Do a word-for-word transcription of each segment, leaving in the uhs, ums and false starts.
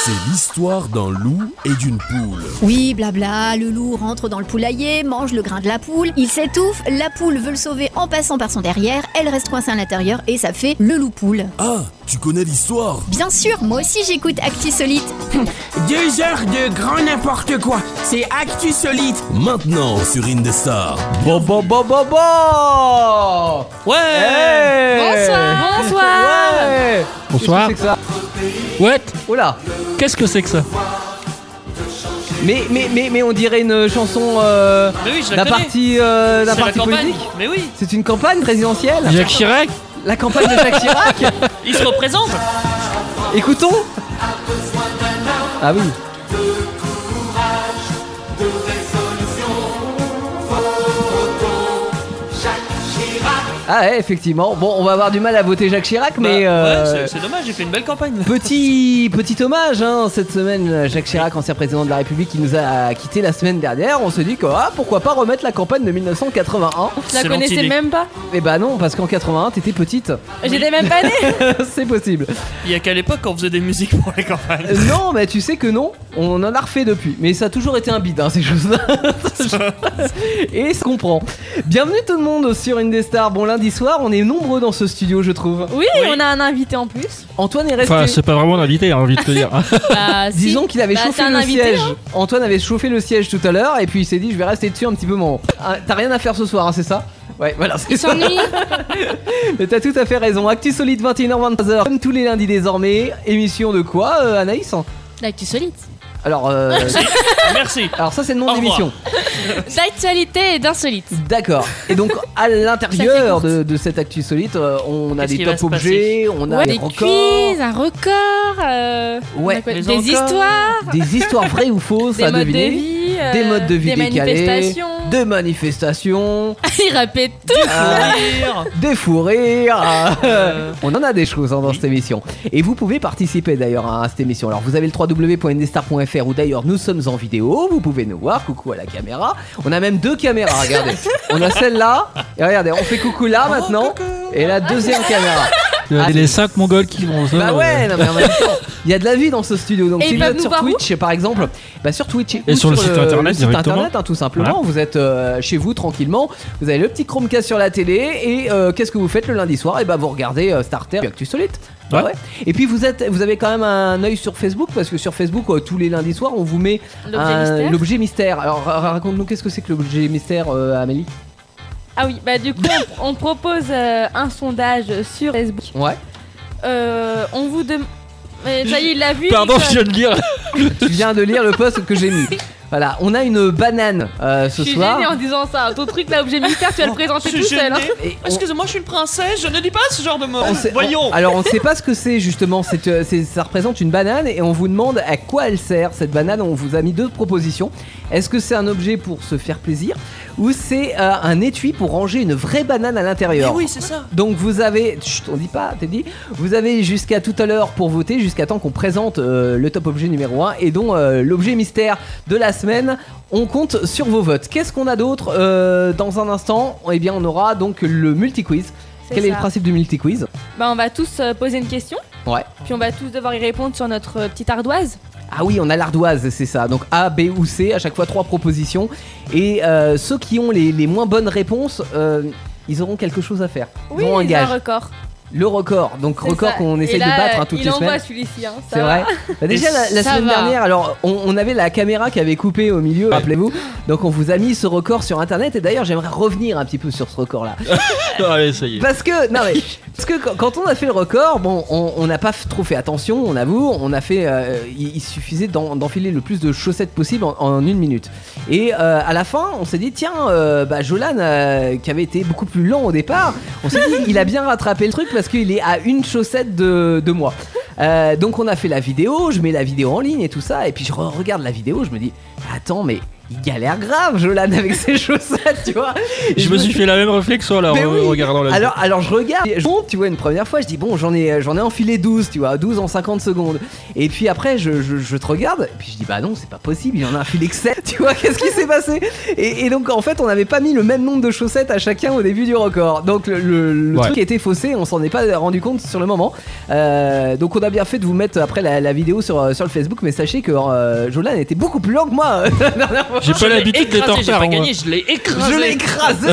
C'est l'histoire d'un loup et d'une poule. Oui, blabla, le loup rentre dans le poulailler, mange le grain de la poule, il s'étouffe, la poule veut le sauver en passant par son derrière, elle reste coincée à l'intérieur et ça fait le loup-poule. Ah, tu connais l'histoire? Bien sûr, moi aussi j'écoute Actu Solite. Deux heures de grand n'importe quoi, c'est Actu Solite. Maintenant sur Indestar. Bon, bon, bon, bon, bon. Ouais. Hey. Bonsoir. Bonsoir. Ouais. Bonsoir. Qu'est-ce que c'est que ça? Ouais. Oh là. Qu'est-ce que c'est que ça? Mais, mais, mais, mais on dirait une chanson euh, Mais oui, je la d'un connais. parti, euh, d'un C'est la parti campagne. politique. Mais oui. C'est une campagne présidentielle. Jacques Chirac. La campagne de Jacques Chirac. Il se représente. Écoutons. Ah oui. Ah ouais, effectivement. Bon, on va avoir du mal à voter Jacques Chirac, mais Bah, euh, ouais, c'est, c'est dommage, j'ai fait une belle campagne. petit petit hommage hein, cette semaine. Jacques Chirac, ancien président de la République, qui nous a quitté la semaine dernière. On se dit que ah, pourquoi pas remettre la campagne de dix-neuf cent quatre-vingt-un. Je la C'est connaissais l'anti-idée. même pas. Eh bah non, parce qu'en quatre-vingt-un t'étais petite. J'étais même pas née. C'est possible. Il y a qu'à l'époque on faisait des musiques pour les campagnes. Euh, non, mais tu sais que non, on en a refait depuis. Mais ça a toujours été un bide, hein, ces choses-là. Et se comprend. Bienvenue tout le monde sur Indestar. Bon, lundi soir, on est nombreux dans ce studio, je trouve. Oui, Oui. on a un invité en plus. Antoine est resté. Enfin, c'est pas vraiment l'invité, j'ai envie de te dire. Bah, si. Disons qu'il avait Bah, chauffé c'est un le invité, siège. hein. Antoine avait chauffé le siège tout à l'heure et puis il s'est dit je vais rester dessus un petit peu mon. Ah, t'as rien à faire ce soir, hein, c'est ça? Ouais, voilà, c'est Il ça. s'ennuie. Mais t'as tout à fait raison. Actu Solide vingt et une heures vingt-trois heures comme tous les lundis désormais. Émission de quoi, euh, Anaïs? L'actu solide. Alors, euh, Merci. alors ça c'est le nom Au de revoir. l'émission. D'actualité et d'insolite. D'accord. Et donc à l'intérieur de, de cette Actu Solide, euh, on a Qu'est-ce des qui va top se objets, on a Ouais, des des records, quiz, un record. euh, Ouais. on a quoi, Les des records. histoires. des histoires vraies ou fausses Des à modes de deviner, vie. euh, des modes de vie des décalés, manifestations. des manifestations, Il répète tout. Rire. des fous rires. euh, On en a des choses hein, dans cette émission. Et vous pouvez participer d'ailleurs à cette émission. Alors vous avez le w w w point indestar point f r où d'ailleurs nous sommes en vidéo. Vous pouvez nous voir. Coucou à la caméra. On a même deux caméras. Regardez. On a celle-là. Et regardez, on fait coucou là maintenant. Et la deuxième caméra. Il y a les cinq mongols qui vont se. Bah ouais, non mais en même temps, il y a de la vie dans ce studio. Donc Et si ils vous peuvent êtes nous sur voir Twitch par exemple, bah sur Twitch Et ou sur le site internet le site directement. internet hein, tout simplement. Voilà. Vous êtes euh, chez vous tranquillement. Vous avez le petit Chromecast sur la télé et euh, qu'est-ce que vous faites le lundi soir? Et bah vous regardez euh, Starter et Actu Solide. Bah Ouais. ouais. Et puis vous êtes, vous avez quand même un œil sur Facebook parce que sur Facebook euh, tous les lundis soirs on vous met L'objet un- mystère. l'objet mystère. Alors ra- raconte-nous qu'est-ce que c'est que l'objet mystère, euh, Amélie? Ah oui, bah du coup, on, on propose euh, un sondage sur Facebook. Ouais. Euh, on vous demande. Mais ça y est, il l'a vu. Pardon, Nicolas. je viens de lire. Tu viens de lire le post que j'ai mis. Voilà, on a une banane euh, ce Je suis soir. gênée en disant ça. Ton truc là, objet mystère, tu vas le présenter Je tout suis seul. hein. gêné. Et on- Excusez-moi, je suis une princesse, je ne dis pas ce genre de mots. On sait- Voyons. on- alors on ne sait pas ce que c'est justement, c'est, euh, c'est- ça représente une banane et on vous demande à quoi elle sert cette banane. On vous a mis deux propositions. Est-ce que c'est un objet pour se faire plaisir ou c'est euh, un étui pour ranger une vraie banane à Mais l'intérieur? oui, c'est ça. Donc vous avez, chut, on dit pas, t'es dit, vous avez jusqu'à tout à l'heure pour voter, jusqu'à temps qu'on présente euh, le top objet numéro un et dont euh, l'objet mystère de la semaine. On compte sur vos votes. Qu'est-ce qu'on a d'autre euh, dans un instant? Eh bien on aura donc le multi-quiz. C'est Quel est ça. le principe du multi-quiz? Bah, on va tous euh, poser une question. Ouais. Puis on va tous devoir y répondre sur notre euh, petite ardoise. Ah oui, on a l'ardoise, c'est ça. Donc A, B ou C, à chaque fois trois propositions. Et euh, ceux qui ont les, les moins bonnes réponses, euh, ils auront quelque chose à faire. Ils Oui, auront un c'est gage. un record. Le record, donc C'est record ça. qu'on Et essaye là, de battre hein, euh, toutes il les envoie semaines. celui-ci, hein, ça C'est va. vrai. Bah déjà la, la Ça semaine va. dernière, alors on, on avait la caméra qui avait coupé au milieu, rappelez-vous. Donc on vous a mis ce record sur internet et d'ailleurs j'aimerais revenir un petit peu sur ce record-là. Allez, ça y est. Parce que non mais parce que quand, quand on a fait le record, bon, on on n'a pas f- trop fait attention, on avoue, on a fait, euh, il, il suffisait d'en- d'enfiler le plus de chaussettes possible en, en une minute. Et euh, à la fin, on s'est dit tiens, euh, bah Jolan euh, qui avait été beaucoup plus lent au départ, on s'est dit il a bien rattrapé le truc parce qu'il est à une chaussette de, de moi. Euh, donc on a fait la vidéo, je mets la vidéo en ligne et tout ça, et puis je re- regarde la vidéo, je me dis attends mais il galère grave, Jolan, avec ses chaussettes, tu vois. Et Je me suis fait la même réflexion là en Mais oui. regardant la Alors, alors je regarde, je monte, tu vois, une première fois, je dis bon, j'en ai, j'en ai enfilé douze, tu vois, douze en cinquante secondes. Et puis après, je, je, je te regarde, et puis je dis bah non, c'est pas possible, il y en a enfilé que sept, tu vois, qu'est-ce qui s'est passé et, et donc en fait, on n'avait pas mis le même nombre de chaussettes à chacun au début du record. Donc le, le, le Ouais. truc était faussé, on s'en est pas rendu compte sur le moment. Euh, donc on a bien fait de vous mettre après la, la vidéo sur, sur le Facebook, mais sachez que euh, Jolan était beaucoup plus lent que moi. J'ai Je pas l'ai l'habitude d'être en écrasé, j'ai retard. pas moi. gagné, je l'ai écrasé. Je l'ai écrasé.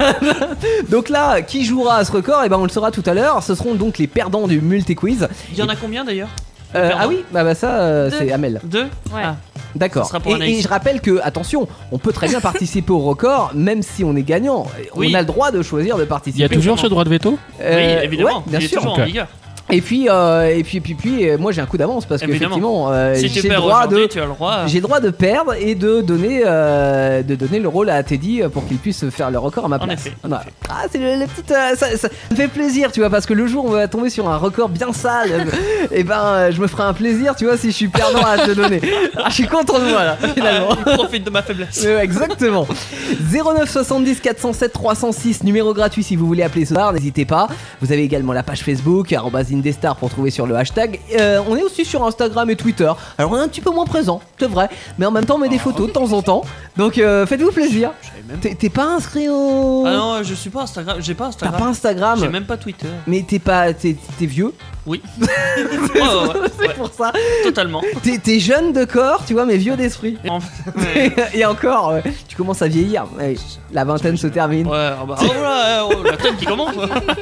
Donc là, qui jouera à ce record? Et ben on le saura tout à l'heure. Ce seront donc les perdants du multi-quiz. Il y en a combien d'ailleurs? Euh, perdants. ah oui, bah, bah ça euh, Deux. c'est Amel. Deux. Ouais. Ah. D'accord. Ce sera pour Et, Anaïs. et je rappelle que, attention, on peut très bien participer au record, même si on est gagnant. Oui. On a le droit de choisir de Il participer. y a toujours ce droit de veto Euh, Oui, évidemment. ouais, bien il est sûr. toujours Ok. en vigueur. Et puis, euh, et puis, puis, puis, euh, moi j'ai un coup d'avance parce que Évidemment. effectivement, euh, Si tu j'ai le perds droit aujourd'hui, de. tu as le droit. J'ai le droit de perdre et de donner, euh, de donner le rôle à Teddy pour qu'il puisse faire le record à ma En place. effet, en Voilà. Ah, c'est le, le petit, euh, ça, ça me fait plaisir, tu vois, parce que le jour où on va tomber sur un record bien sale, et ben, euh, je me ferai un plaisir, tu vois, si je suis perdant à te le donner. Ah, je suis content de moi là, finalement. Il profite de ma faiblesse. Euh, exactement. zéro neuf soixante-dix quatre cent sept trois cent six, numéro gratuit si vous voulez appeler ce soir, n'hésitez pas. Vous avez également la page Facebook, arobase Indestar pour trouver sur le hashtag. Euh, on est aussi sur Instagram et Twitter. Alors on est un petit peu moins présent, c'est vrai, mais en même temps on met des photos de temps en temps. Donc euh, faites-vous plaisir. Je savais même T'es t'es pas inscrit au... Ah non, je suis pas Instagram. J'ai pas T'as Instagram. pas Instagram, J'ai même pas Twitter. mais t'es pas... T'es t'es vieux. Oui. Ouais, ouais, ouais, C'est ouais, pour ça. totalement. T'es t'es jeune de corps, tu vois, mais vieux d'esprit. Ouais, Et encore, ouais, tu commences à vieillir. Ouais, la vingtaine se termine. ah bah, oh là, oh, la tête qui commence.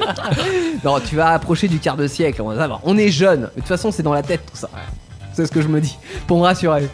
Non, tu vas approcher du quart de siècle, on va savoir. On est jeune, de toute façon c'est dans la tête tout ça. C'est ce que je me dis, pour me rassurer.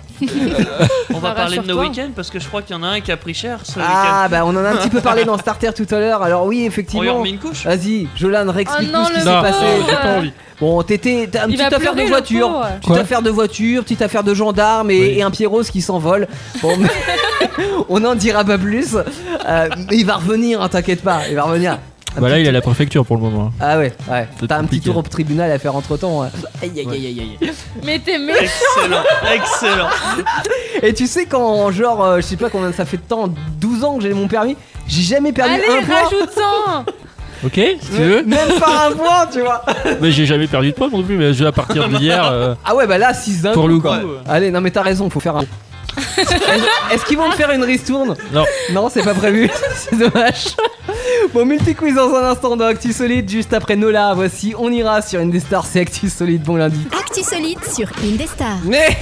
On va Ça parler de nos rassure-toi. week-ends parce que je crois qu'il y en a un qui a pris cher ce Ah week-end. bah on en a un petit peu parlé dans Starter tout à l'heure, alors oui On lui effectivement. remet une couche. Vas-y, Jolan, réexplique Oh non, tout ce qui le s'est Non, passé. pauvre. j'ai pas envie. Bon, t'étais, t'as une Il petite va affaire de pleurer, le voiture, pauvre. petite Quoi affaire de voiture, petite affaire de gendarme et, Oui. et un pied rose qui s'envole. Bon, mais on n'en dira pas plus. Euh, mais il va revenir, hein, t'inquiète pas, il va revenir. Un Bah là, petit- il est à la préfecture pour le moment. Ah ouais, ouais. C'est T'as un petit compliqué. tour au tribunal à faire entre temps. Aïe aïe aïe aïe aïe. Mais t'es méchant. Excellent, excellent. Et tu sais quand genre euh, je sais pas combien ça fait de temps, douze ans que j'ai mon permis, j'ai jamais perdu Allez, un point. rajoute-en. Ok, si tu veux. Même pas un point, tu vois. Mais j'ai jamais perdu de poids non plus, mais je vais à partir d'hier. euh, Ah ouais bah là six d'un Pour coup, le quoi. coup, Allez, non mais t'as raison, faut faire un. Est-ce est-ce qu'ils vont me faire une ristourne? Non. Non, c'est pas prévu. C'est dommage. Bon, multi-quiz dans un instant dans Actu Solide, juste après Nola. Voici, on ira sur Indestar, c'est Actu Solide, bon lundi. Actu Solide sur Indestar.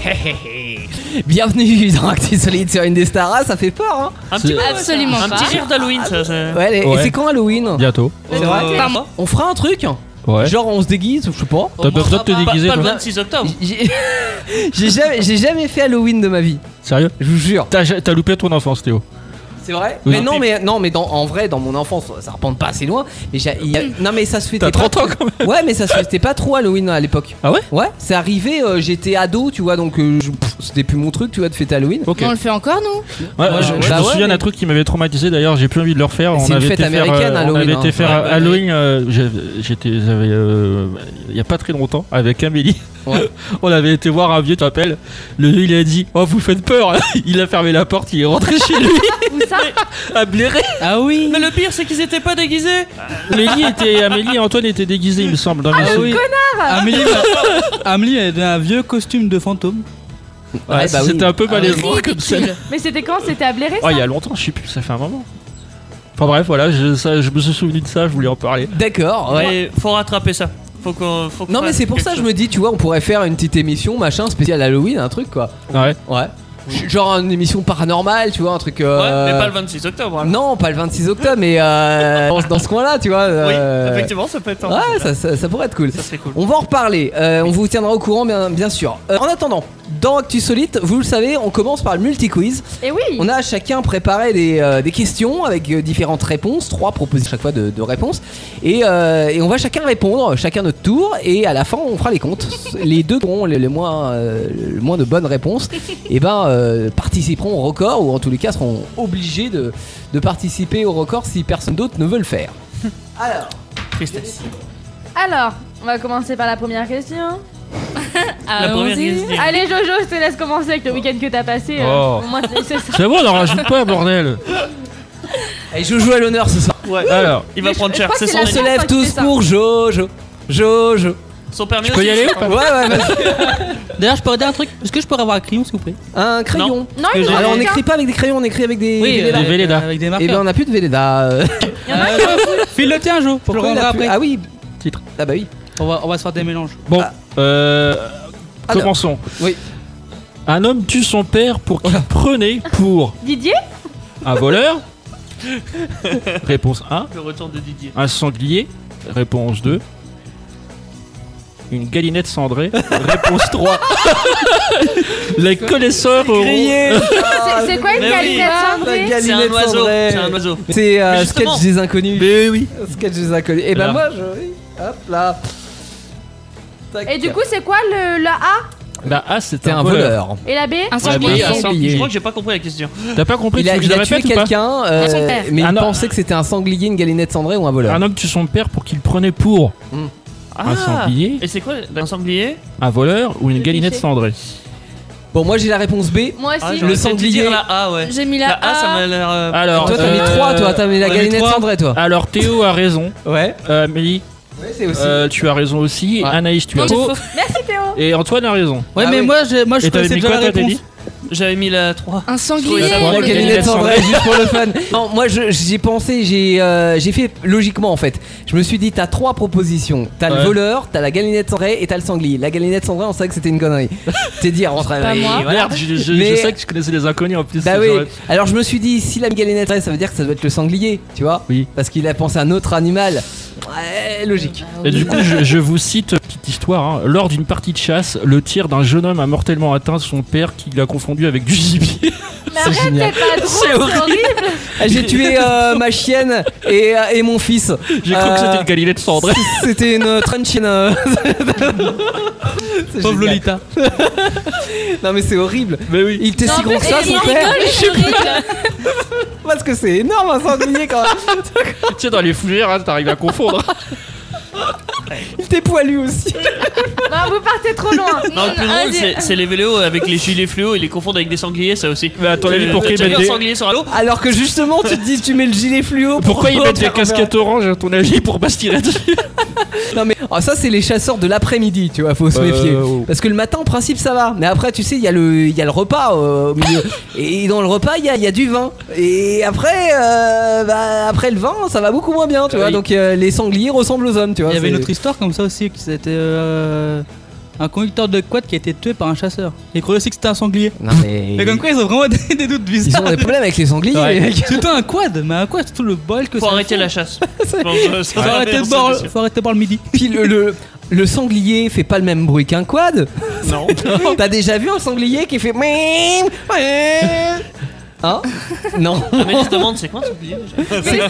Bienvenue dans Actu Solide sur Indestar. Ah, ça fait peur, hein. Un petit peu, ouais, Absolument ça. Un pas. petit rire d'Halloween, ça. ça. Ouais, et Ouais. c'est quand Halloween? Bientôt. C'est vrai. Euh, Pardon. On fera un truc? Ouais. Genre on se déguise, je sais pas. T'as besoin de te Pas- déguiser, Pas le toi vingt-six octobre. J'ai j'ai jamais, j'ai jamais fait Halloween de ma vie, Sérieux? je vous jure. T'as ja- t'as loupé ton enfance, Théo. C'est vrai? Oui. Mais non, mais non, mais dans, en vrai, dans mon enfance, ça remonte pas assez loin. Mais j'ai- il y a- non, mais ça se fêtait T'as pas. trente ans quand même. Ouais, mais ça se fêtait pas trop Halloween à l'époque. Ah ouais? Ouais, c'est arrivé. euh, j'étais ado, tu vois, donc euh, je- pff, c'était plus mon truc, tu vois, de fêter Halloween. Ok. On le fait encore, nous? Ouais, Ouais, je, ouais. je Bah me ouais, souviens mais- d'un truc qui m'avait traumatisé. D'ailleurs, j'ai plus envie de le refaire. C'est On une avait fête été faire, américaine, euh, on Halloween, avait été hein. faire Ouais, euh, bah, Halloween. euh, j'ai- J'étais, j'avais, euh, il y a pas très longtemps avec Amélie. Ouais. On avait été voir un vieux, tu te rappelles? Le vieux, il a dit, oh vous faites peur. Il a fermé la porte, il est rentré chez lui Où ça? à blairer. Ah oui. Mais le pire, c'est qu'ils étaient pas déguisés. Amélie était, Amélie et Antoine étaient déguisés, il me semble. Dans mes Ah souvenirs. oui. Amélie, m'a- Amélie elle avait un vieux costume de fantôme. Ouais, Ouais, bah oui. c'était un peu Ah malaisant comme ça. Mais c'était quand? C'était à blairer, Oh, ça? il y a longtemps, je sais plus, ça fait un moment. Enfin bref, voilà, je, ça, je me suis souvenu de ça, je voulais en parler. D'accord, ouais. Mais faut rattraper ça. Faut qu'on. Faut qu'on Non, mais fasse c'est pour quelque ça que je chose. me dis, tu vois, on pourrait faire une petite émission, machin, spécial Halloween, un truc quoi. Ouais. Ouais. Genre une émission paranormale, tu vois, un truc. euh, Ouais, mais pas le vingt-six octobre. alors. Non, pas le vingt-six octobre, mais euh, dans, dans ce coin-là, tu vois. Oui, euh, effectivement, ça peut être. Ouais, ça, ça, ça pourrait être cool. Ça serait cool. On va en reparler, euh, on vous tiendra au courant bien, bien sûr. Euh, en attendant, dans Actu Solide, vous le savez, on commence par le multi-quiz. Et oui. On a chacun préparé des, euh, des questions avec euh, différentes réponses, trois propositions chaque fois de, de réponses. Et, euh, et on va chacun répondre, chacun notre tour, et à la fin on fera les comptes. Les deux qui auront les, les moins, euh, le moins de bonnes réponses, et ben euh, participeront au record, ou en tous les cas seront obligés de, de participer au record si personne d'autre ne veut le faire. Alors, Tristesse. Alors, on va commencer par la première question. La première qui se dit. Allez Jojo, je te laisse commencer avec le week-end que t'as passé. euh, Oh. Au moins c'est ça. C'est bon, on en rajoute pas, bordel. Et je joue à l'honneur ce soir. Ouais. Alors, Il va Mais je- prendre je cher. crois C'est que son, c'est On la se dernière lève fois qu'il tous fait ça. pour Jojo. Jojo. son permis je peux aussi. y aller ou pas? Ouais, ouais, vas-y. D'ailleurs, je peux dire un truc. Est-ce que je pourrais avoir un crayon, s'il vous plaît? Un crayon. Non, il que nous en Alors on manque un. n'écrit pas avec des crayons, on écrit avec des Oui, Véleda. des Véleda. Avec des Et ben marqueurs. on n'a plus de Véleda. euh. Il y en a un. File le tien, Jo. Pour le Pourquoi il rendre a plus- après. Ah oui. Titre. Ah bah oui. On va, on va se faire des mélanges. Bon, Ah. euh, Alors. commençons. Oui. Un homme tue son père pour qu'il prenait pour Didier un voleur. Réponse un. Le retour de Didier. Un sanglier. Réponse deux. Une galinette cendrée. Réponse trois. Les connaisseurs auront... Grillé. C'est c'est quoi une Mais oui. galinette La cendrée C'est un galinette oiseau. cendrée. C'est un oiseau. C'est euh, Mais justement. sketch des inconnus. Mais oui. Sketch des inconnus. Et ben Là. moi je. oui. Hop là. Tac. Et du coup, c'est quoi le, le A La A, c'était C'était un voleur. et la B Un Ouais, sanglier. bah, Un ça- sanglier. Je crois que j'ai pas compris la question. T'as pas compris? Il Tu a, veux que il je a le tué répète ou pas? quelqu'un, euh, Son père. mais Ah il non. pensait que c'était un sanglier, une galinette cendrée ou un voleur. Un homme tue son père pour qu'il prenait pour un sanglier, Et c'est quoi un sanglier? un voleur ou une Le galinette cliché. cendrée. Bon, moi j'ai la réponse B. Moi Ah, aussi. j'aurais Le peut-être dû sanglier. dire la A, ouais. J'ai mis la, La A, ça A. m'a l'air. euh, Alors, Toi t'as mis euh, trois, toi t'as mis la ouais, galinette trois. cendrée, toi. Alors Théo a raison. Ouais. Euh, Amélie, Ouais, c'est aussi. euh, tu as raison aussi. Ouais. Anaïs, tu Non, as c'est faux. faux. Merci Théo. Et Antoine a raison. Ouais, Ah mais oui. moi, je, moi, je Et t'avais connaissais mis déjà quoi, la toi, réponse. J'avais mis la trois. Un Je trouvais sanglier. ça La drôle, le- galinette galinette cendrée. cendrée, juste pour le fun. Non, moi je- j'ai pensé, j'ai euh, j'ai fait logiquement en fait. Je me suis dit, t'as trois propositions. T'as le Ouais. voleur, t'as la galinette cendrée et t'as le sanglier. La galinette cendrée, on savait que c'était une connerie. T'es dit, rentre Pas moi. Merde, je, je- Mais- je sais que tu connaissais les inconnus en plus. Bah oui. j'aurais- Alors je me suis dit, si la galinette cendrée, ça veut dire que ça doit être le sanglier, tu vois. Oui. Parce qu'il a pensé à un autre animal. Ouais, logique. Et du coup, je, je vous cite petite histoire. hein. Lors d'une partie de chasse, le tir d'un jeune homme a mortellement atteint son père qui l'a confondu avec du gibier. Mais arrête, génial. c'est pas drôle, c'est horrible. Ah, j'ai tué euh, ma chienne et, et mon fils. J'ai cru Euh, que c'était une galinette cendrée. C'était une trenchienne. euh. C'est Pauvre génial. Lolita. Non mais c'est horrible. Mais oui. Il était Non, si gros mais que ça, il son rigole, père. c'est horrible. Parce que c'est énorme un sanglier quand même. Tu sais, dans les fougères, hein, t'arrives à confondre. Il était poilu aussi. Non, vous partez trop loin. Non, le plus Ah, drôle, c'est- c'est les vélos avec les gilets fluo, ils les confondent avec des sangliers, ça aussi. Mais à ton avis, Euh, pourquoi t'as ils déjà vu mettent un des... sanglier sur un lot? Alors que justement, tu te dis, tu mets le gilet fluo. Pourquoi ils mettent des faire casquettes oranges à ton avis pour pas se tirer dessus? Non mais oh, ça c'est les chasseurs de l'après-midi, tu vois, faut se Euh, méfier. oh. Parce que le matin en principe ça va, mais après tu sais il y a le il y a le repas euh, au milieu et dans le repas il y a, il y a du vin et après euh, bah, après le vin ça va beaucoup moins bien, tu Ah vois. oui. Donc euh, les sangliers ressemblent aux hommes, tu vois. Il y avait une c'est- autre histoire comme ça aussi, qui c'était euh, un conducteur de quad qui a été tué par un chasseur. Il croyait aussi que c'était un sanglier. Non mais Mais comme quoi, ils ont vraiment des, des doutes ils bizarres. ont des problèmes avec les sangliers. Ouais. les mecs. Surtout un quad, mais un quad, c'est tout le bol que Faut ça arrêter fait. la chasse. C'est- Bon, euh, ça Faut va, arrêter on de s'en boire, est sûr. faut arrêter de boire le midi. Puis le, le le sanglier fait pas le même bruit qu'un quad. Non. T'as déjà vu un sanglier qui fait mim, mim Hein? Non. Ah, mais je te demande, c'est quoi un sanglier déjà?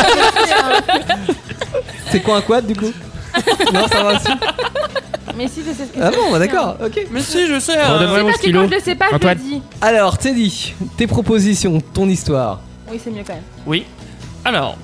C'est quoi un quad du coup? Non, ça va aussi. Mais si, je sais ce que Ah c'est. bon, bah, d'accord, ok. Mais si, je sais. On hein. devrait- C'est mon parce que stylo. quand je le sais pas, je le Antoine. dis. Alors, Teddy, tes propositions, ton histoire. Oui, c'est mieux quand même. Oui. Alors,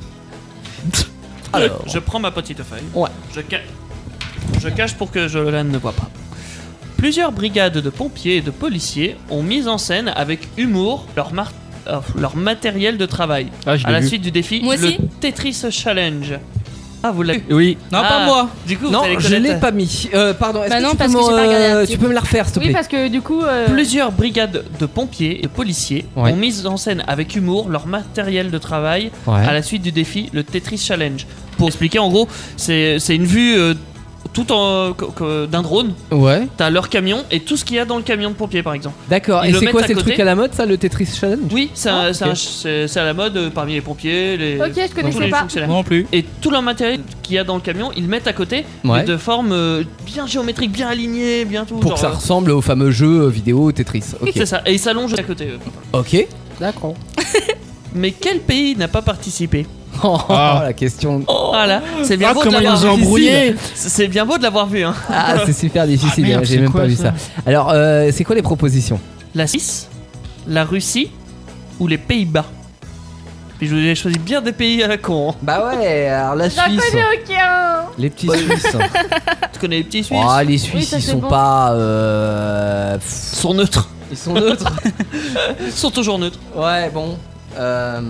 Alors, je prends ma petite feuille. Ouais. Je, ca- je cache pour que Jolan ne voit pas. Plusieurs brigades de pompiers et de policiers ont mis en scène avec humour leur, mar- euh, leur matériel de travail Ah, je à l'ai la vu. suite du défi Moi le aussi. Tetris Challenge. Ah, vous l'avez Oui. Non, Ah, pas moi. Du coup, non, vous allez je connaître- l'ai pas mis. Euh, pardon, est-ce Bah que non, tu, parce peux que j'ai m'en- pas regardé euh, l'article. tu peux me la refaire, s'il te Oui, plaît? parce que du coup. euh, Plusieurs brigades de pompiers et policiers Ouais. ont mis en scène avec humour leur matériel de travail Ouais. à la suite du défi le Tetris Challenge. Pour expliquer, en gros, c'est c'est une vue euh, tout en co- co- d'un drone. Ouais, T'as leur camion et tout ce qu'il y a dans le camion de pompier, par exemple. d'accord. Ils Et le c'est quoi, mettent à c'est le côté. truc à la mode, ça, le Tetris Challenge? Oui, c'est un- Ah, c'est ok. un- c'est- c'est à la mode euh, parmi les pompiers, les, Ok, je tous connaissais les pas. fonctionnaires. Moi non plus. Et tout leur matériel qu'il y a dans le camion, ils le mettent à côté, Ouais. mais de forme euh, bien géométrique, bien alignée, bien tout. Pour que ça genre, ressemble au fameux jeu euh, vidéo Tetris. euh, Ok. C'est ça, et ils s'allongent à côté. euh. Ok. D'accord. Mais quel pays n'a pas participé? Oh, Ah. la question. Voilà, c'est bien Ah, beau de comment ils l'avoir nous ont vu. embrouillés. C'est c'est bien beau de l'avoir vu, hein. Ah, c'est super difficile, Ah, merde, hein, j'ai c'est même quoi, pas vu ça ça. Alors, euh, c'est quoi les propositions? La Suisse, la Russie ou les Pays-Bas? Puis je vous ai choisi bien des pays à la con. Hein. Bah ouais, alors la J'en Suisse. connais aucun. Les petits Suisses. Tu connais les petits Suisses? Oh, les Oui, Suisses, ça, ils c'est sont bon. pas. Euh... Ils sont neutres. Ils sont neutres. Ils sont toujours neutres. Ouais, bon. Euh...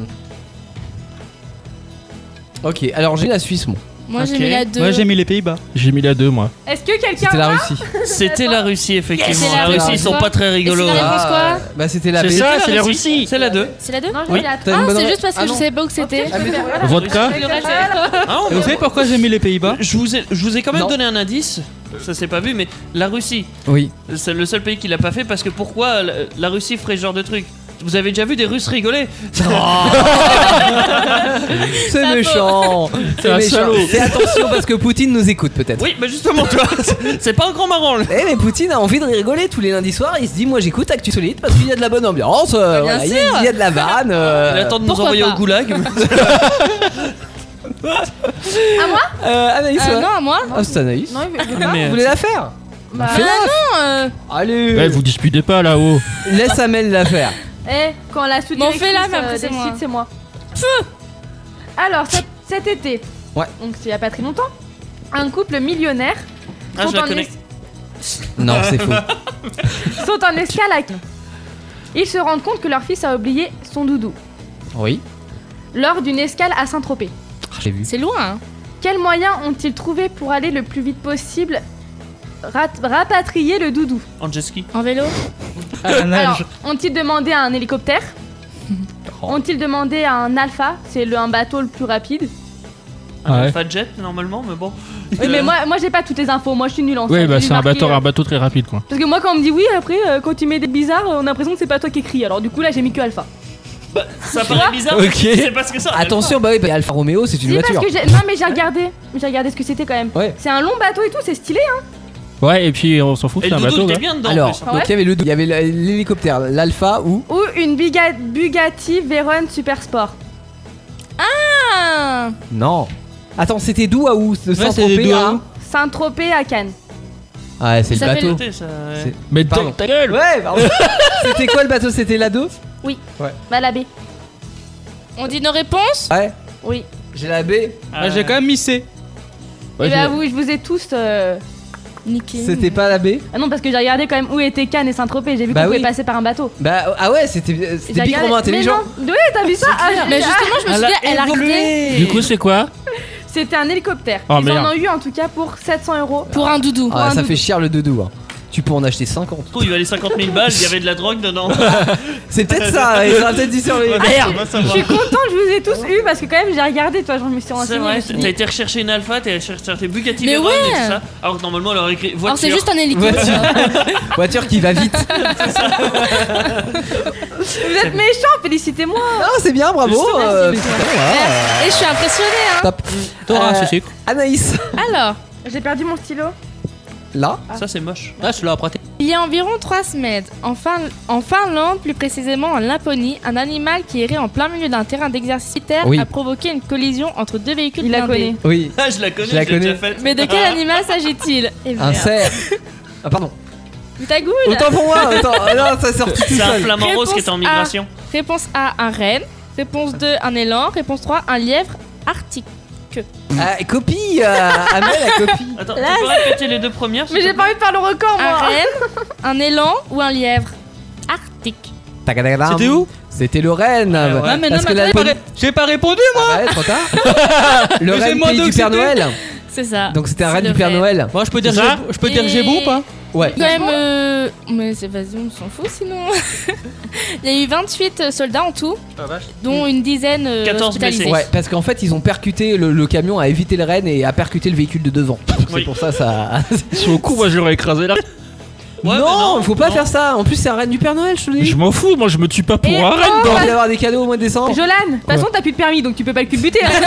Ok, alors j'ai la Suisse, moi. Moi j'ai Ok. mis la deux. Moi j'ai mis les Pays-Bas. J'ai mis la deux, moi. Est-ce que quelqu'un C'était la va Russie. C'était la Russie, effectivement. C'est la la Russie, ils Russie. sont pas très rigolos. Et c'est la hein. réponse quoi euh, Bah c'était la C'est B. ça, c'est la Russie. C'est la deux. C'est la deux Non, j'ai Oui. mis la T'as une Ah, bonne c'est ré- juste parce que Ah je non. savais pas où c'était. Ah, mais- Voilà. Vodka. Je le reste. Ah, on Et vous savez pourquoi j'ai mis les Pays-Bas? Je vous ai, je vous ai quand même Non. donné un indice. Ça s'est pas vu, mais la Russie, Oui. c'est le seul pays qui l'a pas fait parce que pourquoi la, la Russie ferait ce genre de truc? Vous avez déjà vu des Russes rigoler? C'est méchant. C'est un méchant. salaud. Fais attention parce que Poutine nous écoute peut-être. Oui, bah justement, toi, c'est pas un grand marrant. Là. Eh mais Poutine a envie de rigoler tous les lundis soirs. Il se dit moi j'écoute Actu Solide parce qu'il y a de la bonne ambiance. euh, Bien voilà, il y a- sûr. il y, a de la vanne. euh, Il attend de nous pourquoi envoyer pas au goulag. euh, Anaïs. Euh, ouais. non, à moi. Ah c'est Anaïs. Non, il veut pas. Mais, Vous voulez la faire? Bah, Fais-la. Non, euh, Allez. Ouais, vous disputez pas là-haut. Laisse Amel la faire. Eh, quand la sous-directrice Bon, fais-la, mais euh, après, c'est décide, moi. c'est moi. Alors, cet, cet été, Ouais. donc c'est il y a pas très longtemps, un couple millionnaire Ah, je sont, la en connais. es- Non c'est faux. sont en escale à Cannes. Ils se rendent compte que leur fils a oublié son doudou Oui. lors d'une escale à Saint-Tropez. Ah, j'ai vu. c'est loin. Hein. Quels moyens ont-ils trouvé pour aller le plus vite possible rat- rapatrier le doudou? En jet ski. En vélo. À nage. Alors, ont-ils demandé à un hélicoptère? Ont-ils demandé à un alpha? C'est le, un bateau le plus rapide. Un Ouais. Alpha Jet normalement, mais bon. Oui, mais moi, moi j'ai pas toutes les infos, moi je suis nulle en ça. Ouais, bah J'ai c'est un marqué, bateau, euh, un bateau très rapide, quoi. Parce que moi quand on me dit oui, après euh, quand tu mets des bizarres, on a l'impression que c'est pas toi qui écris. Alors du coup là j'ai mis que alpha. Bah, ça paraît bizarre. Ok. C'est parce que ça. Attention bah oui bah, Alfa Romeo c'est une Si, parce voiture. que j'ai... Non mais j'ai regardé, j'ai regardé ce que c'était quand même. Ouais. C'est un long bateau et tout, c'est stylé hein. Ouais, et puis on s'en fout, Et c'est le un doudou bateau. était là. bien dedans. Alors en plus. Ah donc ouais il y avait le il y avait l'hélicoptère, l'Alpha ou Ou une Biga- Bugatti Veyron Super Sport. Ah. non. Attends c'était d'où à où? De Ouais, c'est Saint-Tropez d'où à à où? Saint-Tropez à Cannes. Ah ouais, c'est le Ça fait bateau. Écoutez, ça, ouais. C'est- Mais Pardon. ta ta gueule. Ouais, pardon. C'était quoi le bateau? C'était l'Ado? Bah la baie. On dit nos réponses. Ouais. Oui. J'ai la B. Ah, Ouais, j'ai quand même mis C. Ouais, et bah j'ai- vous, je vous ai tous. euh, Niqué. C'était pas la B? Ah non parce que j'ai regardé quand même où étaient Cannes et Saint-Tropez. J'ai vu Bah qu'on oui. pouvait passer par un bateau. Bah ah ouais, c'était J'ai c'était regardé- bigrement intelligent. Mais non. Ouais, t'as vu ça? Ah, Mais justement, je me suis dit, elle a regardé Du coup, c'est quoi? C'était un hélicoptère. Oh, Ils merde. en ont eu en tout cas pour sept cents euros. pour un doudou. Ah, un ça doudou. fait cher le doudou. Hein. Tu peux en acheter cinquante. Oh, il valait cinquante mille balles, il y avait de la drogue dedans. C'est peut-être ça, il aura peut-être dit sur les. Ouais, Merde. on va Je savoir. suis contente, je vous ai tous eu parce que quand même j'ai regardé, toi, je me suis C'est renseignée. je vrai, me suis dit- t'as été rechercher une Alpha, t'as été rechercher Bugatti Mais Veyron ouais. et tout ça. Alors que normalement, elle aurait écrit voiture. Alors c'est juste un hélicoptère. Voiture qui va vite. Vous êtes méchants, félicitez-moi. Ah, c'est bien, bravo. Justement, euh, merci, putain, merci. voilà. Et je suis impressionnée. Hein. Top. T'auras Euh, un sucre. Anaïs, Alors, J'ai perdu mon stylo. là. Ça, c'est moche. Ah, je l'ai emprunté. il y a environ trois semaines, en, Fin- en Finlande, plus précisément en Laponie, un animal qui errait en plein milieu d'un terrain d'exercice militaire Oui. a provoqué une collision entre deux véhicules Il la blindés. connaît. Oui. Ah, je la connais, Je la j'ai déjà connais. faite. Mais de quel animal s'agit-il Eh Un merde. cerf. Ah, pardon. Ta goule. Autant pour moi. Autant. Ah, non, ça sort tout C'est un seul. flamant rose qui est en Réponse A. migration. Réponse A, un renne. Réponse deux, un élan. Réponse trois, un lièvre arctique. Ah, copie. euh, Amel a copie. Attends, Là, tu peux répéter les deux premières s'il Mais te j'ai pas envie de faire le record, Un moi. renne, un élan ou un lièvre arctique. Tagadadam. C'était où? C'était le Rennes. Ouais, ouais. Ah, mais non, Parce que mais la attends, j'ai Laponie- pas ré- j'ai pas répondu moi. Ah ouais, trop tard. Le Mais Rennes, c'est moi pays donc du Père c'était. Noël. C'est ça. Donc c'était un C'est Rennes le du Père Rennes. Noël. Bon, je peux dire, C'est ça j'ai- je peux dire que j'ai bon ou pas? Ouais. Quand même. euh, Mais c'est vas-y, on s'en fout sinon. Il y a eu vingt-huit soldats en tout, dont une dizaine euh, quatorze hospitalisés. blessés. Ouais, parce qu'en fait, ils ont percuté le, le camion, a évité le Rennes et a percuté le véhicule de devant. C'est Oui. pour ça, ça. Sur le coup, moi j'aurais écrasé là. Ouais, mais non, non, faut pas non. faire ça. En plus, c'est un Rennes du Père Noël, je te dis. Je m'en fous, moi je me tue pas pour Et un oh, renne. Il dans- va y avoir des cadeaux au mois de décembre. Jolan, de toute façon, t'as plus de permis donc tu peux pas le culbuter. Hein.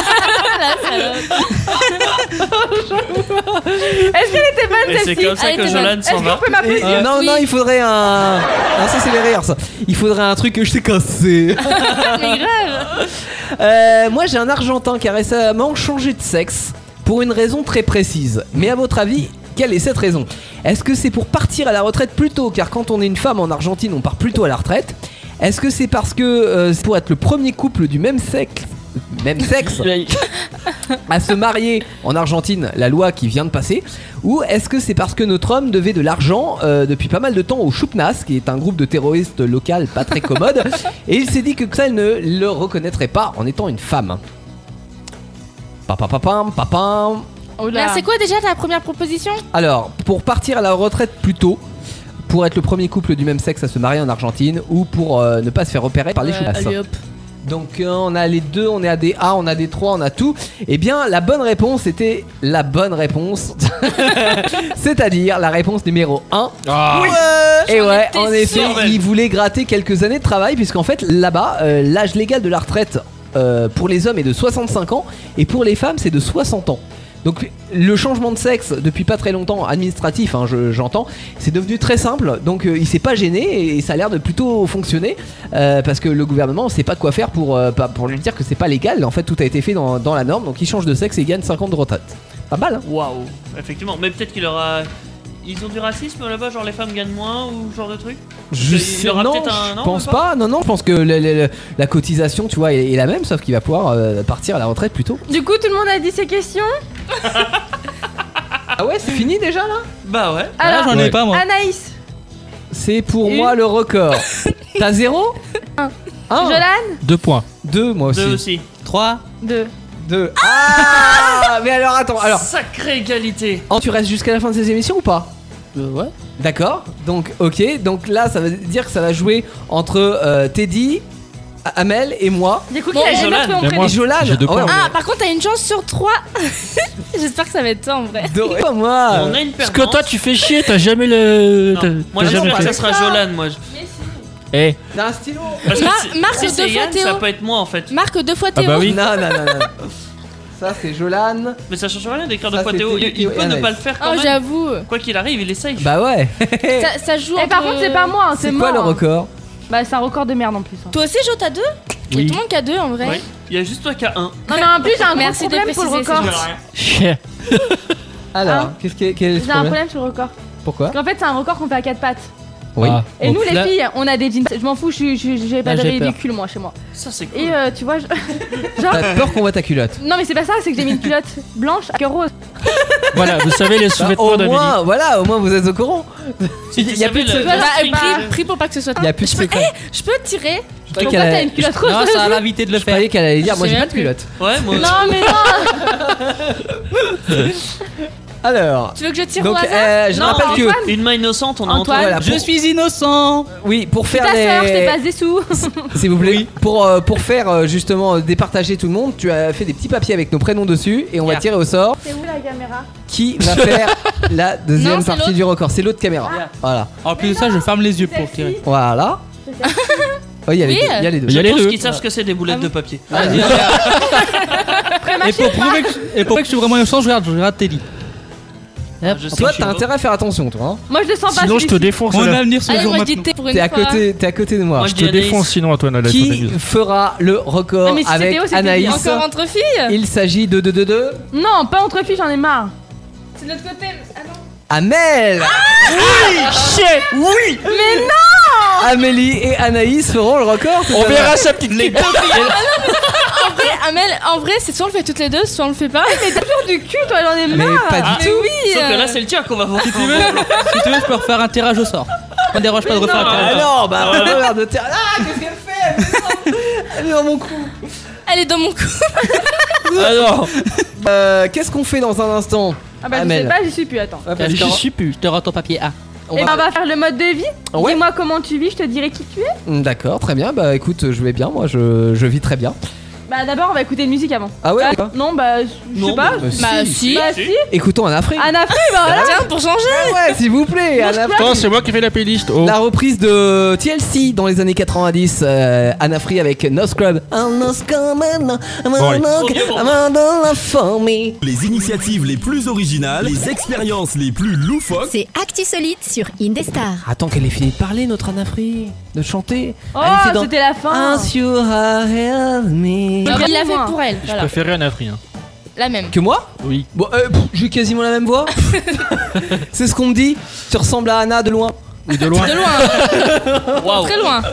Est-ce qu'elle était bonne Et c'est celle-ci? comme ça Elle que était Jolan bonne. s'en Est-ce va. qu'on peut m'applaudir? Euh, non, Oui. non, il faudrait un. Non, ça, c'est les rires, ça. Il faudrait un truc que je t'ai cassé. Mais grave. Euh, moi, j'ai un Argentin qui a récemment changé de sexe pour une raison très précise. Mais à votre avis, quelle est cette raison? Est-ce que c'est pour partir à la retraite plus tôt, car quand on est une femme en Argentine, on part plus tôt à la retraite? Est-ce que c'est parce que euh, c'est pour être le premier couple du même sexe même sexe à se marier en Argentine, la loi qui vient de passer, ou est-ce que c'est parce que notre homme devait de l'argent euh, depuis pas mal de temps au Choupnas, qui est un groupe de terroristes local pas très commode, et il s'est dit que ça il ne le reconnaîtrait pas en étant une femme. Papapapam, papam. Alors, c'est quoi déjà ta première proposition? Alors, pour partir à la retraite plus tôt, pour être le premier couple du même sexe à se marier en Argentine, ou pour euh, ne pas se faire repérer par les Choupnas. Allez hop. Donc euh, on a les deux, on est à des A, on a des trois, on a tout. Eh bien la bonne réponse était la bonne réponse. C'est-à-dire la réponse numéro un. Ah. Et ouais, étais en effet, sûre. il voulait gratter quelques années de travail, puisqu'en fait là-bas, euh, l'âge légal de la retraite euh, pour les hommes est de soixante-cinq ans et pour les femmes c'est de soixante ans. Donc le changement de sexe depuis pas très longtemps, administratif hein, je, j'entends, c'est devenu très simple. Donc euh, il s'est pas gêné et ça a l'air de plutôt fonctionner euh, parce que le gouvernement sait pas de quoi faire pour, euh, pour lui dire que c'est pas légal. En fait tout a été fait dans, dans la norme, donc il change de sexe et il gagne cinq ans de retraite. Pas mal hein. Waouh, effectivement. Mais peut-être qu'il aura. Ils ont du racisme là-bas, genre les femmes gagnent moins ou ce genre de truc? Je Il sais, aura non, peut-être un- je non, pense même pas pas. Non, non, je pense que la, la- la- la cotisation, tu vois, est, est la même, sauf qu'il va pouvoir euh, partir à la retraite plus tôt. Du coup, tout le monde a dit ses questions. Ah ouais, c'est fini déjà là. Bah ouais. Ah, Alors, j'en ai Ouais. pas moi. Anaïs, C'est pour Une. moi le record. T'as zéro? Un. Un. Jolan, Deux points. Deux, moi aussi. Deux aussi. trois. deux. Deux. Ah mais alors attends, alors. Sacrée égalité. Oh, tu restes jusqu'à la fin de ces émissions ou pas? Euh, ouais. D'accord. Donc ok, donc là ça veut dire que ça va jouer entre euh, Teddy, A- Amel et moi. Du coup, Bon, qui a et jamais Jolan. trouvé mon Mais prénom moi, Et Jolan. j'ai deux Ah ouais, points. Ah, par contre, t'as une chance sur trois. J'espère que ça va être toi en vrai. on- de- pas moi. On a une Parce perdante. que toi, tu fais chier, t'as jamais le. Non, t'as- moi t'as je jamais pense que fait. ça sera Jolan, moi. je- Eh, T'as un stylo. Parce que Mar- si- marque si deux c'est fois Yann, Théo. ça peut être moi en fait. Marque deux fois ah Théo. bah oui. Non, non, non, non. Ça c'est Jolan. Mais ça change rien d'écrire Ça, deux fois c'est Théo. Il, il Théo et peut ne Anaïs. pas le faire quand Oh, même. j'avoue. Quoi qu'il arrive, il essaye. Bah ouais. Ça, ça joue Et par entre- contre, c'est pas moi, hein, c'est C'est moi. quoi le hein. record? Bah, c'est un record de merde en plus. hein. Toi aussi, Jo, t'as deux? Il y a Oui. tout le monde qui a deux en vrai. Oui. Il y a juste toi qui as un. Non, mais en plus, j'ai un gros Merci de problème pour le préciser, record. c'est Chier. Alors, Hein qu'est-ce que quel est le J'ai un problème? problème sur le record. Pourquoi? Parce qu'en fait, c'est un record qu'on fait à quatre pattes. Oui. Ah. Et Donc nous, les là- filles, on a des jeans. Je m'en fous, je suis- je- j'ai pas Là, de j'ai peur. ridicule, moi, chez moi. Ça c'est cool. Et euh, tu vois, je- genre. T'as peur qu'on voit ta culotte? Non, mais c'est pas ça, c'est que j'ai mis une culotte blanche à cœur rose. Voilà, vous savez les Bah, sous-vêtements au d'Amélie. moins, voilà, au moins vous êtes au courant. Si tu Il y a savais plus de le- secret. le Bah, string prie, de- prie pour pas que ce soit Il y a plus de secret. Je peux tirer? Je croyais Pourquoi qu'elle t'as allait- une culotte rose? Non, c'est à l'invité de le je croyais faire. qu'elle allait dire, moi Je j'ai sais pas de même culotte. Ouais, moi aussi. Non, mais non. Alors, Tu veux que je tire donc au hasard? euh, je Non, rappelle que, Antoine. Une main innocente, on a Antoine. entendu. voilà, Je pour- suis innocent. oui, pour C'est faire ta sœur, je te les, passe des sous. s'il vous plaît, pour euh, pour faire euh, justement euh, départager tout le monde, tu as fait des petits papiers avec nos prénoms dessus et on va Yeah. tirer au sort C'est où la caméra? qui va faire la deuxième Non, c'est partie l'autre. du record. C'est l'autre caméra. Yeah. Voilà, En plus de ça, je ferme les yeux pour tirer. voilà. Oh, il y a les Oui. deux. Il y a les deux. Il y a Je les pense deux. qu'ils savent ce que c'est des boulettes Ah de bon. papier. Vas-y, et pour prouver que je, et pour prouver que je suis vraiment innocent, je regarde, je regarde Teddy. Ah, je sais Toi, que je t'as suis intérêt à faire attention, toi. Hein. Moi, je le sens pas. Sinon, je te celui-ci. défonce. Mon là. avenir se Allez, joue moi je dis maintenant. T pour une T'es à fois. côté, t'es à côté de moi. Moi, Je je te dis Anaïs. défonce sinon, Antoine, à la Qui t'amuse. fera le record Ah, mais si c'était avec Théo, c'était Anaïs? bien. Encore entre filles? Il s'agit de de de de Non, pas entre filles, j'en ai marre. C'est de l'autre côté. Ah non. Amel. Mais non! Amélie et Anaïs feront le record. tout à On l'heure. verra sa petite les En vrai, Amel, en vrai, c'est soit on le fait toutes les deux, soit on le fait pas. Mais t'as toujours du cul, toi, j'en ai Mais marre. pas Ah, du tout. Oui. Sauf que euh, là, c'est le tien qu'on va voir. Si tu veux, si tu veux, je peux refaire un tirage au sort. Ça me dérange pas de refaire un Ah tirage au sort. non, bah on va faire de terre. Ah, qu'est-ce qu'elle fait? Elle est dans mon cou. Elle est dans mon cou. Alors, euh, qu'est-ce qu'on fait dans un instant? Ah bah, je Amel. sais pas, j'y suis plus, attends. Ouais, parce Je que- suis plus. Je te rends ton papier A. on Et va- ben, on va faire le mode de vie. Ouais. Dis-moi comment tu vis, je te dirai qui tu es. D'accord, très bien. Bah écoute, je vais bien. Moi, je, je vis très bien. Bah, d'abord, on va écouter une musique avant. Ah ouais, Bah, d'accord. non, bah, je Non, sais pas. Bah, Bah si. Bah, si. Écoutons un Afrique. Anna Free, bah voilà. Tiens, pour changer. Ouais, s'il vous plaît. Anna Free. Attends, c'est moi qui fais la playlist. Oh. La reprise de T L C dans les années quatre-vingt-dix, euh, Anna Free avec No Scrub. I'm no scrub, I'm allez. no- I'm no love for me. Les initiatives les plus originales, les expériences les plus loufoques. C'est Actu Solide sur Indestar. Attends qu'elle ait fini de parler, notre Anna Free, de chanter. Oh, Elle était dans c'était la fin. As you have held me. Alors, il l'a Moi. fait pour elle. Je Voilà. préférais un Africain. La même. Que moi? Oui. Bon, euh, pff, j'ai quasiment la même voix. C'est ce qu'on me dit. Tu ressembles à Anna de loin. Oui, de loin. De loin. Waouh. Très loin.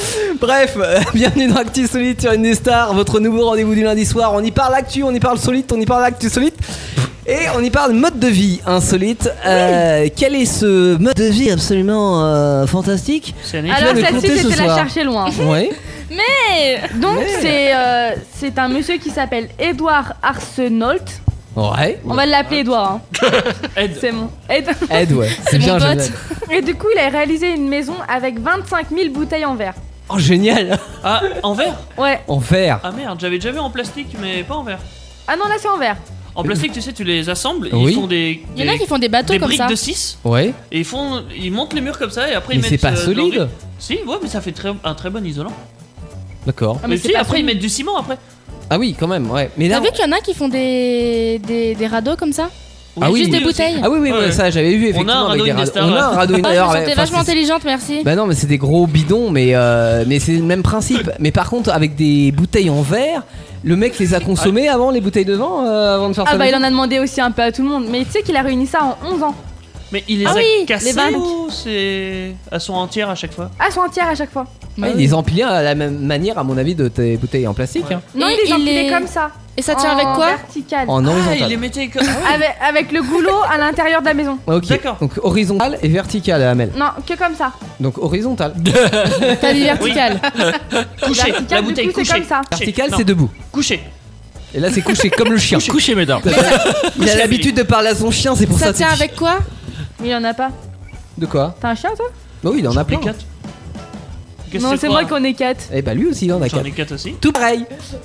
Bref, euh, bienvenue dans Actu Solide sur Indestar, votre nouveau rendez-vous du lundi soir. On y parle actu, on y parle solide, on y parle actu solide. Et on y parle mode de vie insolite. Euh, quel est ce mode de vie absolument euh, fantastique? C'est Annick. Alors nous celle-ci, compter ce j'étais la soir. chercher loin. Oui. Mais Donc Mais- c'est euh, c'est un monsieur qui s'appelle Edouard Arsenault. Ouais. On va l'appeler Edouard. Hein. Ed. C'est mon Ed. Ed, ouais. C'est mon bien, pote. génial. Et du coup, il a réalisé une maison avec vingt-cinq mille bouteilles en verre. Oh, génial. Ah, en verre. Ouais. En verre. Ah merde, j'avais déjà vu en plastique, mais pas en verre. Ah non, là c'est en verre. En plastique, tu sais, tu les assembles, et Oui. ils font des. il y en a des- qui font des bateaux des comme briques ça. de six Ouais. et ils font ils montent les murs comme ça et après Mais ils c'est mettent pas euh, de solide. l'enduit. Si, ouais, mais ça fait très, un très bon isolant. D'accord. Ah, mais mais c'est si, pas après ils solide. mettent du ciment après. Ah oui, quand même, ouais. Mais T'as là. vu qu'il y en a qui font des, des, des radeaux comme ça? Ah oui, Juste oui, des aussi. bouteilles. Ah oui, oui, Ouais, ouais, ouais. ça j'avais vu effectivement. On a un avec radeau des radeaux. Indestar, On a là. un radeau Ah, je me alors, sentais enfin, vachement c'est- intelligente, merci. Bah non, mais c'est des gros bidons, mais, euh, mais c'est le même principe. Mais par contre, avec des bouteilles en verre, le mec les a consommées avant, les bouteilles de vin, euh, avant de faire Ah sa bah il maison. en a demandé aussi un peu à tout le monde. Mais tu sais qu'il a réuni ça en onze ans. Mais il les Ah a oui, les cassés vannes. ou c'est. Elles sont entières à chaque fois. Ah, sont entières à chaque fois. Ouais, il les empilait à la même manière, à mon avis, de tes bouteilles en plastique, Ouais. hein. Non, Et il les il empilait les- comme ça. Et ça tient En avec quoi? vertical. en Ah, horizontal. il les mettait comme. Avec, avec le goulot à l'intérieur de la maison. Ok. D'accord. Donc horizontal et vertical, Amel. Non, que comme ça. Donc horizontal. T'as dit vertical. Couché, Vertical, la du bouteille coup, c'est couchée. comme ça. Vertical, Non, c'est debout. couché. Et là, c'est couché comme le chien. Couchez, mesdames. Il a l'habitude de parler à son chien, c'est pour ça. Ça que tient c'est- avec quoi? Mais il y en a pas. De quoi? T'as un chien toi? Bah oui, il en a Les plein. quatre. Qu'est-ce Non, que c'est quoi moi qui en ai quatre. Et bah lui aussi, il en a J'en quatre. ai quatre aussi. Tout pareil.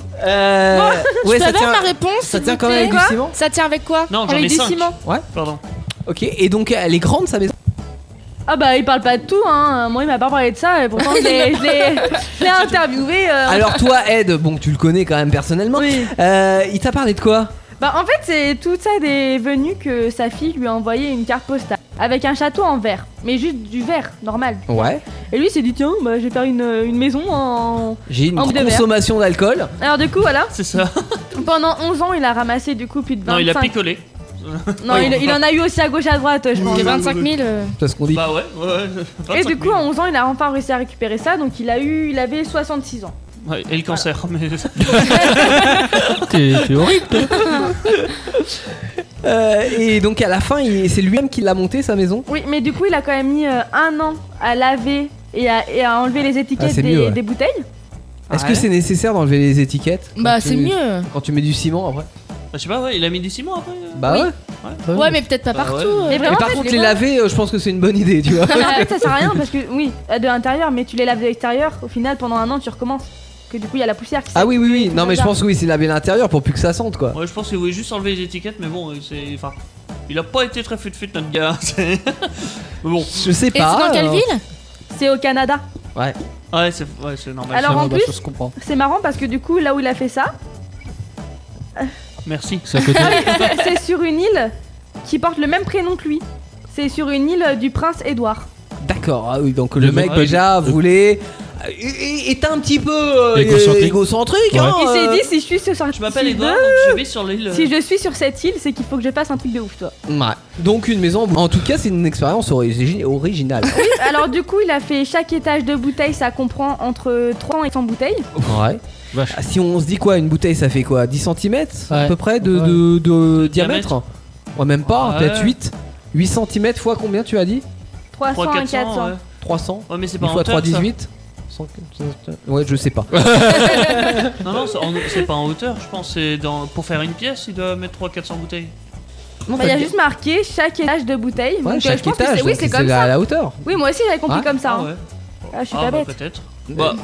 Euh. Ouais, Je ça peux avoir tient. ma réponse? Ça s'il tient vous quand même avec plaît du ciment. Ça tient avec quoi? Non, j'en ai Avec du cinq. ciment. Pardon. Ok. Et donc, elle est grande sa maison. Ah bah il parle pas de tout hein. Moi il m'a pas parlé de ça et pourtant je l'ai je l'ai- je l'ai interviewé. euh. Alors toi, Ed, bon, tu le connais quand même personnellement. Oui. Euh, il t'a parlé de quoi? Bah en fait c'est tout ça des venu que sa fille lui a envoyé une carte postale avec un château en verre, mais juste du verre normal. Ouais. Et lui il s'est dit tiens bah je vais faire une, une maison en. J'ai une En de verre. consommation d'alcool. Alors du coup voilà, C'est ça. pendant onze ans il a ramassé du coup plus de vingt-cinq. Non, il a picolé. Non, il, il en a eu aussi à gauche à droite je pense. Les vingt-cinq mille. euh, C'est ce qu'on dit. Bah ouais, ouais. ouais. Et vingt-cinq du coup mille. à onze ans il a enfin réussi à récupérer ça donc il a eu il avait soixante-six ans. Ouais, et le cancer. Mais... T'es t'es horrible, toi. Euh, et donc à la fin, il- c'est lui-même qui l'a monté sa maison. Oui mais du coup il a quand même mis euh, un an à laver et à, et à enlever les étiquettes Ah, c'est des, mieux, ouais. des bouteilles. Est-ce Ouais. que c'est nécessaire d'enlever les étiquettes quand Bah tu- c'est mieux. Quand tu mets du ciment après. Bah, je sais pas, ouais, il a mis du ciment après. euh. Bah Oui. ouais. Ouais, mais peut-être pas Bah partout. ouais. euh. Mais Et vraiment, par en fait, contre, je les vois- laver, euh, je pense que c'est une bonne idée, tu vois. Non, mais en fait, ça sert à rien parce que oui, de l'intérieur, mais tu les laves de l'extérieur. Au final, pendant un an, tu recommences. Que du coup, il y a la poussière qui Ah oui, oui, oui. tout Non, mais je ça. pense que oui, c'est laver l'intérieur pour plus que ça sente, quoi. Ouais, je pense qu'il voulait juste enlever les étiquettes, mais bon, euh, c'est. Enfin. Il a pas été très fut-fut notre gars. c'est- mais bon. Je sais Et c'est pas. dans quelle euh, ville? C'est au Canada. Ouais. Ouais, c'est ouais, c'est normal. Alors, en bah, plus- ça se comprend. C'est marrant parce que du coup, là où il a fait ça, Merci. C'est à côté. c'est sur une île qui porte le même prénom que lui. C'est sur une île du prince Édouard. D'accord. Ah oui, donc le, Le mec mec- déjà le- voulait. euh, est est un petit peu euh, Égocentrique. égocentrique, Ouais. hein, Il s'est euh. dit si je suis sur Je m'appelle si Edouard, de- donc je vais sur l'île. Si je suis sur cette île, c'est qu'il faut que je fasse un truc de ouf, toi. Ouais. Donc une maison. En tout cas, c'est une expérience origi- originale. Alors du coup, il a fait chaque étage de bouteille, ça comprend entre trois et cent bouteilles. Ouais. Vache. Ah, si on se dit quoi, une bouteille, ça fait quoi, dix centimètres à Ouais. peu près de, Ouais. de, de De diamètre. Ouais, même pas, Ouais. peut-être huit. huit centimètres fois combien tu as dit? trois cents trois à quatre cents. quatre cents. Ouais. trois cents. Ouais, mais c'est Une pas en fois hauteur. trois, ça. dix-huit. Ouais, je sais pas. Non, non, c'est en- c'est pas en hauteur, je pense. C'est dans... Pour faire une pièce, il doit mettre trois cents à quatre cents bouteilles. Non, Bah, il y a t'as dit- juste marqué chaque étage de bouteille. Ouais, Donc, euh, chaque je pense que étage. c'est oui, donc c'est comme à ça. la hauteur. Oui, moi aussi j'avais compris Ouais. comme ça. Ah hein. ouais. Ah, je suis Ah, pas bah, bête. peut-être. Euh, Bah,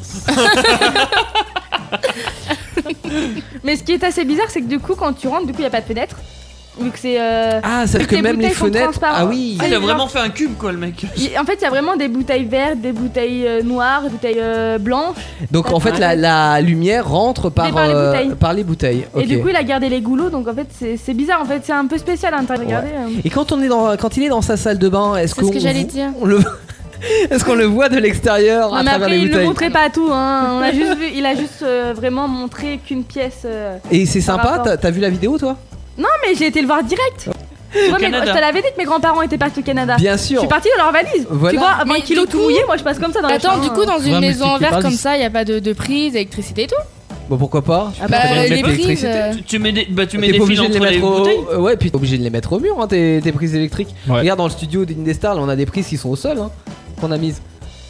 Mais ce qui est assez bizarre, c'est que du coup, quand tu rentres, du coup, il y a pas de fenêtre. Vu que c'est. euh, Ah, c'est Vu que que les même les bouteilles sont fenêtres. transparentes. Ah oui. ah, il a genre- vraiment fait un cube, quoi, le mec. il- En fait, il y a vraiment des bouteilles vertes, des bouteilles euh, noires, des bouteilles euh, blanches. Donc en fait, la, la lumière rentre par, Mais par les euh, bouteilles. par les bouteilles. Et Ok. du coup, il a gardé les goulots. Donc en fait, c'est c'est bizarre. En fait, c'est un peu spécial à l'intérieur. Ouais. Regardez. euh. Et quand on est dans, quand il est dans sa salle de bain, est-ce C'est ce qu'on que j'allais vo- dire. on le, est-ce qu'on le voit de l'extérieur à Non, mais travers après, les il ne bouteilles? montrait pas tout. Hein. On a juste vu, il a juste euh, vraiment montré qu'une pièce. euh. Et c'est par sympa. rapport. T'as, t'as vu la vidéo, toi? Non, mais j'ai été le voir direct. Ouais, mais Canada. je te l'avais dit que mes grands-parents étaient partis au Canada. Bien Je sûr. suis partie dans leur valise. Voilà. Tu vois, vingt Mais kilos du tout coup- mouillé, moi je passe comme ça dans les Attends, champs, du coup, hein. dans Ouais, une mais maison si en tu verre parles comme d'ici- ça, il y a pas de, de prise, d'électricité et tout. Bon, pourquoi pas Ah bah, T'as les mettre prises. l'électricité. euh, Tu mets des, bah, tu mets T'es des pas fils obligé de les entre les mettre bouteilles. au... euh, Ouais, puis t'es obligé de les mettre au mur, hein, tes, tes prises électriques. Ouais. Regarde dans le studio d'Indestar, là, on a des prises qui sont au sol, hein, qu'on a mises.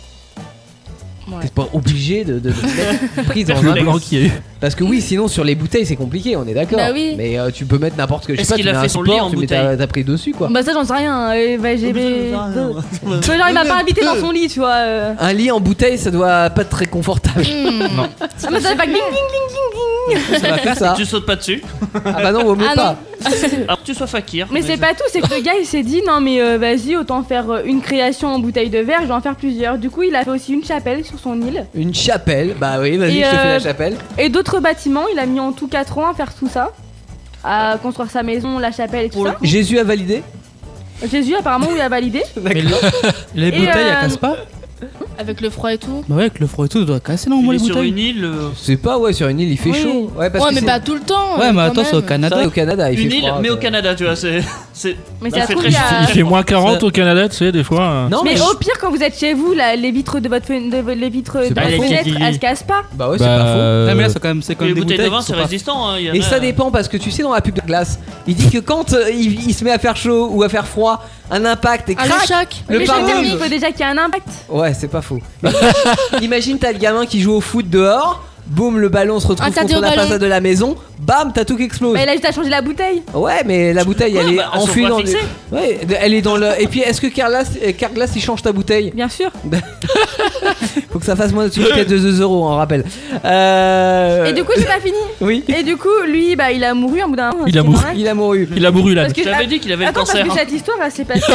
Ouais. T'es pas obligé de, de, de mettre une prise dans Le un mur. blanc qu'il y a eu. Parce que oui, sinon sur les bouteilles c'est compliqué, on est d'accord. Bah oui. Mais euh, tu peux mettre n'importe que. Je sais Est-ce pas, qu'il tu a mets fait un son lit support, en tu mets ta, bouteille ta prise dessus quoi. Bah ça j'en sais rien. euh, bah, j'ai... Tu vois, genre il m'a pas invité dans son lit, tu vois. euh. Un lit en bouteille, ça doit pas être très confortable. Hmm. Ah mais ça fait pas ding ding ding ding ding. Ça va faire ça. Tu sautes pas dessus. Ah bah non, vaut mieux Ah pas. Alors que tu sois fakir. Mais c'est pas tout, c'est que le gars il s'est dit non mais euh, vas-y autant faire euh, une création en bouteille de verre, je vais en faire plusieurs. Du coup il a fait aussi une chapelle sur son île. Une chapelle, bah oui, vas-y, Et, je te fais euh, la chapelle. Et d'autres bâtiments, il a mis en tout quatre ans à faire tout ça. À construire sa maison, la chapelle et tout Pour le ça. Jésus a validé. Jésus apparemment il a validé. Mais le- les Et, bouteilles, elles euh, cassent pas? Avec le froid et tout. Bah ouais, avec le froid et tout, ça doit casser Il normalement est les sur bouteilles. une île. euh, C'est pas, ouais, sur une île il fait Oui. chaud. Ouais, parce Ouais, que mais c'est- pas tout le temps. Ouais, euh, mais quand attends, c'est au même. Canada. Ouais, au Canada, il Une fait île, froid, mais au quoi. Canada, tu vois, c'est. c'est- Mais bah, ça fait trouve, très il y a- chaud. Il fait moins quarante au Canada, tu sais, des fois. euh. Non, mais. Mais au pire quand vous êtes chez vous, là, les vitres de votre fen- de vo- les vitres C'est de pas votre faux. fenêtre, elles se cassent pas. Bah ouais, c'est Bah, pas faux. euh, Ouais, mais là, c'est quand même, c'est quand Les même des bouteilles de bouteilles vin, qui c'est sont pas- résistant. hein, il y en Et a- ça dépend parce que tu sais dans la pub de glace, il dit que quand euh, il, il se met à faire chaud ou à faire froid, un impact et Ah, le crac. choc. Le mais pare-brise. il faut déjà qu'il y ait un impact. Ouais, c'est pas faux. Mais imagine t'as le gamin qui joue au foot dehors, boum, le ballon se retrouve Interdit contre au la ballon. façade de la maison, bam, t'as tout qui explose. Mais il a juste à changer la bouteille. Ouais, mais la bouteille elle Ouais, est bah, elles sont enfouie pas dans fixées. le... Ouais, elle est dans le. Et puis est-ce que Carglass, euh, Carglass il change ta bouteille? Bien sûr. Faut que ça fasse moins de de deux euros, on rappelle. Euh... Et du coup j'ai pas fini. Oui. Et du coup lui bah il a mouru en bout d'un moment. Il a c'est mouru. normal. Il a mouru. Il a mouru là. Parce que- Je t'avais dit qu'il avait le Attends parce cancer. que hein. cette histoire elle s'est passée.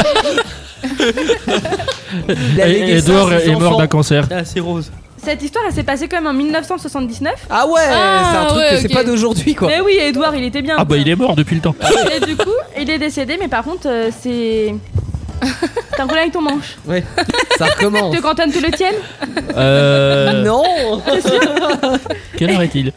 Il a Et légué ça à Edouard ses est mort enfants. d'un cancer. Ah, c'est rose. Cette histoire elle s'est passée quand même en mille neuf cent soixante-dix-neuf. Ah ouais, Ah, c'est un truc ouais, que c'est ok. pas d'aujourd'hui quoi. Mais oui Edouard il était bien. Ah bah il est mort depuis le temps. Et du coup il est décédé mais par contre euh, c'est. T'as un problème avec ton manche. Ouais, ça recommence. Tu veux qu'Antoine te le tienne? Euh... Non. Quelle heure est-il?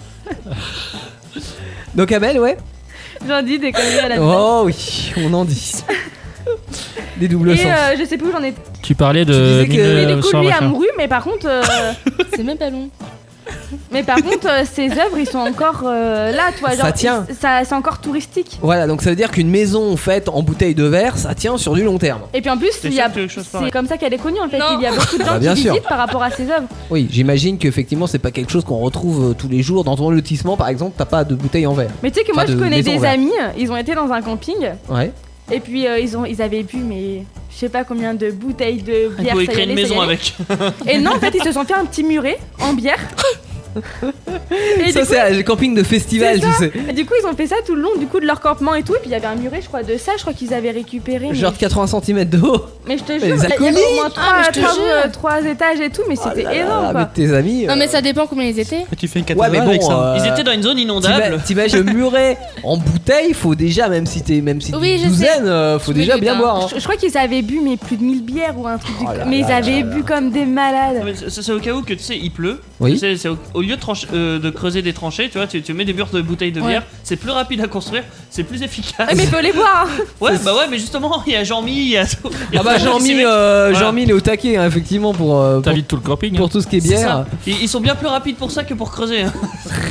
Donc Amel, ouais. J'en dis des conneries à la tête. Oh oui, on en dit. Des doubles Et sens. euh, je sais plus où j'en ai. Tu parlais Tu de disais que- Mais mille du coup cent lui a machin. mouru mais par contre. euh, C'est même pas long. Mais par contre euh, ses œuvres ils sont encore euh, là tu vois. Ça Genre, tient. ils- ça, c'est encore touristique. Voilà, donc ça veut dire qu'une maison faite en bouteille de verre, ça tient sur du long terme. Et puis en plus T'es il y sûr a. que tu veux que je fasse C'est pareil comme ça qu'elle est connue en fait. Non. Il y a beaucoup de gens Ah bah, bien qui sûr. visitent par rapport à ses œuvres. Oui, j'imagine qu'effectivement c'est pas quelque chose qu'on retrouve euh, tous les jours. Dans ton lotissement par exemple, t'as pas de bouteille en verre. Mais tu sais que Enfin, moi je de connais maison des verte. amis, ils ont été dans un camping Ouais. et puis euh, ils ont ils avaient bu mais je sais pas combien de bouteilles de Il bière. pouvait ça y créer une allait, ça y maison allait. avec. Et non en fait ils se sont fait un petit muret en bière. Et Ça du coup, c'est le camping de festival, c'est tu ça. sais. Et du coup ils ont fait ça tout le long du coup de leur campement et tout et puis il y avait un muret je crois de ça je crois qu'ils avaient récupéré. Genre mais... de quatre-vingts centimètres de haut. mais je te Mais jure, les il y avait alcooliques. au moins trois, Ah, mais je te trois, jure. euh, trois étages et tout mais c'était Oh là là, énorme quoi. avec tes amis. Non, euh, mais ça dépend combien ils étaient. Tu fais une Ouais, cathédrale mais avec bon. ça. euh, Ils étaient dans une zone inondable. t'ima- T'imagines le muret en bouteille, faut déjà, même si t'es même si t'es Oui, une je sais. douzaine, euh, faut Je me déjà doute, bien hein. boire. hein. Je, je crois qu'ils avaient bu mais plus de mille bières ou un truc du Oh là mais ils là avaient là bu comme des malades. Mais c'est c'est au cas où que tu sais, il pleut. Oui. Tu sais, c'est au, au lieu de, tranche- euh, de creuser des tranchées, tu vois, tu, tu mets des murs de bouteilles de Ouais. bière. C'est plus rapide à construire, c'est plus efficace. Ouais, mais faut les boire. hein. Ouais, bah ouais, mais justement, il y a Jean-Mi, il y a. il y a Ah bah tout le monde qui s'y Jean-Mi, met. euh, Voilà. Jean-Mi il est au taquet hein, effectivement pour, euh, pour, T'invites tout le camping. hein. pour tout ce qui est C'est bière. ça. Ils, ils sont bien plus rapides pour ça que pour creuser. hein.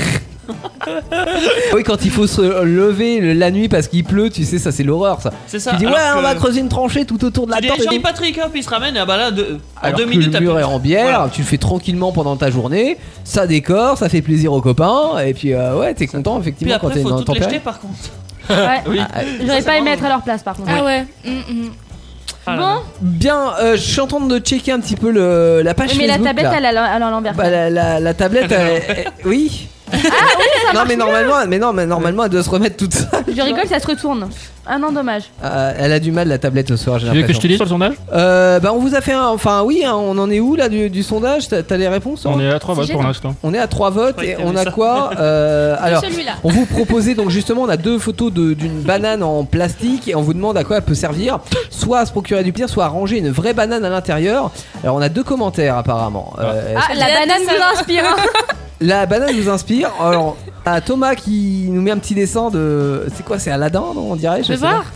Oui, quand il faut se lever le- la nuit parce qu'il pleut, tu sais, ça c'est l'horreur ça. C'est ça. Tu dis ouais, alors on que- va creuser une tranchée tout autour de la Tu dis, tente. et Jean-Mi tout. Patrick, hop, il se ramène, et ah bah là, deux- en Alors deux que minutes, le t'as mur plus- est en bière, Voilà. tu le fais tranquillement pendant ta journée, ça décore, ça fait plaisir aux copains, et puis euh, ouais, t'es content Puis effectivement quand après, t'es faut dans toutes les tempéré. jeter par contre. Ouais. Oui. Ah, J'aurais c'est pas aimé vraiment- être à leur place par contre. Ah ouais. Mm, mm. Ah là Bon, là. Bien, euh, je suis en train de checker un petit peu le, la page oui, mais la Facebook. tablette là. elle est à l'envers. Bah, la, la- la tablette, elle- elle- oui. non mais normalement, mais non, mais normalement elle doit se remettre toute seule. Je rigole, ça se retourne. Ah non, dommage. Euh, elle a du mal la tablette ce soir, j'ai Tu veux que je l'impression. te dise sur le sondage? Euh, bah on vous a fait un, enfin oui, hein, on en est où là du, du sondage? T'as t'as les réponses? On hein est à trois C'est votes pour gênant. l'instant. On est à trois votes Ouais, et t'as on vu a ça. quoi euh, Alors, Celui-là. on vous proposait donc justement, on a deux photos de- d'une banane en plastique et on vous demande à quoi elle peut servir, soit à se procurer du plaisir, soit à ranger une vraie banane à l'intérieur. Alors on a deux commentaires apparemment. Euh, Ah, la J'ai hâte banane de vous savoir. inspire. hein. La banane vous inspire. Alors, à Thomas qui nous met un petit dessin de, c'est quoi, c'est Aladdin, non, on dirait. Je Je veux sais pas. voir.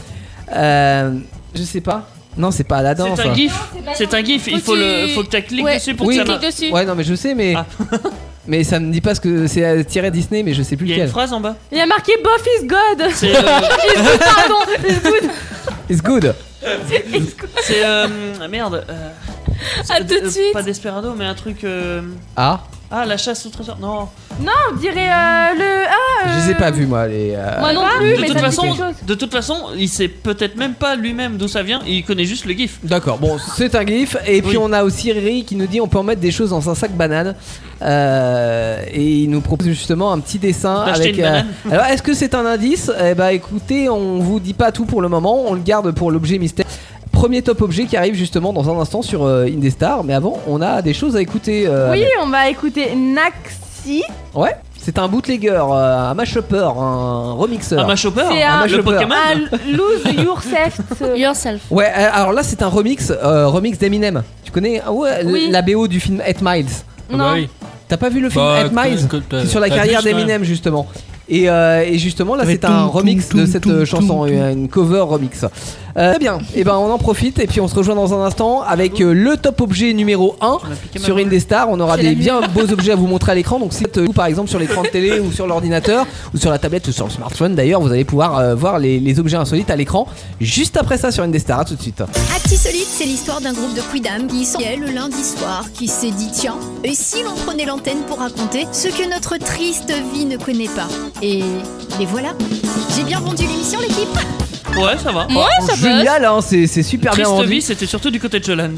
Euh, je sais pas. Non, c'est pas Aladdin. C'est ça. un gif. C'est un gif. Il faut le, faut que tu cliques Ouais, dessus pour oui, que ça clique marche. dessus. Ouais, non, mais je sais, mais. Ah. Mais ça me dit pas ce que c'est à tirer Disney, mais je sais plus Il y a lequel. une phrase en bas. Il y a marqué Buff is God. C'est euh, Pardon, is good. It's good. c'est euh, merde. Euh, c'est- À tout de euh, suite. Pas Desperado, mais un truc. euh, Ah, Ah, la chasse au trésor. Non. On dirait euh, le. Ah, je les ai pas vus moi les. euh, Moi non plus, De mais toute ça me dit façon, quelque chose. de toute façon, il sait peut-être même pas lui-même d'où ça vient. Il connaît juste le gif. D'accord, bon, c'est un gif. Et puis Oui. on a aussi Riri qui nous dit on peut en mettre des choses dans un sac banane. Euh, et il nous propose justement un petit dessin D'acheter avec. une banane. Alors est-ce que c'est un indice? Eh bah écoutez, on vous dit pas tout pour le moment, on le garde pour l'objet mystère. Premier top objet qui arrive justement dans un instant sur euh, Indestar. Mais avant, on a des choses à écouter. euh, Oui, Amel. on va écouter Naxi. Ouais, c'est un bootlegger, euh, un mashupper, un remixeur. Un mashupper. C'est un un, mashup. Le Pokémon. un Lose Yourself. Yourself. Ouais, euh, alors là c'est un remix, euh, remix d'Eminem. Tu connais ah ouais, Oui. la B O du film eight Miles. Ah bah Non. oui. T'as pas vu le film Bah, eight Miles? que- que t'as- C'est sur la t'as carrière vu, quand même. d'Eminem justement. Et, euh, et justement là Mais c'est un toum, remix toum, de toum, cette toum, euh, chanson, toum, une cover remix. Euh, très bien, et ben on en profite et puis on se rejoint dans un instant avec euh, le top objet numéro un Tu m'as piqué ma sur boule. Indestar. On aura J'ai des la bien beaux objets à vous montrer à l'écran. Donc si vous par exemple sur l'écran de télé ou sur l'ordinateur ou sur la tablette ou sur le smartphone d'ailleurs, vous allez pouvoir euh, voir les, les objets insolites à l'écran juste après ça sur Indestar. À tout de suite. Actisolite, c'est l'histoire d'un groupe de quidam qui s'engueule le lundi soir, qui s'est dit tiens, et si l'on prenait l'antenne pour raconter ce que notre triste vie ne connaît pas. Et les voilà. J'ai bien vendu l'émission, l'équipe. Ouais, ça va. Moi, ça passe. Génial, hein, c'est c'est super bien Triste rendu. vie, c'était surtout du côté de Jolan.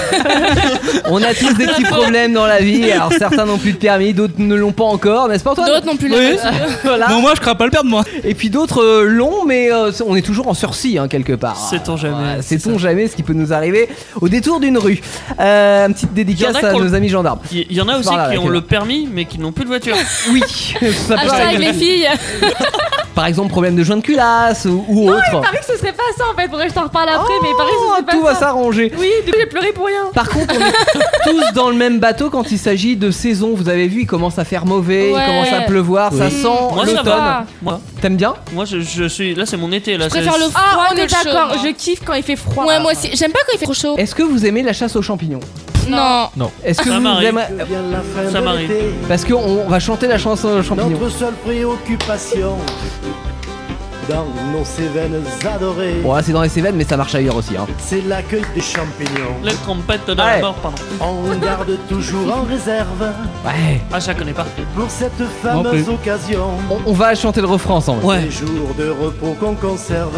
On a tous des petits problèmes dans la vie. Alors certains n'ont plus de permis, d'autres ne l'ont pas encore, n'est-ce pas Antoine? D'autres non plus. Oui. là. Voilà. Bon, moi je crains pas le perdre, moi. Et puis d'autres euh, l'ont, mais euh, on est toujours en sursis hein, quelque part. Sait-on jamais, Ouais, c'est Sait-on jamais ce qui peut nous arriver au détour d'une rue. Euh, une petite dédicace Il y en a à qui ont nos le- amis gendarmes. Il y en a aussi Voilà, qui ont laquelle le permis mais qui n'ont plus de voiture. Oui, ça peut Hashtag arriver. les filles. Par exemple, problème de joint de culasse ou, ou autre. Il paraît que ce serait pas ça en fait. Faudrait que je t'en reparle après, mais il paraît que ce Oh, serait pas tout ça. va s'arranger. Oui, du coup j'ai pleuré pour rien. Par contre, on est tous dans le même bateau quand il s'agit de saison. Vous avez vu, il commence à faire mauvais, il Ouais. commence à pleuvoir, ça Oui. sent Moi, ça l'automne. va. Moi, T'aimes bien? moi je, je suis là, c'est mon été là. Je c'est- préfère le froid Ah, on que est le chaud. d'accord. moi. Je kiffe quand il fait froid. Ouais, moi aussi. J'aime pas quand il fait trop chaud. Est-ce que vous aimez la chasse aux champignons? Non. Est-ce que Ça vous m'arrive. aimez... Ça m'arrive. Parce qu'on va chanter la chanson aux champignons. Notre seule préoccupation dans nos Cévennes adorées, Bon là c'est dans les Cévennes mais ça marche ailleurs aussi hein. c'est l'accueil des champignons. Les trompettes de Ouais. la mort, pardon. On garde toujours en réserve Ouais. Ah, je la connais pas. pour cette Non fameuse plus. occasion. On, on va chanter le refrain ensemble. Des jours de repos qu'on conserve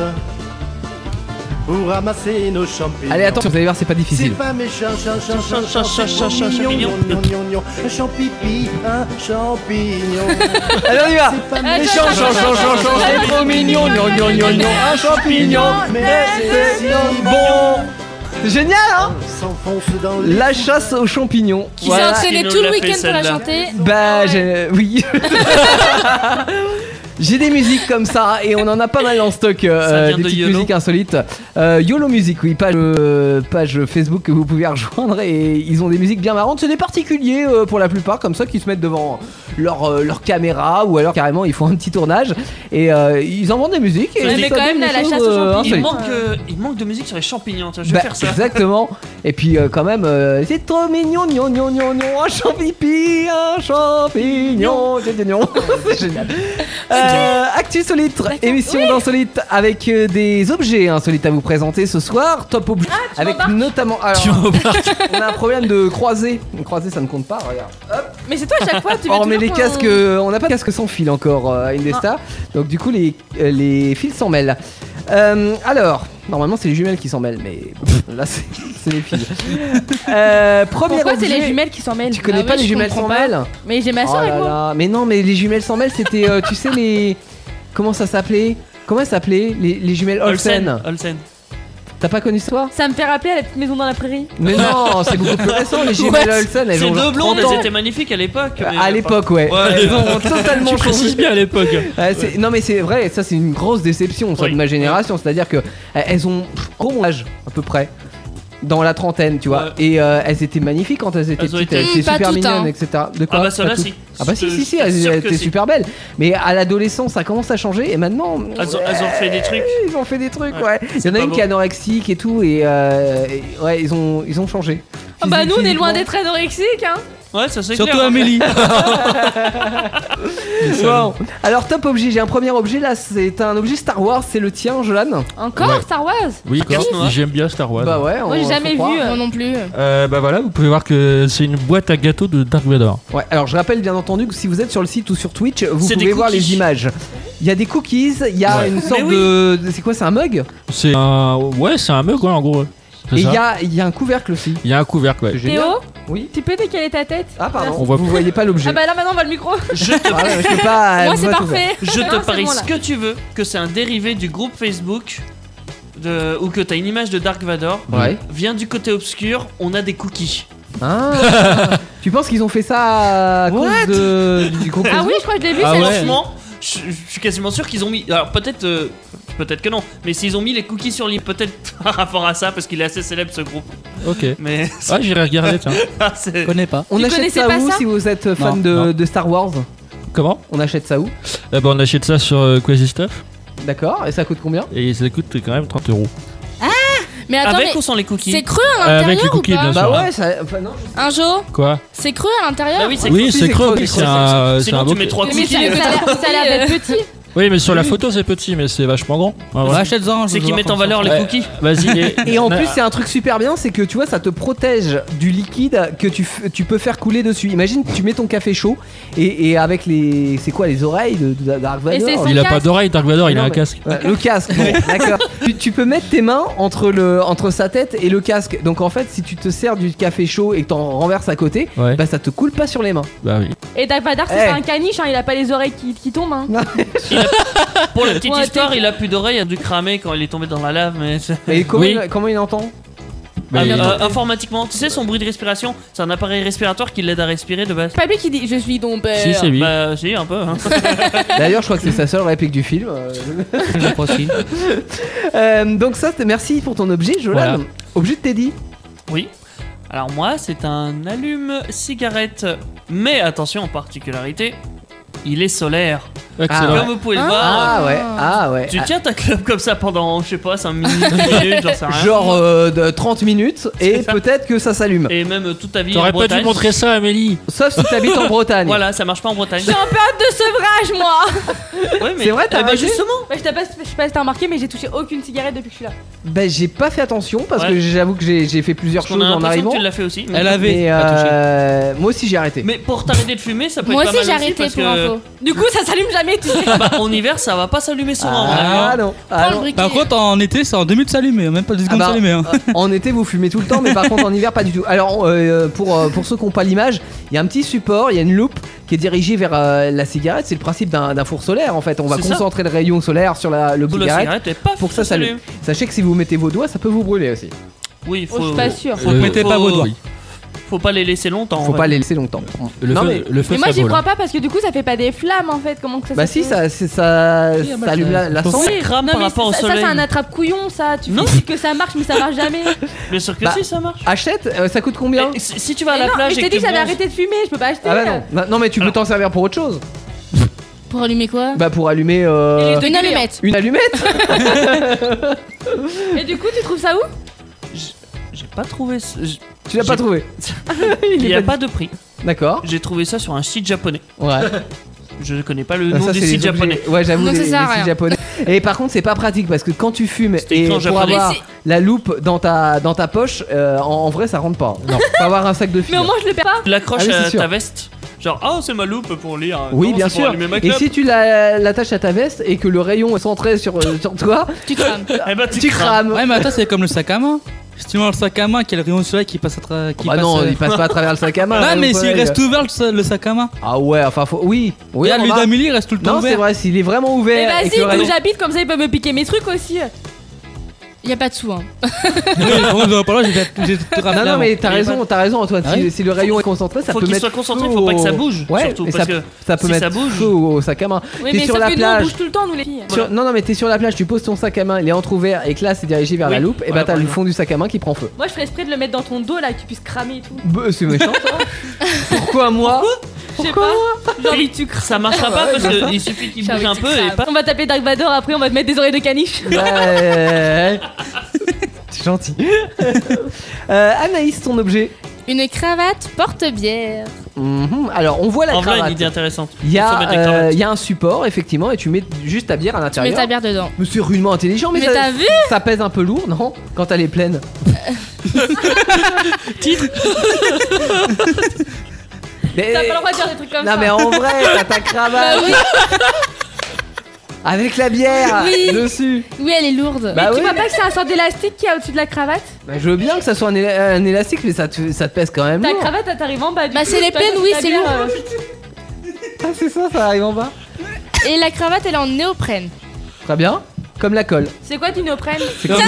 pour ramasser nos champignons. Allez attention, vous allez voir c'est pas C'est difficile. pas méchant, chan, chan, chan, Chan, chan, chan, chan, champignon, champignon. gnon, gnon, gnon, un champipi, un champignon. Allez on y va. C'est pas Allez, méchant, chant, chant, chant, chant, chant, c'est trop mignon, gnon, gnon, gnon, gnon, un champignon, mais c'est c'est bon. C'est génial hein. s'enfonce dans les La chasse aux champignons. Qui Voilà. s'est entraîné Qui nous tout le l'a fait, week-end pour la celle-là. chanter. Bah j'ai... oui. J'ai des musiques comme ça et on en a pas mal dans stock, euh, Ça vient des de petites YOLO. musiques insolites. Euh, YOLO Music, oui, page, euh, page Facebook que vous pouvez rejoindre et ils ont des musiques bien marrantes. C'est des particuliers euh, pour la plupart comme ça qui se mettent devant leur, euh, leur caméra ou alors carrément ils font un petit tournage et euh, ils envoient des musiques. Et Ouais, ça mais donne quand même, des là, la choses, chasse aux euh, champignons. Il insolites. manque, euh, il manque de musique sur les champignons. Tiens, je vais Bah, faire ça. exactement. Et puis euh, quand même, euh, c'est trop mignon, gnon, gnon, gnon, gnon, un champipi, un champignon, c'est mignon. C'est génial. Euh, Actu Solite, émission d'insolite avec euh, des objets insolites à vous présenter ce soir. Top objet avec notamment. Alors, Tu remarques. on a un problème de croisée. Une croisée, ça ne compte pas. Regarde. Mais c'est toi à chaque fois, tu veux Oh, mais toujours les qu'on- casques, euh, on n'a pas de casque sans fil encore euh, à Indestar. Donc du coup, les, euh, les fils s'en mêlent. Euh, alors, normalement, c'est les jumelles qui s'en mêlent, mais pff, là, c'est c'est les fils. Euh, premier Pourquoi c'est objet. les jumelles qui s'en mêlent? Tu connais Ah pas oui, les je jumelles comprends sans pas. mêlent? Mais j'ai ma soeur Oh avec là moi. là. Mais non, mais les jumelles sans mêlent, c'était, euh, tu sais, les. Comment ça s'appelait? Comment ça s'appelait les, les jumelles Olsen? Olsen. Olsen. T'as pas connu ça? Ça me fait rappeler à la petite maison dans la prairie. Mais non, c'est beaucoup plus récent. Les jumelles Olsen, elles Ces ont genre deux blondes, trente ans. elles étaient magnifiques à l'époque. mais À l'époque, ouais. Ouais. Elles ont totalement Tu changé. précises bien à l'époque. Ouais, c'est- non mais c'est vrai, ça c'est une grosse déception ça, Oui. de ma génération, c'est-à-dire que euh, elles ont pff, gros mon âge à peu près. dans la trentaine, tu vois. Ouais. Et euh, elles étaient magnifiques quand elles étaient Elles ont petites. été- Elles étaient Mmh, pas super toutes, mignonnes, hein. et cetera. De quoi Ah bah celle-là Pas toutes. si. Ah bah si, Je- si, si, je elles, suis sûr elles que étaient si. super belles. Mais à l'adolescence, ça commence à changer. Et maintenant, Elles ont, elles ont fait des trucs. ils ont fait des trucs, Ouais, ouais. Il y en a pas une beau. qui est anorexique et tout, et, euh, et ouais, ils ont, ils ont changé. Ah bah nous on est loin Physiquement. d'être anorexiques hein. Ouais, ça c'est Surtout clair. Amélie. Bon, alors top objet, j'ai un premier objet là, c'est un objet Star Wars, c'est le tien, Jolan. Encore Ouais. Star Wars? Oui, Carte quand noire. j'aime bien Star Wars. Bah ouais, Moi, on- j'ai faut jamais croire. vu, Moi non plus. Euh, bah voilà, vous pouvez voir que c'est une boîte à gâteaux de Dark Vador. Ouais, alors je rappelle bien entendu que si vous êtes sur le site ou sur Twitch, vous C'est pouvez des voir cookies. les images. Il y a des cookies, il y a Ouais. une sorte Mais oui. de, de- c'est quoi, c'est un mug? C'est un. Ouais, c'est un mug, ouais, en gros. C'est Et il ça. y a, il y a un couvercle aussi. Il y a un couvercle, ouais. C'est génial. Théo, Oui. tu peux décaler ta tête? Ah pardon, On voit vous plus. voyez pas l'objet. Ah bah là maintenant on voit le micro. Je te, Ah ouais, je peux pas. Moi je c'est peux pas tout faire. parfait. je Non, te c'est parie bon, là. ce que tu veux que c'est un dérivé du groupe Facebook de, ou que t'as une image de Dark Vador. Ouais. Viens du côté obscur, on a des cookies. Ah. Tu penses qu'ils ont fait ça à cause What de, du groupe Ah Facebook? oui, je crois que je l'ai vu, Ah c'est ouais. Franchement, je, je suis quasiment sûr qu'ils ont mis. Alors peut-être, euh, peut-être que non. Mais s'ils ont mis les cookies sur l'île, peut-être par rapport à ça, parce qu'il est assez célèbre ce groupe. Ok. Mais Ah, j'irai regarder, tiens. ah, c'est- Je connais pas. On Tu achète connaissais ça pas où ça si vous êtes fan Non, de, non. de Star Wars? Comment On achète ça où? Eh ben, on achète ça sur euh, Crazy Stuff D'accord, et ça coûte combien? et ça coûte quand même trente euros. Mais attends, avec mais ou sans les cookies? c'est cru à Euh, avec l'intérieur les ou cookies, pas bien sûr. Bah ouais, ça. Enfin, non. Un jour, Quoi c'est cru à l'intérieur? Bah oui, c'est Oui, cru, c'est c'est creux, creux, oui, c'est c'est creux. un. c'est Sinon un tu beau- mets trois Mais cookies. ça, ça a l'air- ça a l'air d'être petit. Oui, mais sur la photo, c'est petit, mais c'est vachement grand. Ah, Ouais, voilà. achète-en. je C'est veux qu'ils voir mettent en comme ça. valeur les Ouais. cookies. Vas-y. Et, Et en plus, c'est un truc super bien, c'est que tu vois, ça te protège du liquide que tu, f- tu peux faire couler dessus. Imagine, tu mets ton café chaud et, et avec les. C'est quoi, les oreilles de, de Dark Vador? c'est son il a pas casque. d'oreille, Dark Vador, il a Non, un mais- casque. Ouais, le casque, bon, d'accord. Tu, tu peux mettre tes mains entre, le, entre sa tête et le casque. Donc en fait, si tu te sers du café chaud et que t'en renverses à côté, Ouais. bah ça te coule pas sur les mains. Bah oui. Et Dark Vador c'est Eh. pas un caniche, hein, il a pas les oreilles qui, qui tombent. Hein. Pour la petite Ouais, histoire, t'es- il a plus d'oreilles, il a dû cramer quand il est tombé dans la lave. Mais c'est- Et comment, Oui. il, comment il entend? Bah, Ah, il- euh, informatiquement, tu sais, son bruit de respiration, c'est un appareil respiratoire qui l'aide à respirer de base. C'est pas lui qui dit je suis ton père. Si, c'est lui. Bah, si, un peu. Hein. D'ailleurs, je crois que c'est sa seule réplique du film. Euh, Je crois aussi. euh, donc ça, c'était- merci pour ton objet, Jolan. Voilà. Objet de Teddy. Oui. Alors, moi, c'est un allume-cigarette. Mais attention, particularité, il est solaire. Excellent. Ah, ouais. Comme vous pouvez le Ah. voir, Ah ouais, ah ouais. tu Ah, tiens ta clope comme ça pendant, je sais pas, cinq minutes, dix minutes, j'en sais rien. genre euh, de trente minutes et C'est ça. peut-être que ça s'allume. Et même euh, toute ta vie en T'aurais pas dû Bretagne. montrer ça, Amélie. Sauf si t'habites en Bretagne. Voilà, ça marche pas en Bretagne. Je suis en période de sevrage moi. Ouais, mais- C'est vrai, t'as eh ben, arrêté justement. Bah, je, t'ai pas, je sais pas si t'as remarqué mais j'ai touché aucune cigarette depuis que je suis là. Bah j'ai pas fait attention parce Ouais. que j'avoue que j'ai j'ai fait plusieurs Parce qu'on a choses en l'impression arrivant. que tu l'as fait aussi. Mais, Elle avait Mais pas touché. euh, moi aussi j'ai arrêté. mais pour t'arrêter de fumer, ça peut Moi être aussi pas j'ai mal arrêté parce pour que info. Du coup ça s'allume jamais tu sais. bah, en hiver, ça va pas s'allumer sur un Ah vrai. non. Ah, Prends le non. briquet. Par contre, en été, c'est en deux minutes s'allumer, même pas deux Ah secondes bah, s'allumer. Hein. euh, en été vous fumez tout le temps mais par contre en hiver pas du tout. Alors euh, pour, euh, pour ceux qui n'ont pas l'image, il y a un petit support, il y a une loupe qui est dirigée vers euh, la cigarette. C'est le principe d'un d'un four solaire en fait. On va C'est ça. concentrer le rayon solaire sur la, le Pour la cigarette cigarette, et paf, pour que ça s'allume. Sachez que si vous mettez vos doigts ça peut vous brûler aussi. Oui, Oh, faut, je suis pas sûre. Faut que mettez pas vos doigts. faut pas les laisser longtemps. Faut en pas fait. les laisser longtemps. Le Non, feu, mais- le feu Mais moi ça j'y brûle. crois pas parce que du coup ça fait pas des flammes en fait. Comment que ça Bah se si fait ça, c'est- ça, Oui, ça allume la, la faut- cendre. Ça crame Non par mais rapport au ça, ça, soleil. c'est un attrape couillon ça. Tu Non. fais que ça marche mais ça marche jamais. Bien sûr que Bah, si, ça marche. Achète, euh, ça coûte combien? Eh, si si tu vas à Mais la non, plage mais je et t'ai que dit tu que j'avais bronzes- arrêté de fumer, je peux pas acheter. Ah bah non. Non, non mais tu peux Alors- t'en servir pour autre chose. Pour allumer quoi? Bah pour allumer euh, Et les Une deux allumette. une allumette. Et du coup tu trouves ça où? J'ai pas trouvé. ce- j- Tu l'as pas J'ai- trouvé. Il n'y a est pas de prix. D'accord. J'ai trouvé ça sur un site japonais. Ouais. Je ne connais pas le Ah, nom ça, du c'est site les objets- japonais. Ouais, j'avoue, Donc, les, ça les sert à sites rien. japonais. Et par contre, c'est pas pratique parce que quand tu fumes C'était et écrit en pour japonais. avoir Mais si- la loupe dans ta, dans ta poche, euh, en, en vrai, ça rentre pas. Non. Faut avoir un sac de Mais fil. au moins je le perds pas. Tu l'accroches Ah oui, c'est à sûr. ta veste. Genre, oh, c'est ma loupe pour lire. Oui, Non, bien c'est pour sûr. allumer ma Et clope. si tu la- l'attaches à ta veste et que le rayon est centré sur, euh, sur toi, Tu crames. Eh ben, tu, tu crames. Ouais, mais attends, c'est comme le sac à main. Si tu mets le sac à main, qu'il y a le rayon de soleil qui passe à travers. Bah non, il passe pas à travers le sac à main. le Non, rayon mais de s'il soleil. reste ouvert le, le sac à main. Ah ouais, enfin, faut... oui. Oui, Regarde, lui remarque. d'Amélie, il reste tout le temps Non, c'est ouvert. vrai, s'il est vraiment Mais ouvert. et vas-y, que le d'où rayon- j'habite comme ça ils peuvent me piquer mes trucs aussi. Y a pas de sous, hein. Non, non, mais t'as raison, t'as raison, Antoine. Ah Si, oui si le rayon est concentré, ça Faut peut qu'il mettre. soit concentré, feu faut pas que ça au- bouge, Ouais, surtout, et parce ça, que ça peut si mettre ça bouge- feu au sac à main. Oui, T'es mais sur sauf la que nous, on plage. bouge tout le temps, nous les filles. Sur- Non, non, mais t'es sur la plage, tu poses ton sac à main, il est entrouvert et que là c'est dirigé vers Oui, la loupe, et voilà, bah t'as par le exemple. fond du sac à main qui prend feu. Moi, je ferais exprès de le mettre dans ton dos là, que tu puisses cramer et tout. Bah, c'est méchant ça. Pourquoi moi Je sais pas. J'ai envie que tu crames. Ça marchera pas parce qu'il suffit qu'il J'ai bouge envie un que peu tu et crames. pas. On va taper Dark Vador, après on va te mettre des oreilles de caniche. Ouais. C'est gentil. Euh, Anaïs, ton objet. Une cravate porte-bière. Mhm. Alors, on voit la En vrai, cravate. une idée intéressante. Il y, Il faut a, mettre des euh, cravates. il y a un support, effectivement, et tu mets juste ta bière à Tu mets l'intérieur. ta bière dedans. Mais c'est rudement intelligent, mais, Mais ça, t'as vu ça pèse un peu lourd, non? Quand elle est pleine. Titre. Mais- T'as pas le droit de dire des trucs comme non, ça. mais en vrai, t'as ta cravate. Bah oui. Avec la bière Oui. dessus. Oui, elle est lourde. Bah tu oui, vois mais- pas que c'est un sort d'élastique qu'il y a au-dessus de la cravate? Bah, je veux bien que ça soit un, éla- un élastique, mais ça te, ça te pèse quand même Ta lourd. cravate, elle t'arrive en bas. Du Bah, coup, c'est les t'as plaines, juste oui, ta c'est bière, lourd. euh, Ah, c'est ça, ça arrive en bas. Et la cravate, elle est en néoprène. Très bien. Comme la colle. C'est quoi du néoprène? C'est comme,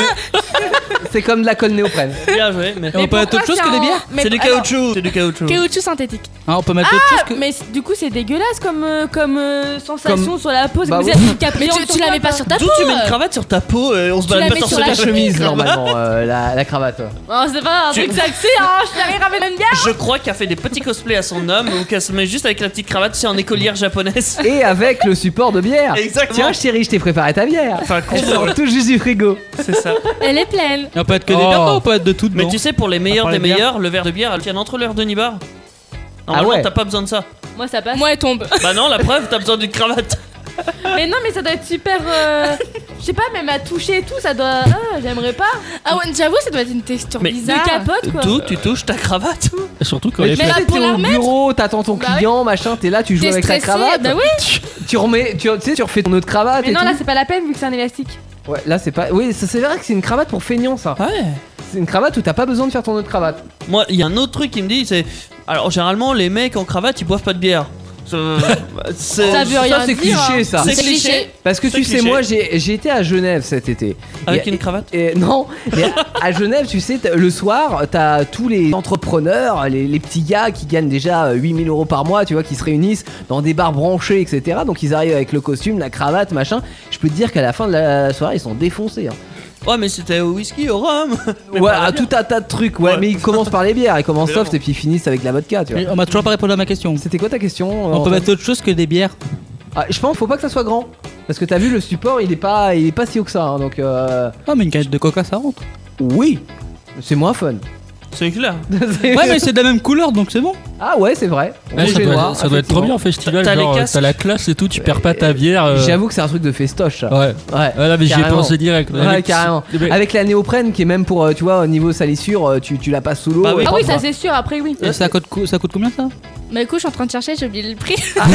c'est comme de la colle néoprène. Bien joué, mais. on peut mettre autre chose que des bières. Mais C'est du alors, caoutchouc. C'est du caoutchouc. Caoutchouc synthétique. Ah, on peut mettre autre chose Ah, que. mais c- du coup, c'est dégueulasse comme, euh, comme euh, sensation Comme- sur la peau. C'est Bah comme oui. si elle Mais capillait tu, tu la mets pas sur ta peau. D'où tu mets une cravate sur ta peau et on se Tu la balade pas mets torse sur la nu. Chemise, chemise, normalement, euh, la, la cravate. ouais. Oh, c'est pas un Tu- truc sexy, hein. Je t'arrive à ramener une bière. Je crois qu'elle fait des petits cosplays à son homme ou qu'elle se met juste avec la petite cravate, c'est en écolière japonaise. Et avec le support de bière. Exactement. Tiens, chérie, je t'ai préparé ta bière. Enfin, Elle combo, sort ouais. tout juste du frigo. C'est ça. Elle est pleine. On peut être que des Oh. bières, non, on peut être de tout dedans. Mais tu sais, pour les meilleurs part des les bières. meilleurs, le verre de bière, elle tient entre leurs deux nibards. Normalement, Ah ouais. t'as pas besoin de ça. Moi, ça passe. Moi, elle tombe. Bah non, la preuve, t'as besoin d'une cravate. Mais non, mais ça doit être super. euh, Je sais pas, même à toucher et tout, ça doit. Ah, j'aimerais pas. Ah ouais, j'avoue, ça doit être une texture Mais- bizarre. Des capotes, quoi. D'où tu touches ta cravate. Et surtout quand Mais elle est tu là, sais, pour t'es la au remettre. bureau, t'attends ton Bah oui. client, machin, t'es là, tu joues T'es avec ta stressée. cravate. Bah oui. Tu remets, tu, tu sais, tu refais ton autre cravate Mais et non, tout. là, c'est pas la peine vu que c'est un élastique. Ouais, là c'est pas. Oui, ça, c'est vrai que c'est une cravate pour feignant ça. Ouais. C'est une cravate où t'as pas besoin de faire ton autre cravate. Moi, il y a un autre truc qui me dit, c'est. Alors, généralement, les mecs en cravate, ils boivent pas de bière. Euh, c'est- Ça veut rien Ça c'est dire, cliché hein. ça. C'est C'est cliché. cliché. Parce que c'est tu sais, cliché. moi j'ai j'ai été à Genève cet été. Avec Et- une cravate. Et non, mais à Genève, tu sais, t'as- le soir, t'as tous les entrepreneurs, les, les petits gars qui gagnent déjà huit mille euros par mois, tu vois, qui se réunissent dans des bars branchés, et cetera. Donc ils arrivent avec le costume, la cravate, machin. Je peux te dire qu'à la fin de la soirée, ils sont défoncés. Hein. Ouais, mais c'était au whisky, au rhum. Mais Ouais, pas à la à bière. tout un tas de trucs, ouais, Ouais. mais ils commencent par les bières, ils commencent Évidemment. soft et puis ils finissent avec la vodka, tu vois. Mais on m'a toujours pas répondu à ma question. C'était quoi ta question On peut Antoine mettre autre chose que des bières. Ah, je pense faut pas que ça soit grand. Parce que t'as vu le support, il est pas, il est pas si haut que ça, hein, donc euh... Ah, mais une canette de coca, ça rentre. oui, c'est moins fun. C'est clair. Ouais, mais c'est de la même couleur, donc c'est bon. Ah ouais, c'est vrai. Ouais, Rouge ça et doit, noir, ça doit être trop bien en festival. T'as les Genre, casques. t'as la classe et tout, tu perds pas ta bière. euh, J'avoue que c'est un truc de festoche. Ça. Ouais. Ouais. Ouais, là, mais j'y ai carrément. pensé direct. Ouais, Avec- carrément. Mais- Avec la néoprène qui est même pour, euh, tu vois, au niveau salissure, euh, tu, tu la passes sous l'eau. Bah oui. et Ah oui, t'en ça vas. c'est sûr, après oui. Et ça coûte, co- ça coûte combien ça? Bah, du coup, je suis en train de chercher, j'ai oublié le prix.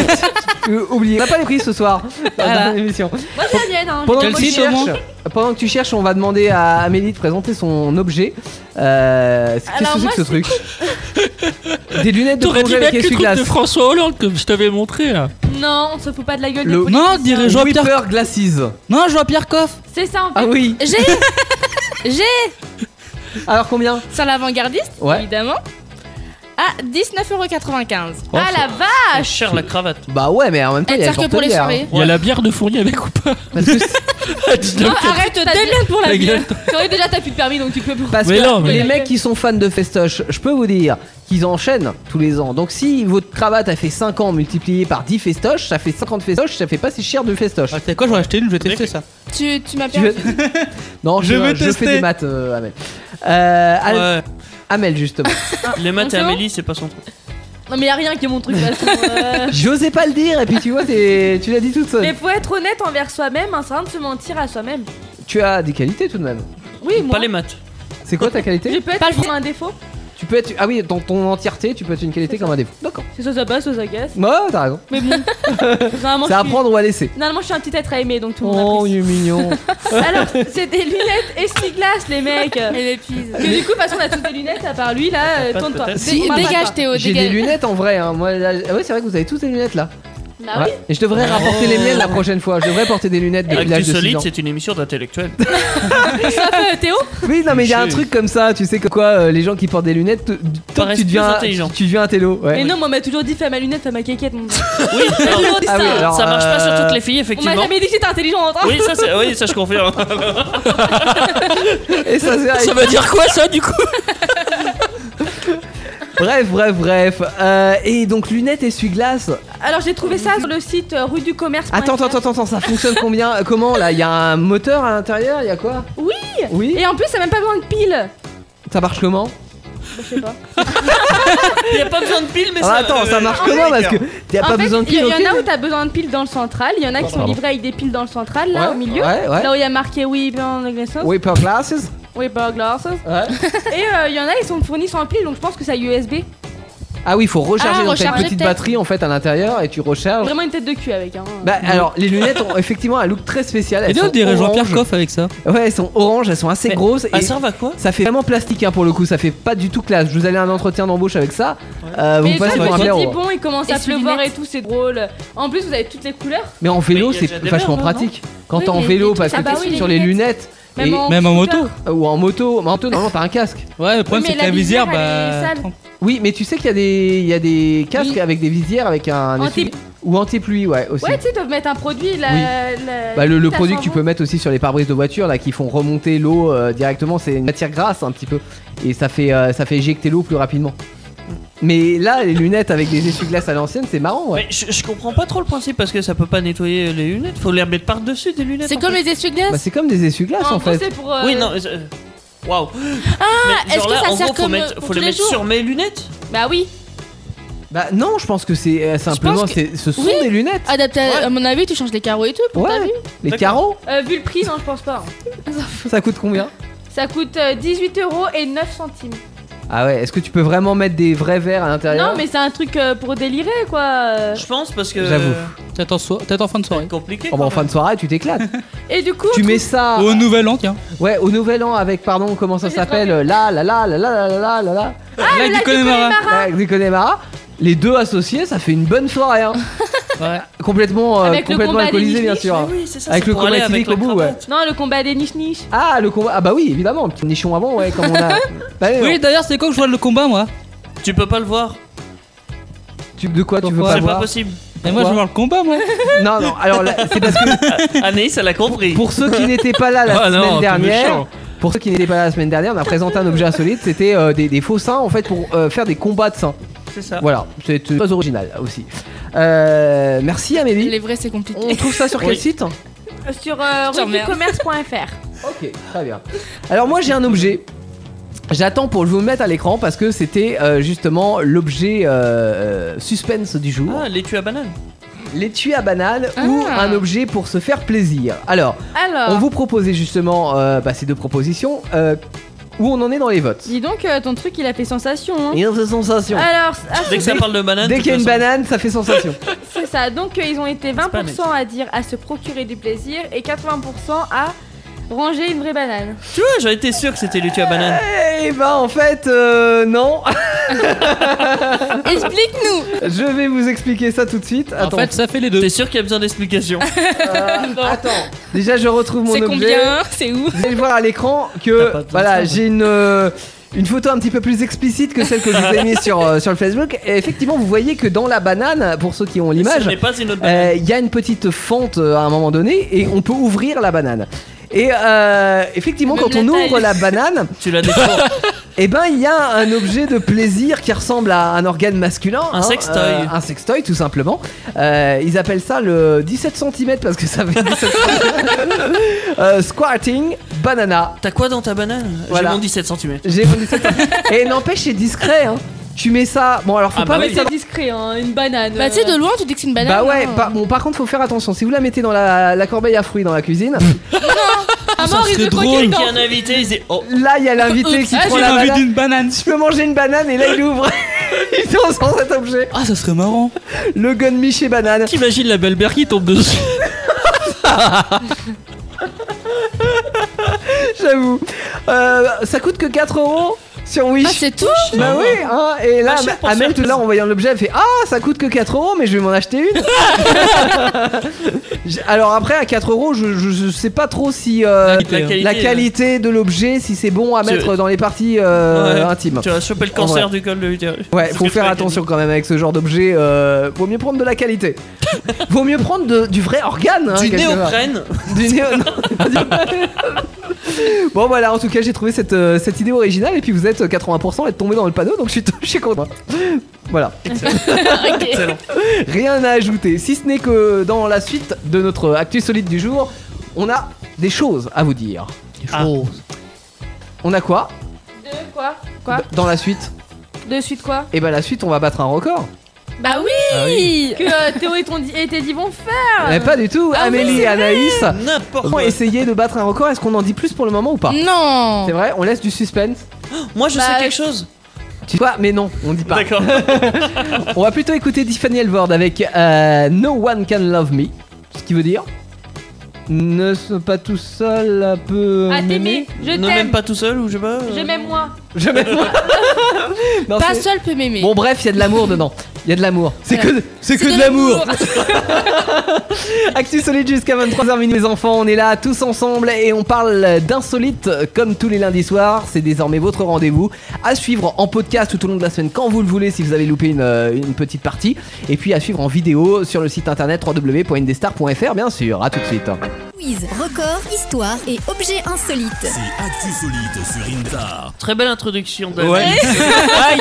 Euh, Oubliez, on n'a pas les prix ce soir Voilà. dans l'émission. Moi, c'est la mienne, hein. Pendant Quel que, tu site, au moins cherches, pendant que tu cherches, on va demander à Amélie de présenter son objet. Euh, Qu'est-ce Alors, que c'est moi, que ce truc Des lunettes de T'aurais dû plongée avec mettre le truc essuie-glace. de François Hollande comme je t'avais montré là. Non, on se fout pas de la gueule Le- des Non, politiciens. dirais Jean-Pierre. Whipper Glasses. Non, je vois Pierre Coff. C'est ça en fait. Ah oui. J'ai J'ai Alors combien sur l'avant-gardiste, Ouais. évidemment, à dix-neuf euros quatre-vingt-quinze. Oh, Ah la C'est vache. cher la cravate. Bah ouais, mais en même temps, il Elle y a sert le que pour les porte-bière, soirées. Il y a la bière de Fournier avec ou pas Parce que c'est- À dix-neuf. Non, arrête, te t'as démènes pour la Ta bière. gueule. C'est vrai, déjà t'as plus de permis donc tu peux plus. Parce Mais que non, mais- les mecs qui sont fans de festoche, je peux vous dire qu'ils enchaînent tous les ans. Donc si votre cravate a fait cinq ans multiplié par dix festoches, ça fait cinquante festoches, ça fait pas si cher de festoche. Ah, tu sais quoi, j'en ai acheté une, je vais tester ça. Tu, tu m'as Tu perdu. veux- Non, je, Je vais je tester. fais des maths, euh, Amel. Euh, Al- Ouais. Amel, justement. Les maths et c'est bon Amélie, c'est pas son truc. Non mais y a rien qui est mon truc de toute façon. euh. J'osais pas le dire, et puis tu vois, t'es- tu l'as dit toute seule. Mais faut être honnête envers soi-même, hein, c'est rien de se mentir à soi-même. Tu as des qualités tout de même. Oui, moi. Pas les maths. C'est quoi ta Je qualité peux être Pas le comme un défaut. Tu peux être. Ah oui, dans ton entièreté, tu peux être une qualité comme un défaut. D'accord. C'est soit ça passe, soit ça casse. Ouais, t'as raison. Mais bon. Généralement, C'est à je suis- prendre ou à laisser. Finalement, je suis un petit être à aimer donc tout le monde Oh, apprécie. il est mignon. Alors, c'est des lunettes essuie-glace, les mecs. Elle m'épuise. Que du coup, de toute façon, on a tous des lunettes à part lui là. euh, Pas Tourne-toi. peut-être. Si, On m'a pas Dégage, pas. Théo, J'ai des dégage. lunettes en vrai. Hein. Moi, là- ah ouais, c'est vrai que vous avez tous des lunettes là. Bah Ouais. oui. Et je devrais rapporter les miennes la prochaine fois. Je devrais porter des lunettes depuis l'âge Actu de six Solide, ans. c'est une émission d'intellectuels. Ça fait Théo. Oui, non, mais il y a un Touché. truc comme ça, tu sais que quoi, euh, les gens qui portent des lunettes, t- tant que Paraissent tu deviens, plus intelligents. tu, tu deviens un télo. Ouais. Mais non, moi on m'a toujours dit fais ma lunette, fais ma quéquette. Mon... Oui, alors, toujours dit Ah ça. oui, alors, ça marche pas sur euh, toutes les filles, On m'a effectivement. jamais dit que j'étais intelligente. Hein. Oui, ça, c'est- oui, ça je confirme. Et ça, c'est Ça veut dire quoi ça du coup? Bref, bref, bref. Euh, et donc, lunettes essuie-glace. Alors j'ai trouvé ça sur le site euh, rue du commerce. Attends, attends, attends, attends, ça fonctionne combien euh, Comment là? Il y a un moteur à l'intérieur? Il y a quoi? Oui. Oui. Et en plus, ça même pas besoin de pile. Ça marche comment? Bah, je sais pas. Il y a pas besoin de pile, mais Ah, ça. attends, ça euh, marche ah, comment? oui, Parce que t'as En pas fait, besoin de il y, pile, il y en a ok? où t'as besoin de piles dans le central, il y en a qui sont Pardon. livrés avec des piles dans le central, là Ouais, au milieu. ouais, ouais. Là où il y a marqué oui, bien de glaçons. Oui, per glasses. Oui, pas glasses. Ouais. Et euh, il y en a, ils sont fournis sans pile, donc je pense que c'est U S B. Ah oui, il faut recharger Ah, donc t'as une recharger petite peut-être. batterie en fait à l'intérieur et tu recharges. Vraiment une tête de cul avec. Hein. Bah alors les lunettes ont effectivement un look très spécial. Et Elles là, on sont dirait Jean-Pierre oranges. Coff avec ça. Ouais, elles sont oranges, elles sont assez Mais- grosses Ah, et ça servent à quoi? ça fait vraiment plastique hein, pour le coup, ça fait pas du tout classe. Je vous allez à un entretien d'embauche avec ça. Euh, Mais vous passez quand pour un je blaireau. dis bon, il commence à Et sous pleuvoir et lunettes. tout, c'est drôle. En plus, vous avez toutes les couleurs. Mais en vélo, Mais il y a c'est déjà des vachement verres, non pratique. Quand Oui, t'es en les- vélo les parce que trucs- ah bah t'es oui, sur les les lunettes. lunettes Même et- en, Même en scooter. moto. ou en moto, mais en moto normalement t'as un casque. Ouais, le problème Oui, c'est mais que la la visière, visière, elle est bah. sale. Oui, mais tu sais qu'il y a des il y a des casques Oui. avec des visières avec un Anti- essuie- ou anti-pluie, ouais aussi. Ouais, tu sais, ils doivent mettre un produit. La, Oui. la- Bah, le, le ça produit sent que tu bon. peux mettre aussi sur les pare-brises de voiture là qui font remonter l'eau euh, directement, c'est une matière grasse un petit peu et ça fait euh, ça fait éjecter l'eau plus rapidement. Mais là les lunettes avec des essuie-glaces à l'ancienne c'est marrant ouais. Mais je, je comprends pas trop le principe parce que ça peut pas nettoyer les lunettes. Faut les remettre par-dessus des lunettes. C'est en comme fait. les essuie-glaces. Bah, c'est comme des essuie-glaces en En gros, fait. c'est pour. euh, Oui, non. euh, Waouh. Ah, Mais est-ce genre que là, ça en sert gros, faut, comme mettre, pour faut tous les les mettre jours? sur mes lunettes. Bah oui. Bah non, je pense que c'est euh, simplement pense que- c'est- ce sont Oui. des lunettes. Adapté à, Ouais. à mon avis, tu changes les carreaux et tout pour ta Ouais. vue. Les D'accord. carreaux, Euh, vu le prix, non, je pense pas. ça coûte combien? Ça coûte euh, dix-huit euros et neuf centimes. Ah ouais, est-ce que tu peux vraiment mettre des vrais verres à l'intérieur? Non, mais c'est un truc euh, pour délirer quoi. euh. Je pense parce que. J'avoue. Peut-être en, so- peut-être en fin de soirée. C'est compliqué. Oh, bah, en quand fin même. de soirée, tu t'éclates. Et du coup, Tu mets ça Au nouvel an, tiens. ouais au nouvel an avec pardon comment ça Oui, s'appelle j'ai là là là là là là là là là Là, du Connemara. là du Connemara. Les deux associés, ça fait une bonne soirée hein. Ouais. Complètement euh, Avec le complètement combat des alcoolisé bien niches-niches, sûr. Mais oui, c'est ça. Avec c'est le pour aller combat avec éthylique la au bout, ouais. cravate. non, le combat des niches-niches. Ah le combat ah bah oui évidemment petit nichon avant ouais comme on a. Bah, Oui, non. d'ailleurs, c'est quand que je vois le combat, moi. Tu peux pas le voir. Tu, de quoi tu veux Pourquoi pas C'est pas voir possible. Et moi, je veux voir le combat, moi. Non non alors là, c'est parce que Anaïs, elle a compris. pour ceux qui n'étaient pas là la Ah non, semaine t'es dernière. méchant. Pour ceux qui n'étaient pas là la semaine dernière, on a présenté un objet insolite, c'était euh, des, des faux seins en fait pour euh, faire des combats de seins. C'est ça. Voilà, c'est euh, très original aussi. Euh, merci Amélie. Les vrais, c'est compliqué. On trouve ça sur quel Oui. site? Euh, Sur euh, Je rue du t'emmerde. commerce point f r. Ok, très bien. Alors moi j'ai un objet. J'attends pour vous le mettre à l'écran parce que c'était euh, justement l'objet euh, euh, suspense du jour. Ah, l'étui à banane. L'étui à banane ou Ah. un objet pour se faire plaisir. Alors, Alors, on vous proposait justement euh, bah, ces deux propositions. Euh, où on en est dans les votes? dis donc, euh, ton truc il a fait sensation. Hein. Et cette sensation. Alors, ah, Dès que c'est ça parle de banane. Dès de qu'il y a une toute façon. banane, ça fait sensation. c'est ça. Donc, euh, ils ont été vingt pas pour cent à dire à se procurer du plaisir et quatre-vingts pour cent à ranger une vraie banane. Tu vois, j'aurais été sûr que c'était l'étui à banane. Eh ben en fait, euh, non. Explique-nous. Je vais vous expliquer ça tout de suite. En Attends. fait, ça fait les deux. T'es sûr qu'il y a besoin d'explications? Euh, attends. Déjà, je retrouve mon C'est objet. combien? C'est où? Vous allez le voir à l'écran T'as que pas besoin voilà, de ça, j'ai une euh, une photo un petit peu plus explicite que celle que je vous ai mise sur euh, sur le Facebook. Et effectivement, vous voyez que dans la banane, pour ceux qui ont Ce l'image, n'est pas une autre banane. euh, il y a une petite fente euh, à un moment donné et on peut ouvrir la banane. Et euh, effectivement, Même quand la on ouvre taille. la banane, Tu l'as découvert. et ben il y a un objet de plaisir qui ressemble à un organe masculin, Un sextoy. euh, un sextoy tout simplement. Euh, ils appellent ça le dix-sept centimètres parce que ça fait dix-sept centimètres. euh, Squirting banana. T'as quoi dans ta banane? Voilà. J'ai mon dix-sept centimètres. J'ai mon dix-sept centimètres. Et n'empêche, c'est discret. Hein. Tu mets ça. Bon, alors faut Ah pas bah mettre oui. ça. C'est discret, hein, une banane. Bah, tu sais, de loin, tu dis que c'est une banane. Bah ouais, hein. par, bon par contre faut faire attention, si vous la mettez dans la, la corbeille à fruits dans la cuisine, Ah, Ça mort, il serait se drôle. croquait Qui dedans. est un invité, il dit oh. là il y a l'invité qui Ah, prend j'ai la envie banane. d'une banane. Je peux manger une banane et là il ouvre. Il transforme cet objet. Ah, ça serait marrant. Le gun chez banane. T'imagines la belle-mère qui tombe dessus. J'avoue. Euh, ça coûte que quatre euros. sur Wish. Ah, c'est tout. Bah oui, hein, et là, Pas cher pour Amel faire tout à l'heure en voyant l'objet, elle fait ah, ça coûte que quatre euros, mais je vais m'en acheter une. J'ai- Alors après, à quatre euros, je, je, je sais pas trop si euh, La qualité, la qualité de l'objet, si c'est bon à Tu- mettre dans les parties euh, Ouais. intimes. Tu vas choper le En cancer vrai. du col de l'utérus. Ouais, C'est ce faut que je faire fais attention avec quand même avec ce genre d'objet. Euh, vaut mieux prendre de la qualité. Vaut mieux prendre de- du vrai organe. hein, Du quelque part. néoprène. Du néo. non. Bon voilà, en tout cas j'ai trouvé cette, euh, cette idée originale et puis vous êtes quatre-vingts pour cent à être tombé dans le panneau, donc je suis, je suis content. Voilà. Excellent. Rien à ajouter, si ce n'est que dans la suite de notre actu solide du jour, on a des choses à vous dire. Des Ah. choses. On a quoi De quoi Quoi dans la suite? De suite quoi Et bah la suite on va battre un record. Bah oui. Que euh, Théo et, ton, et Teddy vont faire. Eh, pas du tout, Ah oui, Amélie c'est et Anaïs N'importe vont quoi. essayer de battre un record. Est-ce qu'on en dit plus pour le moment ou pas? Non. C'est vrai, on laisse du suspense. Moi, je Bah, sais quelque chose. Tu vois, mais non, on dit pas. D'accord. On va plutôt écouter Tiffany Elvord avec euh, No One Can Love Me. Ce qui veut dire ne sois pas tout seul un peu. À t'aimer, m'aimer. je Ne m'aime t'aime. pas tout seul ou je sais pas. Je m'aime moi. Je m'aime moi. Non, Pas c'est- seul peut m'aimer. Bon bref, il y a de l'amour dedans. Il y a de l'amour. C'est Voilà. que c'est que C'est de l'amour. Actu solide jusqu'à vingt-trois heures minuit les enfants, on est là tous ensemble et on parle d'insolite comme tous les lundis soirs, c'est désormais votre rendez-vous à suivre en podcast tout au long de la semaine quand vous le voulez si vous avez loupé une, euh, une petite partie et puis à suivre en vidéo sur le site internet w w w point indestar point f r bien sûr. À tout de suite. Quiz, record, histoire et objets insolites. C'est Actu Solide sur Indestar. Très belle introduction de. Ouais. Aïe.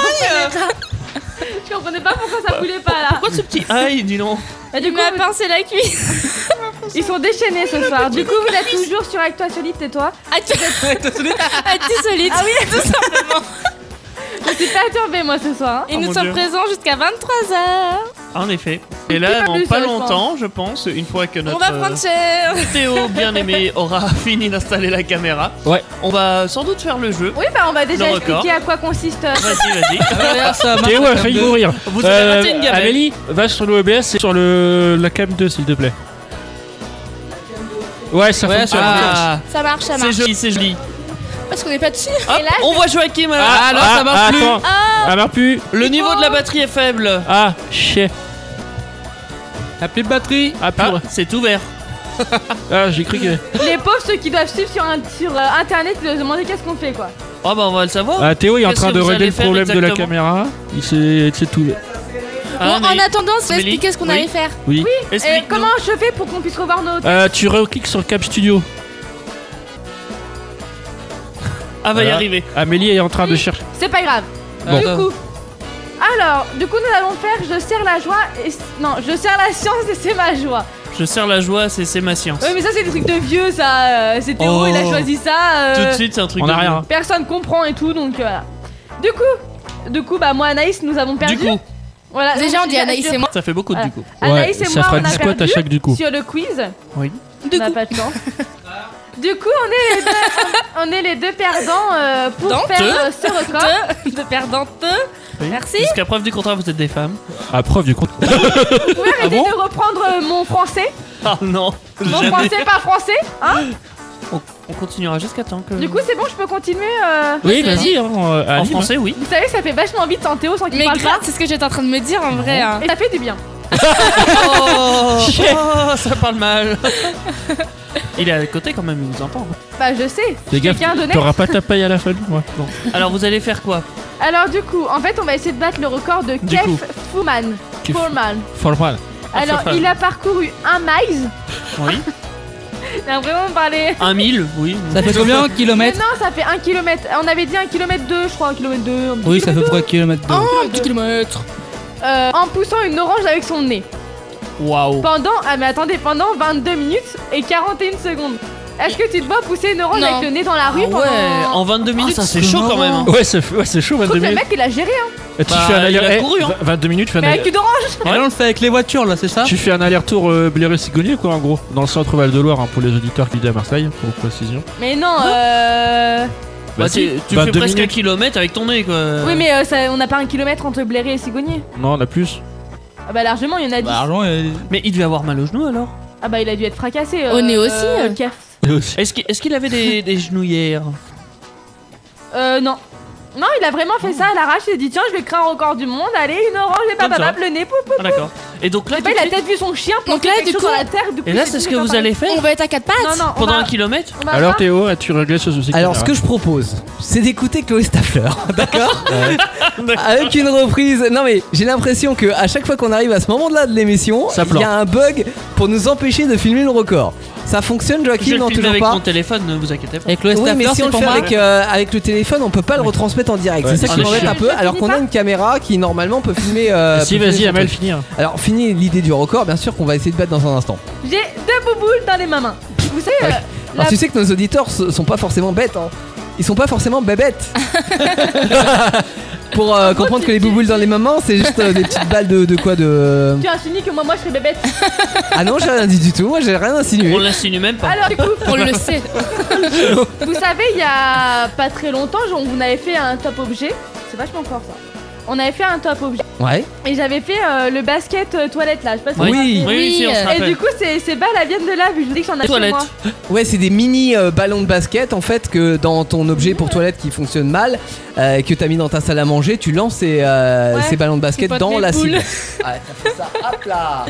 Je comprenais pas pourquoi ça voulait pas là. Pourquoi ce petit aïe, dis donc. Et Du du coup, m'a pincé la cuisse. ils sont déchaînés ce soir. Du coup, vous êtes toujours sur Actu Insolite et toi Actu solide. Ah oui, tout simplement. Je suis perturbée moi ce soir. hein. Et Oh nous mon sommes Dieu. présents jusqu'à vingt-trois heures. En effet. Et là, Pas dans plus, pas je longtemps, je pense, une fois que notre On va prendre cher. euh, Théo bien aimé aura fini d'installer la caméra, Ouais. on va sans doute faire le jeu. Oui, bah on va déjà Le record. expliquer à quoi consiste. euh, Vas-y, vas-y. Ah, regarde, ça marche, Théo la a cam failli deux. mourir. Vous avez raté une gamelle. Amélie, va sur le O B S et sur le, la cam deux s'il te plaît. Ouais, ça Ouais, fonctionne. sur- Ah, Ça marche, ça c'est marche. joli, c'est joli. Parce qu'on n'est pas dessus. Hop, Et là, on voit Joachim alors. Ah, non, ça marche plus. Attends, ça marche plus. Le niveau de la batterie est faible. Ah, chier. Y'a plus de batterie. Ah, Ah, purée. c'est ouvert. Ah, j'ai cru que. Les pauvres ceux qui doivent suivre sur, un- sur euh, internet, ils doivent se demander qu'est-ce qu'on fait quoi. Oh bah on va le savoir. Ah, Théo est en Qu'est-ce train que de vous régler allez le faire problème de la exactement caméra. Il s'est c'est tout. Hein, Bon, en mais- attendant, on va Amélie expliquer ce qu'on Oui. allait faire. Oui. Et Explique-nous. comment je fais pour qu'on puisse revoir nos. Euh, tu recliques sur Cap Studio. Ah, va y Voilà. arriver. Amélie est en train de Oui. chercher. C'est pas grave. Bon. Du coup. Alors, du coup, nous allons faire je serre la joie et. Non, je serre la science et c'est ma joie. Je serre la joie, c'est c'est ma science. Ouais, mais ça, c'est des trucs de vieux, ça. euh, c'est Théo, Oh. il a choisi ça. euh, Tout de suite, c'est un truc On de a rien. hein. Personne comprend et tout, donc euh, voilà. Du coup, du coup, bah, moi, Anaïs, nous avons perdu. Du coup, Voilà, Déjà, donc, on dit je- Anaïs je- et moi. ça fait beaucoup de Voilà. du coup. Anaïs et ça moi, fera on a dix squats à perdu chaque du coup. sur le quiz. Oui. On n'a pas de chance. Du coup, on est les deux, on, on est les deux perdants euh, pour Dans faire deux. euh, ce record. De, de perdante. Oui. Merci. Jusqu'à preuve du contraire, vous êtes des femmes. À preuve du compte. Vous pouvez arrêter bon de reprendre euh, mon français. Ah non, Mon jamais. français, pas français. Hein On, on continuera jusqu'à temps que. Du coup, c'est bon, je peux continuer. euh, Oui, Vas-y. vas-y. Hein, euh, en anime. français, oui. Vous savez, ça fait vachement vite en Théo sans qu'il Mais parle grave, pas. c'est ce que j'étais en train de me dire en vrai. hein. Et ça fait du bien. Oh, oh, ça parle mal. Il est à côté quand même, il nous entend. Bah, je sais. Fais gaffe, Quelqu'un d'honnête. t'auras pas ta paye à la fin. Ouais. Bon. Alors vous allez faire quoi? Alors, du coup, en fait, on va essayer de battre le record de Du Kef coup. Fuman. Kef- Fuman. Formal. Alors, Fuman. il a parcouru un miles. Oui. Il a vraiment parlé. Un mille, oui. Ça fait combien de Mais kilomètres? non, ça fait un kilomètre. On avait dit un kilomètre deux, je crois, un kilomètre deux. Oui, ça fait près de kilomètre deux. Oh, un petit kilomètre. Euh, en poussant une orange avec son nez. Waouh. Pendant, ah mais attendez, pendant vingt-deux minutes et quarante et une secondes. Est-ce que tu te vois pousser une orange Non. avec le nez dans la rue Ah pendant... ouais, en vingt-deux minutes, ça, c'est c'est chaud quand même. marrant. hein. Ouais, c'est ouais, c'est chaud, Je trouve vingt-deux que le minutes. mec il a géré hein. Et tu Bah, fais un il a aller- couru, hein. eh, vingt-deux minutes, tu fais un Mais avec aller- une orange. Et là, on le fait avec les voitures, là, c'est ça? tu fais un aller-retour euh, Bléré-Sigonier, quoi, en gros. Dans le centre Val-de-Loire, hein, pour les auditeurs qui vivent à Marseille, pour précision. Mais non, euh... Bah, Vas-y, tu tu fais vingt-deux presque un minutes. kilomètre avec ton nez quoi. Oui mais euh, ça, on n'a pas un kilomètre entre Bléré et Sigonier. Non, on a plus. Ah bah largement, il y en a dix. Bah, argent, et... Mais il devait avoir mal aux genoux alors. Ah bah il a dû être fracassé. Au euh, nez aussi, euh, euh. Kef. Et aussi. Est-ce qu'il est-ce qu'il avait des, des genouillères? Euh non. Non, il a vraiment fait ça à l'arrache. Il a dit tiens, je vais créer un record du monde. Allez, une orange et Comme bababap, ça. le nez, pouf, pouf. Ah, d'accord. Et donc là, Je sais pas, tout il a de suite- peut-être vu son chien. Donc là, du coup, dans la terre, du coup, Et là, il s'est c'est dit, ce je que vais vous faire allez pareil. faire On va être à quatre pattes. Non, non, on pendant va- un kilomètre on va Alors voir. Théo, as-tu réglé ce souci? Alors, ce que je propose, c'est d'écouter Chloé Staffler, d'accord Avec une reprise. Non, mais j'ai l'impression que à chaque fois qu'on arrive à ce moment-là de l'émission, Ça il y plante. a un bug pour nous empêcher de filmer le record. Ça fonctionne, Je Joachim? vais Non, le filmer toujours avec pas. mon téléphone, ne vous inquiétez pas. Avec le Oui, mais Staffler, si on c'est le pour fait moi. avec, euh, avec le téléphone, on peut pas le retransmettre en direct. Ouais, c'est ça c'est qui m'embête chiant. un peu. Alors qu'on a une caméra qui normalement peut filmer. euh, Si, peut filmer vas-y, son Amel, truc. finir. Alors, fini l'idée du record, bien sûr qu'on va essayer de battre dans un instant. J'ai deux bouboules dans les mains. Vous savez, Ouais. euh, la- Alors, tu sais que nos auditeurs s- sont pas forcément bêtes, hein. Ils sont pas forcément bébêtes. Pour euh, comprendre que les bouboules dans les mamans, c'est juste euh, des petites balles de, de quoi de. tu insinues que moi, moi, je serais bébête. Ah non, j'ai rien dit du tout. Moi, j'ai rien insinué. On l'insinue même pas. Alors, du coup, On le sait. vous savez, il y a pas très longtemps, genre, on avait fait un top objet. C'est vachement fort ça. On avait fait un top objet. Ouais. Et j'avais fait euh, le basket euh, toilette là. Je sais pas si Oui. vous vous Oui, rappelez. oui, si, on se Et rappelle. du coup, ces, ces balles elles viennent de là, vu que je vous dis que j'en ai chez Toilette. moi. Ouais, c'est des mini euh, ballons de basket en fait que dans ton objet pour toilette qui fonctionne mal, euh, que t'as mis dans ta salle à manger, tu lances ces, euh, Ouais, ces ballons de basket potes dans les la boules. cible. Ouais, ça fait ça. Hop là.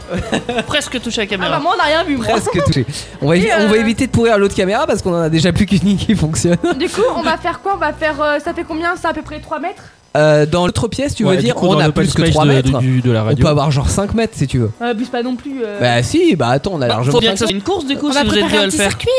Presque touché à la Ah caméra. bah, moi, on n'a rien vu, moi. Presque touché. On va, évi- Et, euh, on va éviter de pourrir l'autre caméra parce qu'on en a déjà plus qu'une qui fonctionne. Du coup, on va faire quoi? On va faire. euh, ça fait combien? Ça à peu près trois mètres? Euh, dans l'autre pièce, tu Ouais, veux du dire, coup, on dans a l'open plus que space trois de- mètres. de- du- de la On radio. peut avoir genre cinq mètres si tu veux. Euh, abuse pas non plus. euh. Bah si, bah attends, on a Bah, largement. faut bien que cinq ça soit une course du coup On si va vous êtes deux préparer à un le petit faire. circuit.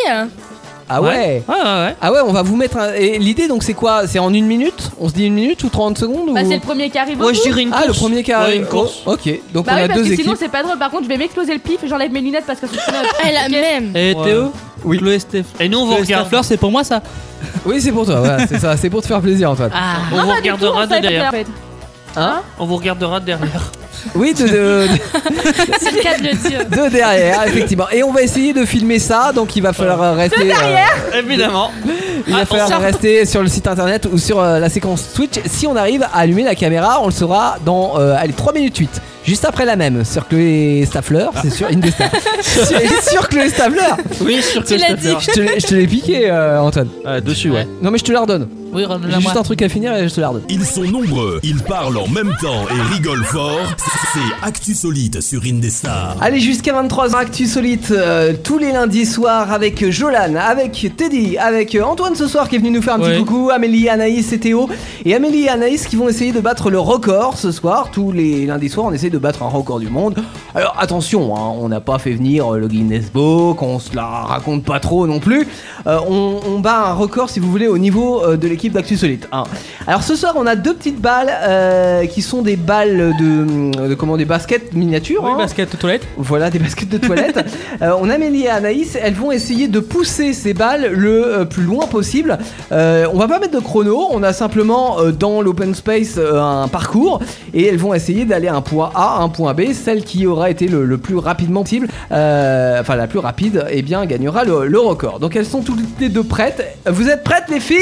Ah ouais. Ouais, ouais, ouais. Ah ouais, on va vous mettre un... Et l'idée donc c'est quoi? C'est en une minute? On se dit une minute ou trente secondes ou... Bah, c'est le premier qui arrive au Ouais, je bout. dirais une Ah, course. le premier qui Ouais, arrive. une course. Oh, ok, donc Bah on oui, a parce deux que équipes. sinon c'est pas drôle. Par contre, je vais m'exploser le pif et j'enlève mes lunettes parce que c'est trop Elle a même. Et Ouais. Théo, Oui. Chloé Steph- Et nous on vous Chloé regarde. Staffler, c'est pour moi ça. Oui, c'est pour toi, voilà, c'est ça, c'est pour te faire plaisir, Antoine. Ah, on Non, vous pas du tout, regardera on de savait pas derrière. faire, en fait. Hein On vous regardera de derrière. Oui, de, de, de- C'est le cas de le dire. de derrière, effectivement. Et on va essayer de filmer ça, donc il va falloir rester. euh, Évidemment. il va Ah, falloir on sort. rester sur le site internet ou sur euh, la séquence Twitch. Si on arrive à allumer la caméra, on le saura dans euh, allez, trois minutes huit. Juste après la même, sur Chloé Staffler, c'est sur Indestar. sur, sur Chloé Staffler. Oui, sur Tu l'as dit. Je te l'ai- je te l'ai piqué, euh, Antoine. Ah, dessus, ouais. Non, mais je te la redonne. Oui, J'ai redonne-la juste moi. un truc à finir et je te la redonne. Ils sont nombreux, ils parlent en même temps et rigolent fort. C'est Actu Solide sur Indestar. Allez, jusqu'à vingt-trois heures, Actu Solite, euh, tous les lundis soirs avec Jolan, avec Teddy, avec euh, Antoine ce soir qui est venu nous faire un petit Ouais. coucou, Amélie, Anaïs et Théo. Et Amélie et Anaïs qui vont essayer de battre le record ce soir. Tous les lundis soirs, on essaie de battre un record du monde. Alors attention, hein, on n'a pas fait venir euh, le Guinness Book, on se la raconte pas trop non plus. Euh, on, on bat un record, si vous voulez, au niveau euh, de l'équipe d'Actu Solite. hein. Alors ce soir, on a deux petites balles euh, qui sont des balles de, de comment, des baskets miniatures. Oui, hein. basket de toilette. Voilà, des baskets de toilette. euh, on a Amélie et Anaïs, elles vont essayer de pousser ces balles le euh, plus loin possible. Euh, on va pas mettre de chrono, on a simplement euh, dans l'open space euh, un parcours et elles vont essayer d'aller à un point A, à un point B. Celle qui aura été le, le plus rapidement possible, euh, enfin la plus rapide, eh bien gagnera le, le record. Donc elles sont toutes les deux prêtes. Vous êtes prêtes les filles ?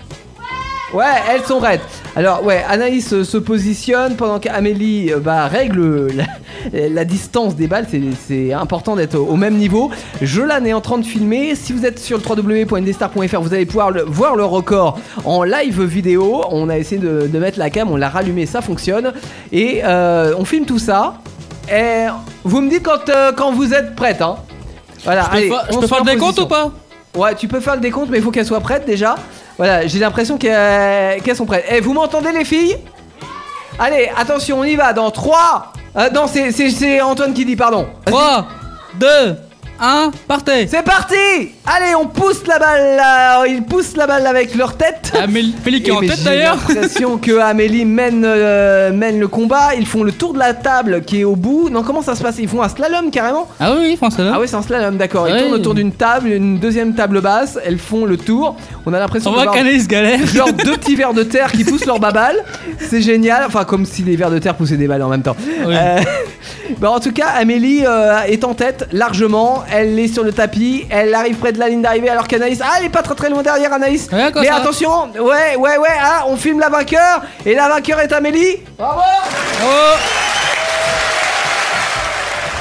Ouais, elles sont prêtes. Alors, ouais, Anaïs euh, se positionne pendant qu'Amélie euh, bah, règle la, la distance des balles. C'est, c'est important d'être au, au même niveau. Jolan est en train de filmer. Si vous êtes sur le w w w point indestar point f r, vous allez pouvoir le, voir le record en live vidéo. On a essayé de, de mettre la cam, on l'a rallumé, ça fonctionne. Et euh, on filme tout ça. Et vous me dites quand, euh, quand vous êtes prête. Hein. Voilà, Je peux allez, fa- je on peux se faire le met en décompte position. ou pas? Ouais, tu peux faire le décompte, mais il faut qu'elles soient prêtes déjà. Voilà, j'ai l'impression qu'elles, qu'elles sont prêtes. Eh, vous m'entendez les filles? Allez, attention, on y va dans trois. Euh, non, c'est, c'est, c'est Antoine qui dit, pardon. trois, deux, un, partez. C'est parti. Allez, on pousse la balle là. Ils poussent la balle avec leur tête. Amélie Amélie qui est Eh, en mais tête j'ai d'ailleurs. l'impression que Amélie mène, euh, mène le combat. Ils font le tour de la table qui est au bout. Non, comment ça se passe? Ils font un slalom carrément? Ah oui, oui, François. Ah oui, c'est un slalom, d'accord. Ils Ouais. tournent autour d'une table, une deuxième table basse. Elles font le tour. On a l'impression On de voit voir qu'Anaïs galère. genre deux petits vers de terre qui poussent leur baballe. C'est génial. Enfin, comme si les vers de terre poussaient des balles en même temps. Oui. Euh, bah, en tout cas, Amélie euh, est en tête largement. Elle est sur le tapis. Elle arrive près de la ligne d'arrivée alors qu'Anaïs. Ah, elle est pas très très loin derrière Anaïs. Ouais, quoi, Mais ça. attention, ouais, ouais, ouais. Ah, on filme la vainqueur. Et la vainqueur est Amélie. Bravo. Oh.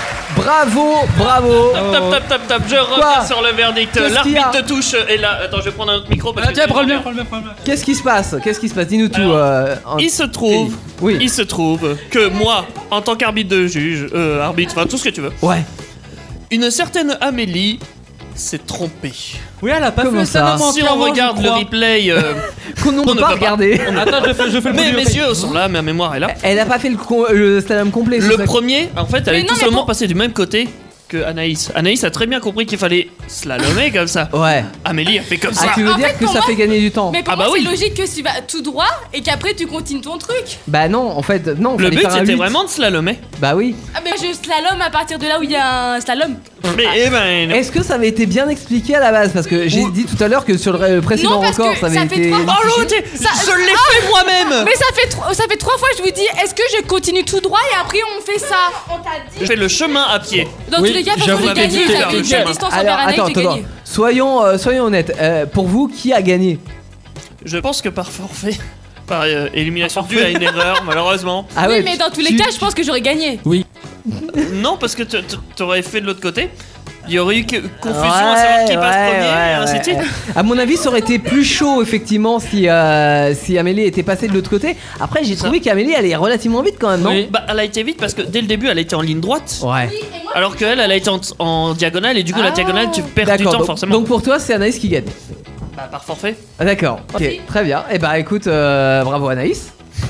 Bravo, bravo. Top, top, top, top, top. Je reviens Quoi sur le verdict. Qu'est-ce qu'il y a L'arbitre te touche. Et là, attends, je vais prendre un autre micro. Parce Ah, que tiens, je prends le vais mien, prends le mien, prends le mien. Qu'est-ce qui se passe Qu'est-ce qui se passe Dis-nous tout. Alors, euh, en- Il se trouve, Oui. il se trouve que moi, en tant qu'arbitre de juge, euh, arbitre, enfin tout ce que tu veux, Ouais. une certaine Amélie s'est trompée. Oui, elle a pas Comment fait ça ça Si on regarde le replay, euh, Qu'on ne on peut ne pas peut regarder. Attends, je fais, je fais le mais premier mes replay. yeux sont là, ma mémoire est là. Elle a pas fait le, con- le slalom complet. c'est Le ça premier, en fait, elle Mais est non, tout mais simplement pour- passée du même côté que Anaïs. Anaïs a très bien compris qu'il fallait slalomer comme ça. Ouais. Amélie a fait comme ça. Ah, tu veux En dire fait, que pour ça moi- fait gagner du temps Mais pour Ah moi, bah c'est oui. logique que tu vas tout droit et qu'après tu continues ton truc. Bah non, en fait, non. Le fallait but faire un c'était huit. vraiment de slalomer. Bah oui. Ah, mais je slalom à partir de là où il y a un slalom. Mais eh ben, non. Est-ce que ça avait été bien expliqué à la base Parce que j'ai Oui. dit tout à l'heure que sur le ré- le précédent Non, parce record, que ça avait ça fait été. trois- Oh l'autre, Ça- je l'ai fait moi-même. Mais ça fait, tro- ça fait trois fois que je vous dis, est-ce que je continue tout droit et après on fait ça? On t'a Je fais le chemin à pied. Dans Oui, tous les cas, pour j'avoue vous, j'ai que gagné. tu fais J'avais le une chemin. seule distance Alors envers Anaïs, attends, j'ai attends, gagné. soyons, euh, soyons honnêtes. Euh, pour vous, qui a gagné Je pense que par forfait, par euh, élimination due à une erreur, malheureusement. Ah Oui, ouais, mais tu- dans tous les tu- cas, je pense que j'aurais gagné. Non, parce que t- t- t'aurais fait de l'autre côté. Il y aurait eu que- confusion à Ouais, savoir qui passe ouais, premier, ouais, et ainsi de ouais, suite. ouais. À mon avis, ça aurait été plus chaud effectivement si euh, si Amélie était passée de l'autre côté. Après, j'ai Ça. trouvé qu'Amélie allait relativement vite quand même, non Oui. Bah, elle a été vite parce que dès le début, elle a été en ligne droite. Ouais. Alors qu'elle, elle a été en, en diagonale, et du coup, la diagonale, tu perds du D'accord. temps donc, forcément. donc pour toi, c'est Anaïs qui gagne. Bah, par forfait. Ah, d'accord. Ok. Très bien. Et bah écoute, euh, bravo Anaïs.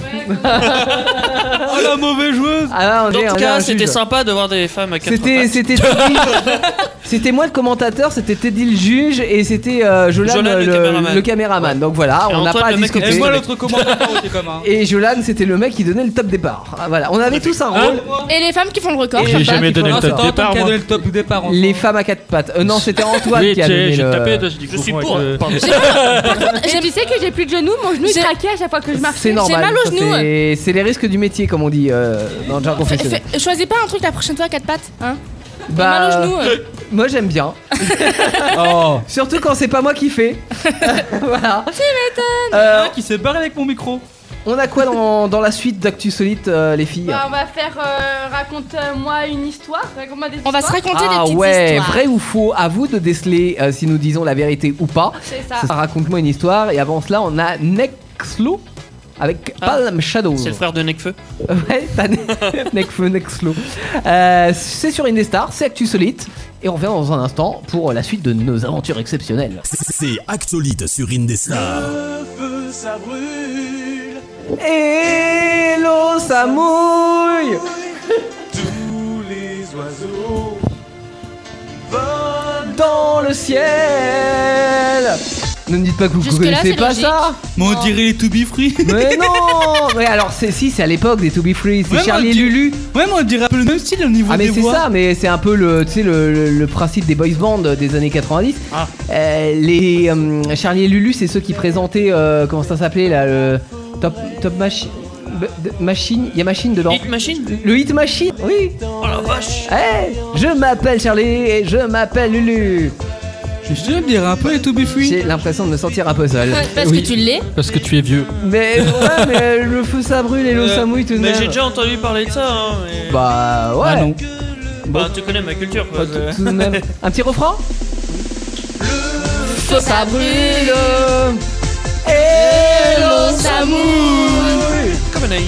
Oh la mauvaise joueuse. Ah là, on Dans est, on tout est cas, un c'était juge. sympa de voir des femmes à quatre C'était pattes. c'était Teddy. C'était moi le commentateur, c'était Teddy le juge et c'était euh, Jolan, Jolan, le le, caméraman. le caméraman. Donc voilà, Et on n'a Antoine, pas à le mec discuter. Et moi, Désolé. l'autre commentateur était comme un. Et Jolan, c'était le mec qui donnait le top départ. Ah, voilà, on avait tous un rôle. Et les femmes qui font le record. Et J'ai les jamais femmes qui donné font le Non, ça. top c'est Antoine départ, qui a moi. donné le top départ. ensemble. Les femmes à quatre pattes. Euh, non, c'était Antoine Oui, qui a j'ai donné j'ai le. tapé, toi, j'ai dit Je suis confonds pour. avec le- Pardon. Et tu sais que j'ai plus de genoux, mon genou il J'ai- craquait à chaque fois que je marchais. C'est normal. mal aux ça, genoux. c'est- C'est les risques du métier, comme on dit euh, dans le jargon Fais- professionnel. fais- Choisis pas un truc la prochaine fois à quatre pattes, hein. Bah, Mal aux genoux. euh. moi j'aime bien. Oh. Surtout quand c'est pas moi qui fais. Voilà. Tu m'étonnes. Ah, qui s'est barré avec mon micro. On a quoi dans, dans la suite d'Actu Solite, euh, les filles? Bah, on va faire euh, raconte-moi une histoire. Raconte-moi des On va se histoires. raconter des Ah petites ouais, histoires. vrai ou faux? À vous de déceler euh, si nous disons la vérité ou pas. C'est ça. Ce sera Raconte-moi une histoire. Et avant cela, on a Nexlo avec Ah, Palm Shadow. C'est le frère de Nekfeu. Ouais, t'as Necfeu, Nexlo. Euh, c'est sur Indestar, c'est Actu Solite. Et on revient dans un instant pour la suite de nos aventures exceptionnelles. C'est Actolite sur Indestar. Feu, ça brûle. Hello, ça mouille. Tous les oiseaux volent Dans le ciel. Ne me dites pas que vous Jusque-là, connaissez c'est pas logique. ça. Mais on dirait les To Be Free. Mais non. Mais alors, c'est si, c'est à l'époque des To Be Free. C'est Ouais, Charlie moi, et tu- Lulu. Ouais, mais on dirait un peu le même style au niveau Ah mais des c'est voix. ça, mais c'est un peu le, tu sais, le, le- le principe des boys bands des années quatre-vingt-dix. Ah. Euh, les euh, Charlie et Lulu, c'est ceux qui présentaient euh, comment ça s'appelait là, le Top Top Machine. Machine, il y a machine dedans. Hit Machine. Le Hit Machine, oui. Oh la vache. Hey, je m'appelle Charlie et je m'appelle Lulu. Je suis sûr de dire un peu les To Be Free. J'ai l'impression de me sentir un peu seul. Parce Oui. que tu l'es. Parce que tu es vieux. Mais ouais, mais le feu ça brûle et l'eau Euh, ça mouille tout de Mais même. j'ai déjà entendu parler de ça. Hein, mais- Bah ouais. Ah non. Bah, tu connais ma culture. quoi. Bah, tout- tout de même. Un petit refrain. Feu, ça brûle. Et l'eau, ça mouille. Comme Anaïs.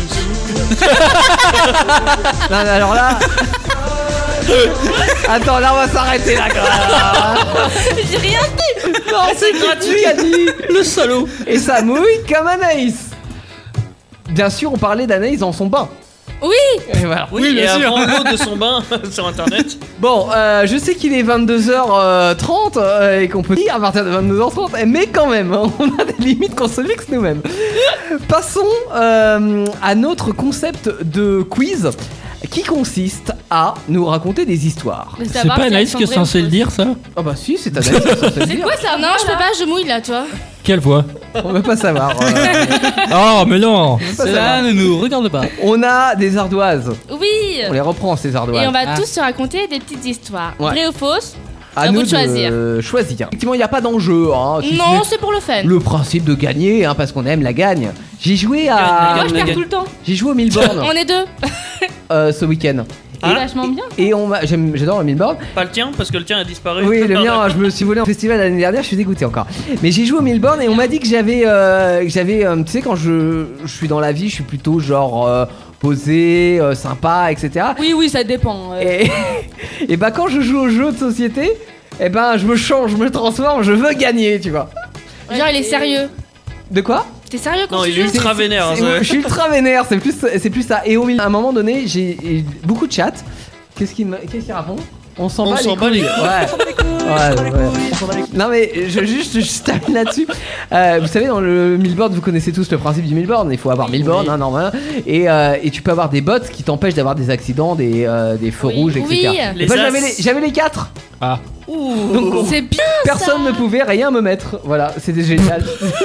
Non, mais alors là. Attends, là on va s'arrêter là quand même. J'ai rien dit. Non, c'est gratuit qu'a dit. Le salaud. Et ça mouille comme Anaïs. Bien sûr, on parlait d'Anaïs dans son bain. Oui. Et voilà. Oui, Oui, et bien sûr. avant l'eau de son bain sur internet. Bon, euh, je sais qu'il est vingt-deux heures trente euh, et qu'on peut dire à partir de vingt-deux heures trente, mais quand même, hein, on a des limites qu'on se fixe nous-mêmes. Passons euh, à notre concept de quiz qui consiste à nous raconter des histoires. De C'est savoir pas si Anaïs elles qui est sont vraies ou censée le fausses. dire, ça? Ah bah si, c'est Anaïs qui est censé le C'est dire. quoi ça? Non, je peux pas, je mouille là, toi. Quelle voix? On veut pas savoir. euh, Oh, mais non! on veut pas Cela savoir. ne nous regarde pas. On a des ardoises. Oui. On les reprend ces ardoises. Et on va Ah. tous se raconter des petites histoires. Ouais. Vraies ou fausses? À à nous vous de choisir. de choisir. Effectivement, il n'y a pas d'enjeu. Hein, si ce Non, n'est c'est pour le fun. le principe de gagner, hein, parce qu'on aime la gagne. J'ai joué à. Gagne, Moi je gagne. perds tout le temps. J'ai joué au mille bornes On est deux. euh, ce week-end. C'est vachement bien. Et on m'a- j'aime- j'adore le Milbourne. Pas le tien, parce que le tien a disparu. Oui, le mien, je me suis volé en festival l'année dernière, je suis dégoûté encore. Mais j'ai joué au Milbourne et on m'a dit que j'avais. euh, que j'avais euh, tu sais, quand je, je suis dans la vie, je suis plutôt genre euh, posé, euh, sympa, et cetera. Oui, oui, ça dépend. euh. Et, et bah, quand je joue aux jeux de société, et ben je me change, je me transforme, je veux gagner, tu vois. Genre, il est sérieux. De quoi? T'es sérieux quand Non, tu il est joues ultra vénère. C'est- ça. Je suis ultra vénère, c'est plus, c'est plus ça. Et au milieu, à un moment donné, j'ai j'ai beaucoup de chat. Qu'est-ce qu'il me- qu'est-ce qu'il répond? On s'en On bat, s'en les bat les couilles. Ouais. Ouais, ouais. Non mais je juste je termine là-dessus. Euh, vous savez, dans le Milbourne, vous connaissez tous le principe du Milbourne. Il faut avoir Milbourne, hein, normal. Et, euh, et tu peux avoir des bots qui t'empêchent d'avoir des accidents, des, euh, des feux Oui. rouges, et cetera. Oui. Et Les bah, as. j'avais les, j'avais les quatre. Ah. Donc C'est bien. personne ne pouvait rien me mettre. Voilà, c'était génial.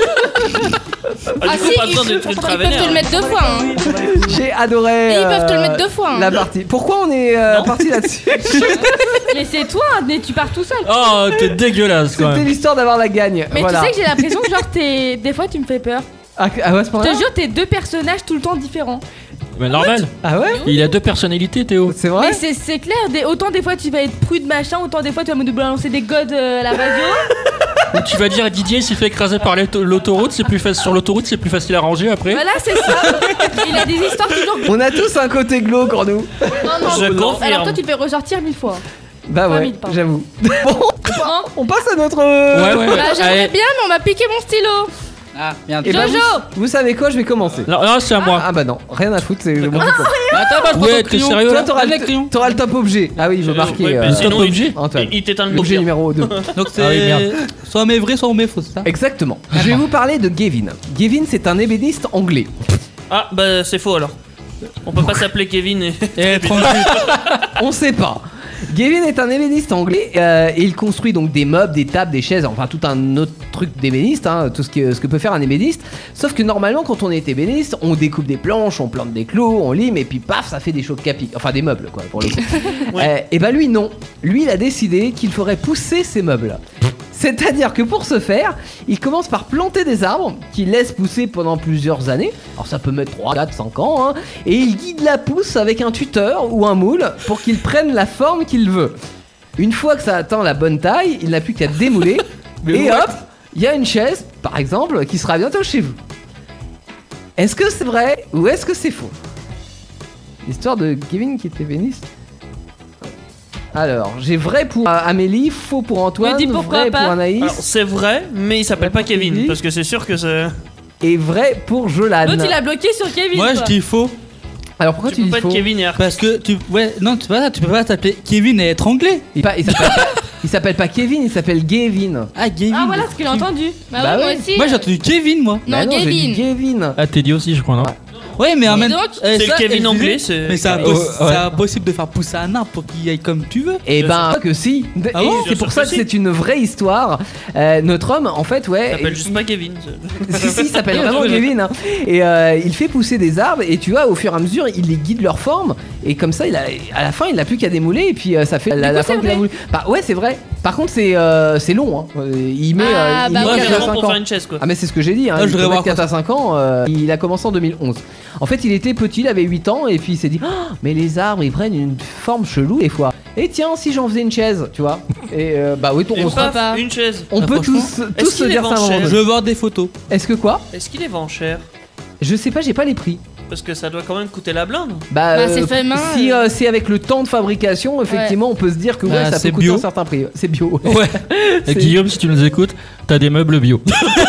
Ah, Ah du coup, si, pas ils, besoin d'être ils ultra peuvent vénère. te le mettre deux fois. Hein. J'ai adoré. Et ils peuvent te le euh, mettre deux fois. Hein. La partie. Pourquoi on est euh, parti là-dessus? Mais c'est toi, mais tu pars tout seul. Oh, t'es dégueulasse quand C'était même. l'histoire d'avoir la gagne. Mais Voilà. tu sais que j'ai l'impression que genre t'es... Des fois tu me fais peur. Ah, ah ouais, à ce Je point-là te jure, t'es deux personnages tout le temps différents. Mais normal. Ah ouais? Il a deux personnalités, Théo. C'est vrai? Mais c'est, c'est clair, des, autant des fois tu vas être prude machin, autant des fois tu vas me balancer des godes euh, à la radio. Ou tu vas dire à Didier, il s'est fait écraser par l'auto- l'autoroute, c'est plus facile sur l'autoroute, c'est plus facile à ranger après. Voilà, c'est ça. Il a des histoires toujours. On a tous un côté glauque en nous. Non, non, Je non. confirme. Alors toi tu le fais ressortir mille fois. Bah Trois ouais, mille, pardon. j'avoue. Bon, Hein on passe à notre. euh, Ouais, ouais, ouais. Bah, j'aimerais Allez. bien, mais on m'a piqué mon stylo. Ah, merde. Eh ben, Jojo. vous, vous savez quoi, je vais commencer. Non, non, c'est à moi. Ah bah non, rien à foutre, c'est je m'en fous. Attends, bah, je prends Ouais, ton t'es crayon. sérieux Toi, là t'auras Avec le, crayon. t'auras le top objet. Ah oui, je veux marquer. Ouais, euh, bah, top sinon, objet. Antoine. Il, il t'éteint le Objet bouquin. numéro deux. Donc c'est Ah oui, merde. soit on met vrai, soit on met faux, c'est ça? Exactement. Je vais vous parler de Gavin. Gavin, c'est un ébéniste anglais. Ah, bah c'est faux alors. On peut pas s'appeler Kevin et. Eh, tranquille. On sait pas. Gavin est un ébéniste anglais euh, et il construit donc des meubles, des tables, des chaises, enfin tout un autre truc d'ébéniste, hein, tout ce que, ce que peut faire un ébéniste. Sauf que normalement, quand on est ébéniste, on découpe des planches, on plante des clous, on lime et puis paf, ça fait des chocs capi, enfin des meubles quoi pour le coup. Euh, et bah lui non, lui il a décidé qu'il ferait pousser ses meubles. C'est-à-dire que pour ce faire, il commence par planter des arbres qu'il laisse pousser pendant plusieurs années. Alors ça peut mettre trois, quatre, cinq ans. Hein, et il guide la pousse avec un tuteur ou un moule pour qu'il prenne la forme qu'il veut. Une fois que ça atteint la bonne taille, il n'a plus qu'à démouler. Et hop, il y a une chaise, par exemple, qui sera bientôt chez vous. Est-ce que c'est vrai ou est-ce que c'est faux? L'histoire de Kevin qui était ébéniste. Alors, j'ai vrai pour euh, Amélie, faux pour Antoine, Me dis pourquoi vrai pas. pour Anaïs Alors c'est vrai, mais il s'appelle pas Kevin Dis. parce que c'est sûr que c'est. et vrai pour Jolan. L'autre il a bloqué sur Kevin. Moi, je quoi. dis faux. Alors pourquoi tu, Tu peux dis pas être faux? Kevin et Arc. Parce que tu. Ouais, non, tu peux pas, tu peux pas t'appeler Kevin et être anglais. Il, pa- il s'appelle pas, il s'appelle pas Kevin, il s'appelle Gavin. Ah, Kevin. Ah voilà ce qu'il a entendu. Bah, Bah oui, ouais. moi aussi. Moi, j'ai entendu Kevin, moi. Non, Bah j'ai dit Gavin. Gavin. Ah, t'es dit aussi, je crois, non? Ouais, mais en Et même donc, eh, c'est ça, le Kevin eh, anglais, je- c'est. Mais c'est Ouais. impos- Ouais. c'est impossible de faire pousser un arbre pour qu'il aille comme tu veux. Et Bien ben que si. Ah Et bon c'est Bien pour sûr ça que que si. c'est une vraie histoire. Euh, notre homme, en fait, Il ouais. s'appelle juste pas Kevin. si, si, il s'appelle vraiment Kevin. Hein. Et euh, il fait pousser des arbres et tu vois, au fur et à mesure, il les guide leur forme. Et comme ça, il a, à la fin, il n'a plus qu'à démouler et puis euh, ça fait la, coup, la c'est forme qu'il a vrai. voulu. Bah ouais, c'est vrai. Par contre, c'est euh, c'est long. Hein. Euh, Il met, Ah, euh, il bah met ouais, quatre à Quasiment cinq pour ans. faire une chaise quoi. Ah mais c'est ce que j'ai dit, hein. Ah, je il peut voudrais mettre voir quatre à cinq ans, euh, il a commencé en deux mille onze. En fait il était petit, il avait huit ans et puis il s'est dit oh, mais les arbres ils prennent une forme chelou des fois. Et tiens si j'en faisais une chaise, tu vois. Et euh, bah oui, Et on, paf, pas. une chaise. on Ah, peut franchement, tous, est-ce tous se qu'il dire est ça à un moment venchère Je donné. veux voir des photos. Est-ce que quoi? Est-ce qu'il est vend cher? Je sais pas, j'ai pas les prix. Parce que ça doit quand même coûter la blinde. Bah, Bah, c'est fait main, si euh. euh, c'est avec le temps de fabrication, effectivement on peut se dire que ouais, Bah, ça peut c'est coûter bio. un certain prix. C'est bio. Ouais. Et C'est- Guillaume, si tu nous écoutes, t'as des meubles bio.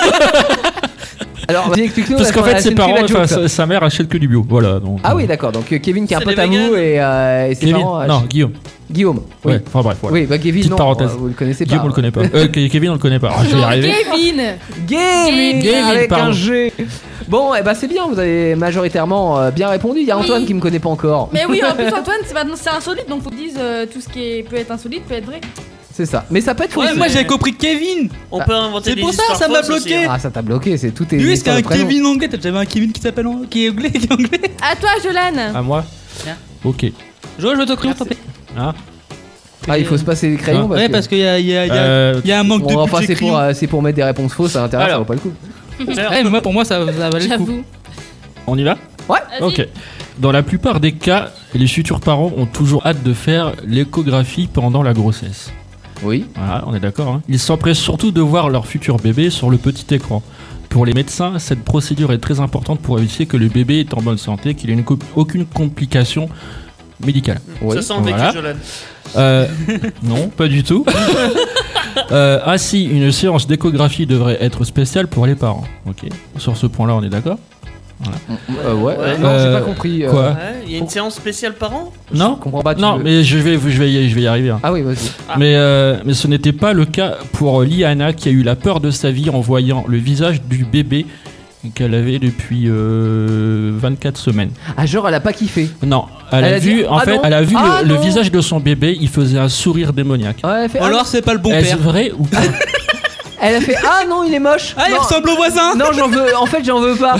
Alors vas-y, explique-nous. Parce là, qu'en c'est fait, une ses parents, private enfin, joke, ça. sa, sa mère achète que du bio. Voilà. Donc, Ah euh, oui d'accord, donc euh, Kevin qui est un C'est pote des à vous véganes. et, euh, et ses Kevin, parents. euh, non, Guillaume. Guillaume. Oui. Ouais, enfin bref, voilà. Oui, bah Kevin, Petite non, parenthèse. euh, vous le connaissez pas. Guillaume, on le connaît pas. Euh, Kevin, on le connaît pas. Je vais y Non, arriver. Kevin. Gavin, Gavin, avec pardon. un G. Bon, et bah c'est bien, vous avez majoritairement euh, bien répondu. Il y a Oui. Antoine qui me connaît pas encore. Mais oui, en plus Antoine, c'est pas- c'est insolite, donc faut que dise euh, tout ce qui est- peut être insolite peut être vrai. C'est ça. Mais ça peut être faux. Ouais, aussi. moi j'ai compris Kevin. On Ah. peut inventer C'est des pour ça, histoires ça m'a fausses aussi, bloqué. hein. Ah, ça t'a bloqué, c'est tout est. Lui, c'est histoire un de prénom. Kevin anglais. T'as jamais un Kevin qui s'appelle an- qui est anglais, qui est anglais. À toi, Jolan. À moi. Tiens. Ok. Je veux te crayon, s'il te plaît. Ah. Ah, il faut se passer les crayons. parce Ouais, que- parce qu'il y a, il y, a, il y, a, Euh, il y a un manque de Bon, enfin, budget c'est pour, crayon. euh, c'est pour mettre des réponses fausses à l'intérieur, ça Alors. vaut pas le coup. Alors, Ouais, mais moi, pour moi, ça, ça valait le coup. J'avoue. On y va? Ouais. Ok. Dans la plupart des cas, les futurs parents ont toujours hâte de faire l'échographie pendant la grossesse. Oui. Voilà, on est d'accord. Hein. Ils s'empressent surtout de voir leur futur bébé sur le petit écran. Pour les médecins, cette procédure est très importante pour vérifier que le bébé est en bonne santé, qu'il n'ait aucune complication médicale. Oui. Ça sent le voilà. vécu, Jolan. Euh, non, pas du tout. euh, ainsi, une séance d'échographie devrait être spéciale pour les parents. Ok. Sur ce point-là, on est d'accord. Voilà. Euh, ouais. Ouais. Non, j'ai Euh, pas compris. euh, quoi Ouais, il y a une séance spéciale par an. Non, Je comprends pas. tu non, veux- mais je vais, je vais, y, je vais y arriver. Hein. Ah oui, vas-y. Ah. Mais, euh, mais ce n'était pas le cas pour Liana qui a eu la peur de sa vie en voyant le visage du bébé qu'elle avait depuis euh, vingt-quatre semaines. Ah, genre, elle a pas kiffé. Non, elle, Elle a, a vu, dit, en ah fait, non, elle a vu ah le, le non. visage de son bébé, il faisait un sourire démoniaque. Ouais, elle fait. Ou ah, alors c'est pas le bon Est-ce père. vrai ou pas? Elle a fait ah non, il est moche. Ah, il non, ressemble au voisin. non, j'en veux. En fait, j'en veux pas.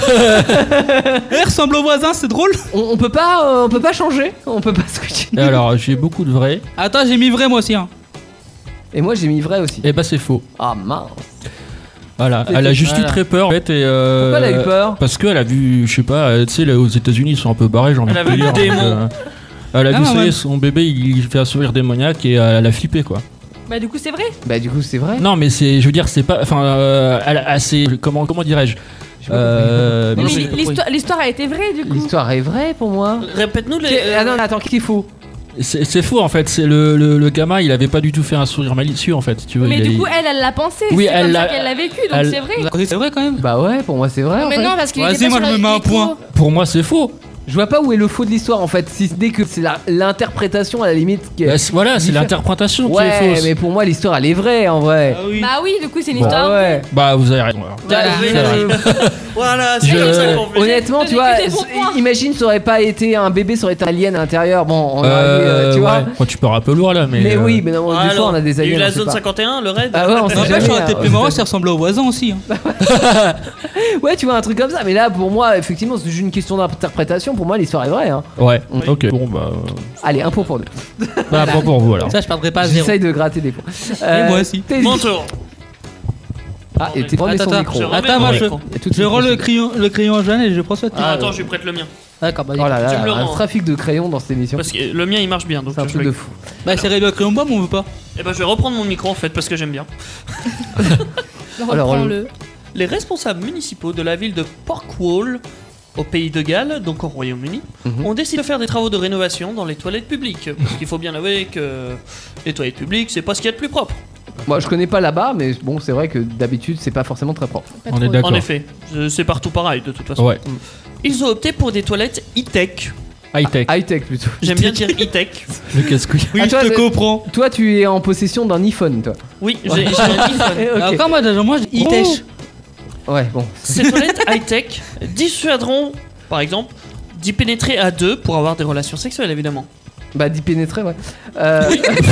Il ressemble au voisin, c'est drôle. On, on peut pas, euh, on peut pas changer. On peut pas switcher. Et alors, j'ai beaucoup de vrais. Attends, j'ai mis vrai moi aussi. Hein. Et moi, j'ai mis vrai aussi. Et bah, c'est faux. Ah mince. Voilà, C'était- elle a juste voilà. eu très peur. En fait, et, euh, Pourquoi elle a eu peur? Parce qu'elle a vu, je sais pas, euh, tu sais, là, aux États-Unis, ils sont un peu barrés, j'ai envie Elle de a vu te dire. le démon. donc, euh, Elle a Ah, vu, ça y ouais. est, son bébé, il fait un sourire démoniaque et euh, elle a flippé, quoi. Bah, du coup, c'est vrai. Bah du coup, c'est vrai. Non, mais c'est, je veux dire, c'est pas, enfin, euh, elle a assez, comment, comment dirais-je J'ai pas euh, Mais mais j'ai c'est- compris. l'histoire l'histoire a été vraie, du coup. L'histoire est vraie pour moi. Répète-nous les. Qu'est- Ah non, attends, qu'est-ce qu'il faut? c'est, c'est faux en fait. C'est le, le, le gamin, il avait pas du tout fait un sourire malicieux en fait. Tu vois, Mais il du a- coup, elle, elle l'a pensé. Oui, c'est elle comme ça l'a- qu'elle l'a vécu, donc elle- c'est vrai. D'un côté, c'est vrai quand même. Bah ouais, pour moi c'est vrai. en Mais fait. non, parce qu'il Vas-y, était pas moi, sur je la- me mets un l'écran. point. Pour moi, c'est faux. Je vois pas où est le faux de l'histoire en fait. Si ce n'est que c'est la- l'interprétation à la limite. Qui est- Bah, c'est- voilà, c'est diffère- l'interprétation qui est Ouais, fausse. mais pour moi l'histoire elle est vraie en vrai. Ah oui. Bah oui, du coup, c'est une Bon. histoire. Ah ouais. Bah, vous avez raison. alors. Voilà, Bah, je- Voilà, c'est Je- comme ça qu'on fait. Honnêtement, tu J'ai vois, écouté ton point. imagine ça aurait pas été un bébé, ça aurait été un alien à l'intérieur. Bon, on aurait eu, Euh, euh, tu vois. ouais. Bon, tu pars un peu loin là, mais. Mais, euh, oui, mais non, Ah, des fois alors, on a des Il y a aliens. eu on la sait zone pas. cinquante et un, le raid. Ah ouais, on sait N'empêche, jamais. ça aurait été hein. plus marrant, ça ressemblait au voisin aussi. Hein. Ouais, tu vois un truc comme ça. Mais là, pour moi, effectivement, c'est juste une question d'interprétation. Pour moi, l'histoire est vraie. Hein. Ouais, Oui. ok. Bon, bah. Allez, un point pour deux. Bah, pas pour vous alors. Ça, je perdrai pas à zéro. J'essaye de gratter des points. Et moi aussi. t'es- Mon tour. Ah, et t'es remets Attends, son attends, micro. je remets Attends, mon moi je, micro. Et tout de je suite, rends le possible. crayon, le crayon à Jeanne et je prends soit. Ah, attends, je lui prête le mien. D'accord, bah, Oh là Tu me le là, un rends. trafic de crayons dans cette émission. Parce que le mien il marche bien, donc C'est un je truc vais- de fou. bah c'est réduit au crayon bois, mais on veut pas. Eh ben je vais reprendre mon micro en fait parce que j'aime bien. Alors, Reprends-le. Les responsables municipaux de la ville de Parkwall, au pays de Galles, donc au Royaume-Uni, Mhm. ont décidé de faire des travaux de rénovation dans les toilettes publiques. Parce qu'il faut bien avouer que les toilettes publiques, c'est pas ce qu'il y a de plus propre. Moi, je connais pas là-bas, mais bon, c'est vrai que d'habitude, c'est pas forcément très propre. Pas On trop. est d'accord. En effet, je- c'est partout pareil de toute façon. Ouais. Ils ont opté pour des toilettes e-tech. High-tech. High-tech plutôt. J'aime bien dire e-tech. Le casse-couille. Oui, Ah, je toi, te le- comprends. Toi, tu es en possession d'un iPhone, toi. Oui, j'ai j'ai un iPhone. Eh, ok. Encore moi, déjà, moi, je dis e-tech. Ouais, bon. Ces toilettes high-tech dissuaderont, par exemple, d'y pénétrer à deux pour avoir des relations sexuelles, évidemment. Bah, d'y pénétrer, ouais. Euh,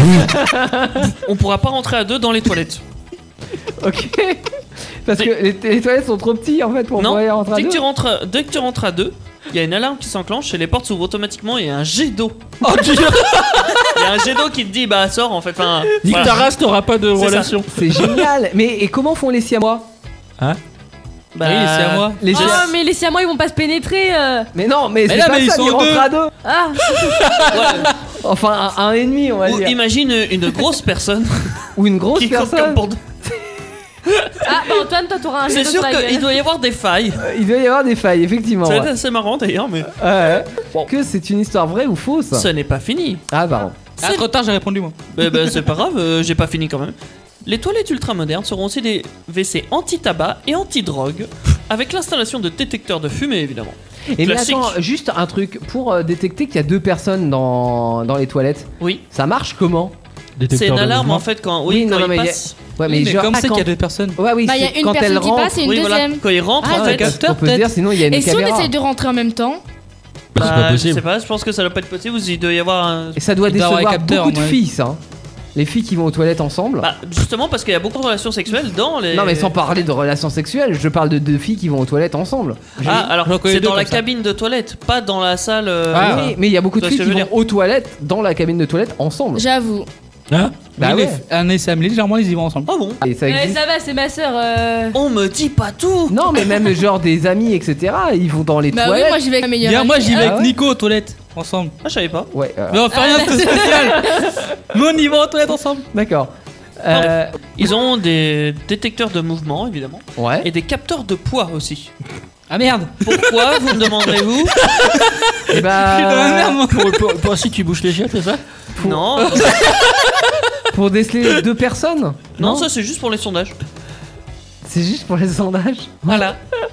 On pourra pas rentrer à deux dans les toilettes. ok. Parce que les, les toilettes sont trop petits en fait pour Non, pouvoir y rentrer à dès que, deux. tu rentres, dès que tu rentres à deux, il y a une alarme qui s'enclenche et les portes s'ouvrent automatiquement et il y a un jet d'eau. Oh, tu- Il y a un jet d'eau qui te dit bah sors en fait. Enfin, Nique voilà. ta race, t'auras pas de C'est ça. relation. C'est génial. Mais et comment font les Siamois? Bah, Oui, c'est à moi. Les Oh, Siamois- mais les Siamois, ils vont pas se pénétrer. euh. Mais non, mais Mais c'est là, pas mais ils ça, sont ils rentrent deux. à deux. Ah, ouais. Enfin, un, un et demi, on va Ou dire. imagine une grosse personne Ou une grosse qui compte comme personne. pour deux. ah bah Antoine, toi, t'auras un C'est jet d'eau sûr sur la gueule. qu'il doit y avoir des failles. Euh, Il doit y avoir des failles, effectivement. Ça va Ouais. être assez marrant d'ailleurs, mais Ouais. Que c'est une histoire vraie ou fausse? ce n'est pas fini. Ah, pardon. Ah, trop tard, j'ai répondu moi. Bah, bah, c'est pas grave, euh, j'ai pas fini quand même. Les toilettes ultra modernes seront aussi des W C anti-tabac et anti-drogue, avec l'installation de détecteurs de fumée évidemment. Et mais Classique. attends, juste un truc pour euh, détecter qu'il y a deux personnes dans, dans les toilettes. Oui, Ça marche comment? c'est Détecteur une de alarme mouvement. en fait quand, oui, Oui, quand non, non, il mais il y a- passe. Ouais, Oui, mais genre, comme ah, c'est quand- qu'il y a deux personnes. Ouais, oui, Bah, il y c'est a une quand elle personne qui rentre. passe et une Oui, voilà. deuxième. Quand il rentre Ah, en fait. d'accord. On peut se dire, sinon il y a une Et si on caméra. essaye de rentrer en même temps? Bah, c'est Bah, pas je possible. sais pas, je pense que ça doit pas être possible. ou Il doit y avoir un. Et ça doit Il doit y avoir décevoir un capteur, beaucoup de ouais. filles, ça. hein. Les filles qui vont aux toilettes ensemble. Bah, justement parce qu'il y a beaucoup de relations sexuelles dans les. Non, mais sans parler de relations sexuelles, je parle de deux filles qui vont aux toilettes ensemble. Ah, alors J'en connais c'est deux dans la comme ça. cabine de toilette, pas dans la salle. euh, Ah, oui, mais il y a beaucoup de tu vois filles ce qui que je vont veux aux toilettes dans la cabine de toilette ensemble. J'avoue. Hein Bah Oui, ouais. les- Anaïs et Amélie, généralement, ils y vont ensemble. Ah bon? Et ça Ouais, existe. ça va, c'est ma soeur. Euh... On me dit pas tout. Non, mais même genre des amis, et cetera. Ils vont dans les Bah oui, toilettes. moi j'y vais avec ma meilleure Bien, amie. moi, j'y vais Ah avec ouais Nico aux toilettes, ensemble. Ah, je savais pas. Ouais. euh, Mais on fait rien de spécial. Mais on y va aux toilettes ensemble. D'accord. Euh, Ils ont des détecteurs de mouvement, évidemment, ouais. et des capteurs de poids aussi. Ah merde. Pourquoi, vous me demanderez-vous? Et bah. Je suis dans la merde, moi. pour, pour, pour si tu bouges les chiottes, c'est ça? Non, Pour déceler deux personnes. non, ça c'est juste pour les sondages. C'est juste pour les sondages. Voilà.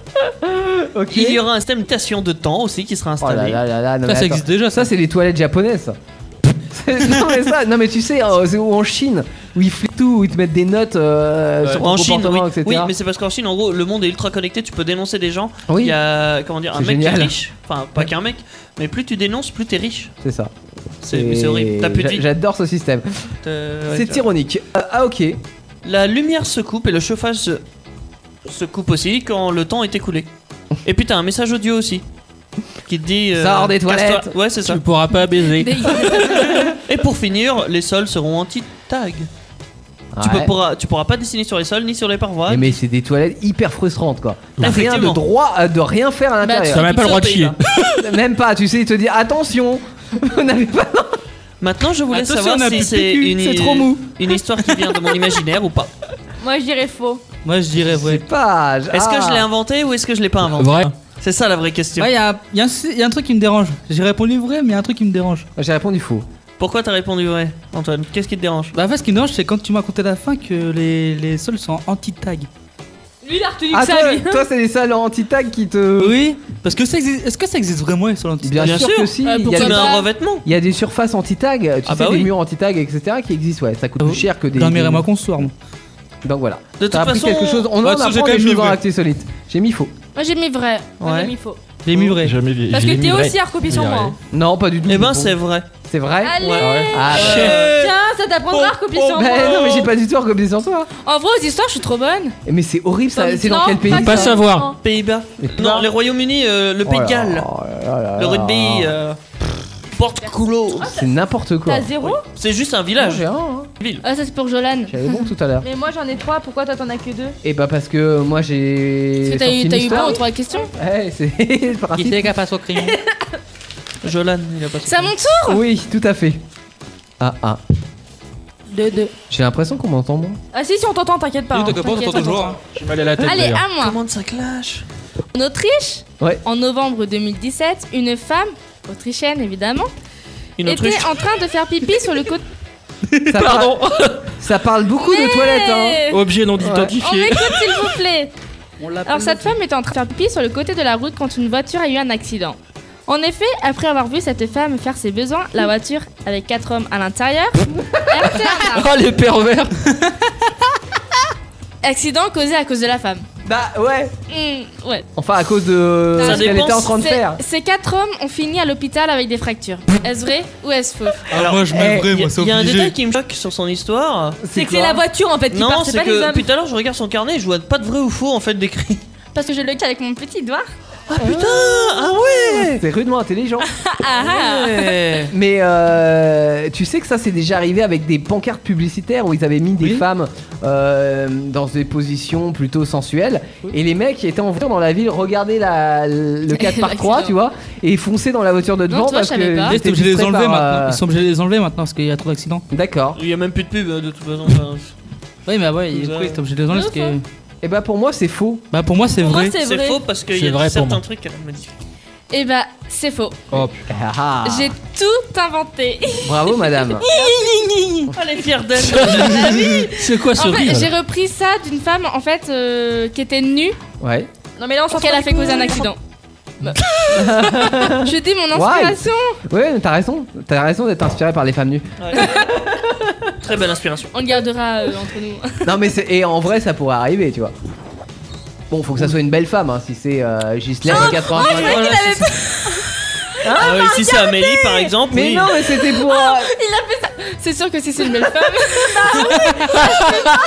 Ok. Il y aura un système de mutation de temps aussi qui sera Oh là installé. là là là, non, Ça, mais ça attends. existe déjà, Ça, c'est les toilettes japonaises. ça. C'est- non, mais ça, non, mais tu sais, euh, c'est où en Chine, où ils flippent tout, où ils te mettent des notes euh, sur ton En Chine, oui. comportement, et cetera. Oui, mais c'est parce qu'en Chine, en gros, le monde est ultra connecté. Tu peux dénoncer des gens. Oui. Il y a, comment dire, un C'est mec qui génial. est riche. Enfin, pas qu'un mec, mais plus tu dénonces, plus t'es riche. C'est ça. C'est mais c'est horrible. T'as plus de J'a- vie. J'adore ce système. T'as- ouais, C'est t'as- ironique. Euh, ah, ok. La lumière se coupe et le chauffage se, se coupe aussi quand le temps est écoulé. Et puis t'as un message audio aussi qui te dit. euh, Sors des casse-toi. toilettes. Ouais, c'est ça. Tu pourras pas baiser. Et pour finir, les sols seront anti-tag. Tu, peux, Ouais. pourras, tu pourras pas dessiner sur les sols ni sur les parois. Mais, mais c'est des toilettes hyper frustrantes, quoi. T'as rien de Effectivement. droit à- de rien faire à Bah, l'intérieur. T'as même pas le droit de chier. Même pas, tu sais, ils te disent attention, vous n'avez pas. Maintenant, je voulais Attention, savoir on a si plus de c'est PQ, une, c'est trop mou. une histoire qui vient de mon imaginaire ou pas. Moi, je dirais faux. Moi, je dirais vrai. Pas. Est-ce que je l'ai inventé ou est-ce que je l'ai pas inventé? Vrai. C'est ça la vraie question. Ouais, il y, a- y a un- y a un truc qui me dérange. J'ai répondu vrai, mais il y a un truc qui me dérange. J'ai répondu faux. Pourquoi t'as répondu vrai, Antoine? Qu'est-ce qui te dérange? Bah, en fait, ce qui me dérange, c'est quand tu m'as raconté à la fin que les, les sols sont anti-tag. Lui, il a retenu Ah, que ça, toi, lui. toi, c'est les salles anti-tag qui te. Oui, parce que ça existe. Est-ce que ça existe vraiment les sols anti-tag? Bien, Bien sûr, sûr. que si. Euh, il, y Tu a mets des, pourquoi un pas revêtement. il y a des surfaces anti-tag, tu Ah sais, bah des oui. murs anti-tag, et cetera qui existent, ouais. Ça coûte Oh. plus cher que des. Dormir des- à moi qu'on se soir, moi. Donc voilà. De toute T'as appris façon, quelque chose. On Bah, en ça, j'ai apprend quand des même mis choses dans vrai. Actu Solide. J'ai mis faux. Moi j'ai mis vrai. Moi, Ouais. j'ai mis faux. J'ai mis vrai. Jamais vu. Parce je que l'ai mis t'es vrai. aussi à recopier sur Il y a moi. rien. Non, pas du tout. Eh ben, Bon. c'est vrai. C'est vrai. Allez Ah, Tiens, ça t'apprendra à recopier sur Ben moi. non, mais j'ai pas du tout recopié sur toi. En vrai, aux histoires, je suis trop bonne. Mais c'est horrible, ça. Non, C'est dans non, quel pays pas Pas ça savoir. Pays-Bas. Les Non, Pays-Bas. les Royaumes-Unis, euh, le Oh Pays de là Galles. là là Le là. rugby. Euh, Porte-Culo. C'est n'importe quoi. T'as zéro C'est juste un Non, village. j'ai un, hein. Ville. Ah, ça c'est pour Jolan. J'avais bon tout à l'heure. Mais moi, j'en ai trois. Pourquoi toi, t'en as que deux? Et bah parce que moi j'ai. Parce que t'as sorti eu, une t'as eu histoire. bon aux trois questions. Ouais, c'est le principe. Qui c'est qui a passé au crayon? Jolan, il a pas C'est à mon tour. Oui, tout à fait. Ah ah. Deux, deux. J'ai l'impression qu'on m'entend moi. Ah si, si, on t'entend, t'inquiète pas. Oui, hein. t'inquiète pas, on T'inquiète, t'entend on toujours. t'entend. hein. J'ai mal à la tête. Allez, d'ailleurs. à moi. Comment ça clash? En Autriche, Ouais. en novembre deux mille dix-sept, une femme, autrichienne évidemment, Une était autruche. en train de faire pipi sur le côté. Ça Pardon. Parle, ça parle beaucoup de toilettes hein. Objet non On identifié. m'écoute s'il vous plaît. On l'appelle Alors cette femme était en train de faire pipi sur le côté de la route quand une voiture a eu un accident. En effet, après avoir vu cette femme faire ses besoins, la voiture, avec quatre hommes à l'intérieur, alterna. Oh les pervers. Accident causé à cause de la femme. Bah ouais. Hmm, ouais. Enfin à cause de Ça ce qu'elle dépend était en train de Ces- faire. Ces quatre hommes ont fini à l'hôpital avec des fractures. Est-ce vrai ou est-ce faux? Alors, moi, je eh, mets vrai, Il y, moi, c'est a- il y a un obligé. détail qui me choque sur son histoire. C'est que c'est quoi la voiture en fait qui Non, part, c'est c'est pas les que hommes. depuis tout à l'heure, je regarde son carnet et je vois pas de vrai ou faux en fait décrit. Parce que je le dis avec mon petit doigt. Ah putain, ah ouais. C'est rudement intelligent. Ah ah. Ouais. Mais euh, tu sais que ça c'est déjà arrivé avec des pancartes publicitaires où ils avaient mis des Oui. femmes euh, dans des positions plutôt sensuelles et les mecs étaient en voiture dans la ville regardaient la, le quatre par trois tu vois et fonçaient dans la voiture de devant Non, toi, parce je savais que pas. ils Ils sont étaient obligés de les distraits enlever par, maintenant. euh, Ils sont obligés de les enlever maintenant parce qu'il y a trop d'accidents. D'accord. Il y a même plus de pub euh, de toute façon. enfin, Oui, mais ouais, du Ouais. coup, ils sont obligés de les enlever parce que. Et bah pour moi c'est faux. Bah, pour moi, c'est Pour moi, vrai. c'est C'est vrai. faux parce qu'il C'est y a vrai pour certains moi. trucs qu'elle a modifiés. Eh bah, c'est faux. Oh putain. Ah, J'ai tout inventé. bravo madame. Elle est fière d'elle. C'est quoi ce En fait, rire j'ai là repris ça d'une femme en fait euh, qui était nue Ouais. Non mais là on s'en et qu'elle a fait causer un accident. Bah. Je dis mon inspiration. Ouais mais t'as raison. T'as raison d'être inspiré par les femmes nues. Ouais. Très belle inspiration. On le gardera euh, entre nous. Non mais c'est et en vrai ça pourrait arriver tu vois. Bon faut que ça soit une belle femme hein, si c'est euh, Ghislaine quatre-vingt-cinq. Voilà, c'est ça. Ah oui, si c'est Amélie par exemple, Mais oui. non mais c'était pour. euh, C'est sûr que si c'est une belle femme.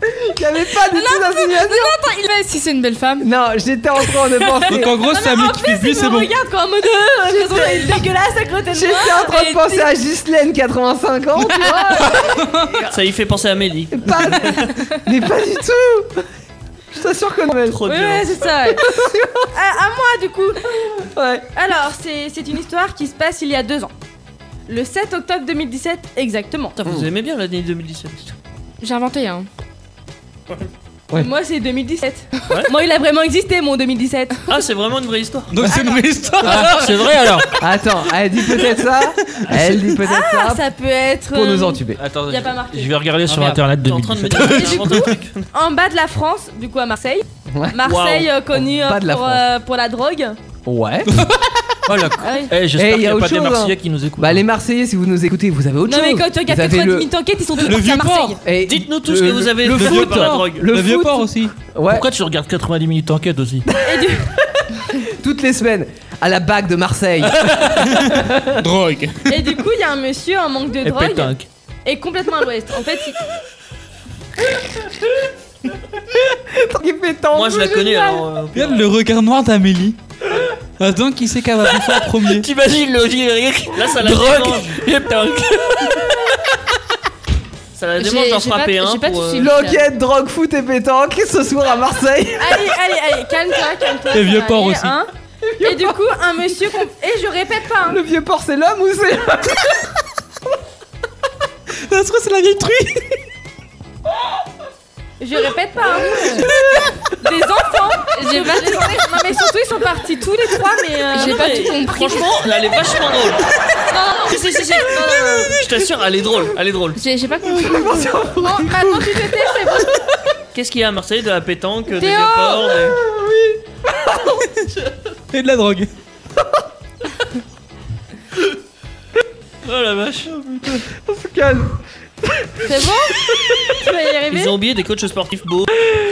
Il n'y avait pas du tout d'insinuation. Non, attends, il va. Si c'est une belle femme. Non, j'étais en train de penser. Donc en gros, c'est Amélie qui fait lui, c'est bon. Regarde quoi en mode euh, de toute façon, elle est dégueulasse à côté de moi. J'étais en train de penser à Ghislaine, quatre-vingt-cinq ans, tu vois. Ça y fait penser à Amélie. Pas... Mais pas du tout. Je t'assure que non. Trop Ouais, bien. ouais, c'est ça. Ouais. à, à moi, du coup. Ouais. Alors, c'est c'est une histoire qui se passe il y a deux ans. Le sept octobre deux mille dix-sept, exactement. Putain, vous aimez bien l'année deux mille dix-sept. J'ai inventé un. Ouais. Moi, c'est deux mille dix-sept. Ouais. Moi, il a vraiment existé, mon deux mille dix-sept. Ah, c'est vraiment une vraie histoire. Donc c'est une vraie histoire. Ah, c'est vrai alors. Attends, elle dit peut-être ça. Elle dit peut-être Ah, ça. ça peut être. Pour nous euh, entuber. Attends, Y a pas marqué. je vais regarder sur merde. internet T'es en train de me deux mille dix-sept. dire que j'invente un truc. En bas de la France, du coup à Marseille. Ouais. Marseille, euh, connu En euh, bas de la pour, France. euh, pour la drogue. Ouais. Oh la. Ah oui. Eh, j'espère Eh, qu'il y n'y a a autre pas des chose, Marseillais hein. qui nous écoutent. Bah les Marseillais, si vous nous écoutez, vous avez autre Non, chose. mais quand tu regardes Vous avez quatre-vingt-dix le- minutes d'enquête, ils sont tous Le partis à vieux Marseille. port. Et Dites-nous tout ce que le- vous avez le fait foot, par la drogue. Le, Le vieux foot. port aussi. Ouais. Pourquoi tu regardes quatre-vingt-dix minutes d'enquête aussi? Et du- Toutes les semaines à la bague de Marseille. Drogue. Et du coup, il y a un monsieur en manque de Et drogue pétanque. et complètement à l'ouest. En fait, il... Il fait tant. Moi, je la connais alors. euh, Regarde le regard noir d'Amélie. Attends, qui c'est qu'elle va bouffer en premier? T'imagines le générique? Là, ça la Drogue démange. et pétanque. Ça la J'ai- démange d'en j'ai pas- frapper un. j'ai pas pour, tout euh, suivi. L'enquête drogue, foot et pétanque ce soir à Marseille. allez, allez, allez, calme-toi, calme-toi. Et ça vieux va port aller, aussi. hein. Et du coup, un monsieur. qu'on- Et je répète pas. Hein. Le vieux port, c'est l'homme ou c'est. Ça se trouve, c'est la vieille truie. Je répète pas. Hein. Des enfants. J'ai pas tout- Non, mais surtout, ils sont partis tous les trois, mais. euh, J'ai non, pas mais- tout compris. Franchement, là, elle est vachement drôle. Non, non, non. Si, si, si, si. Non, non, non. Je t'assure, elle est drôle. Elle est drôle. J'ai j'ai pas compris. Bon, maintenant tu te tais, c'est bon. Qu'est-ce qu'il y a à Marseille? De la pétanque, des Théo vieux ports, des... Et de la drogue. Oh la vache. On se calme. C'est bon. Tu vas y arriver. Ils ont oublié des coachs sportifs beaux.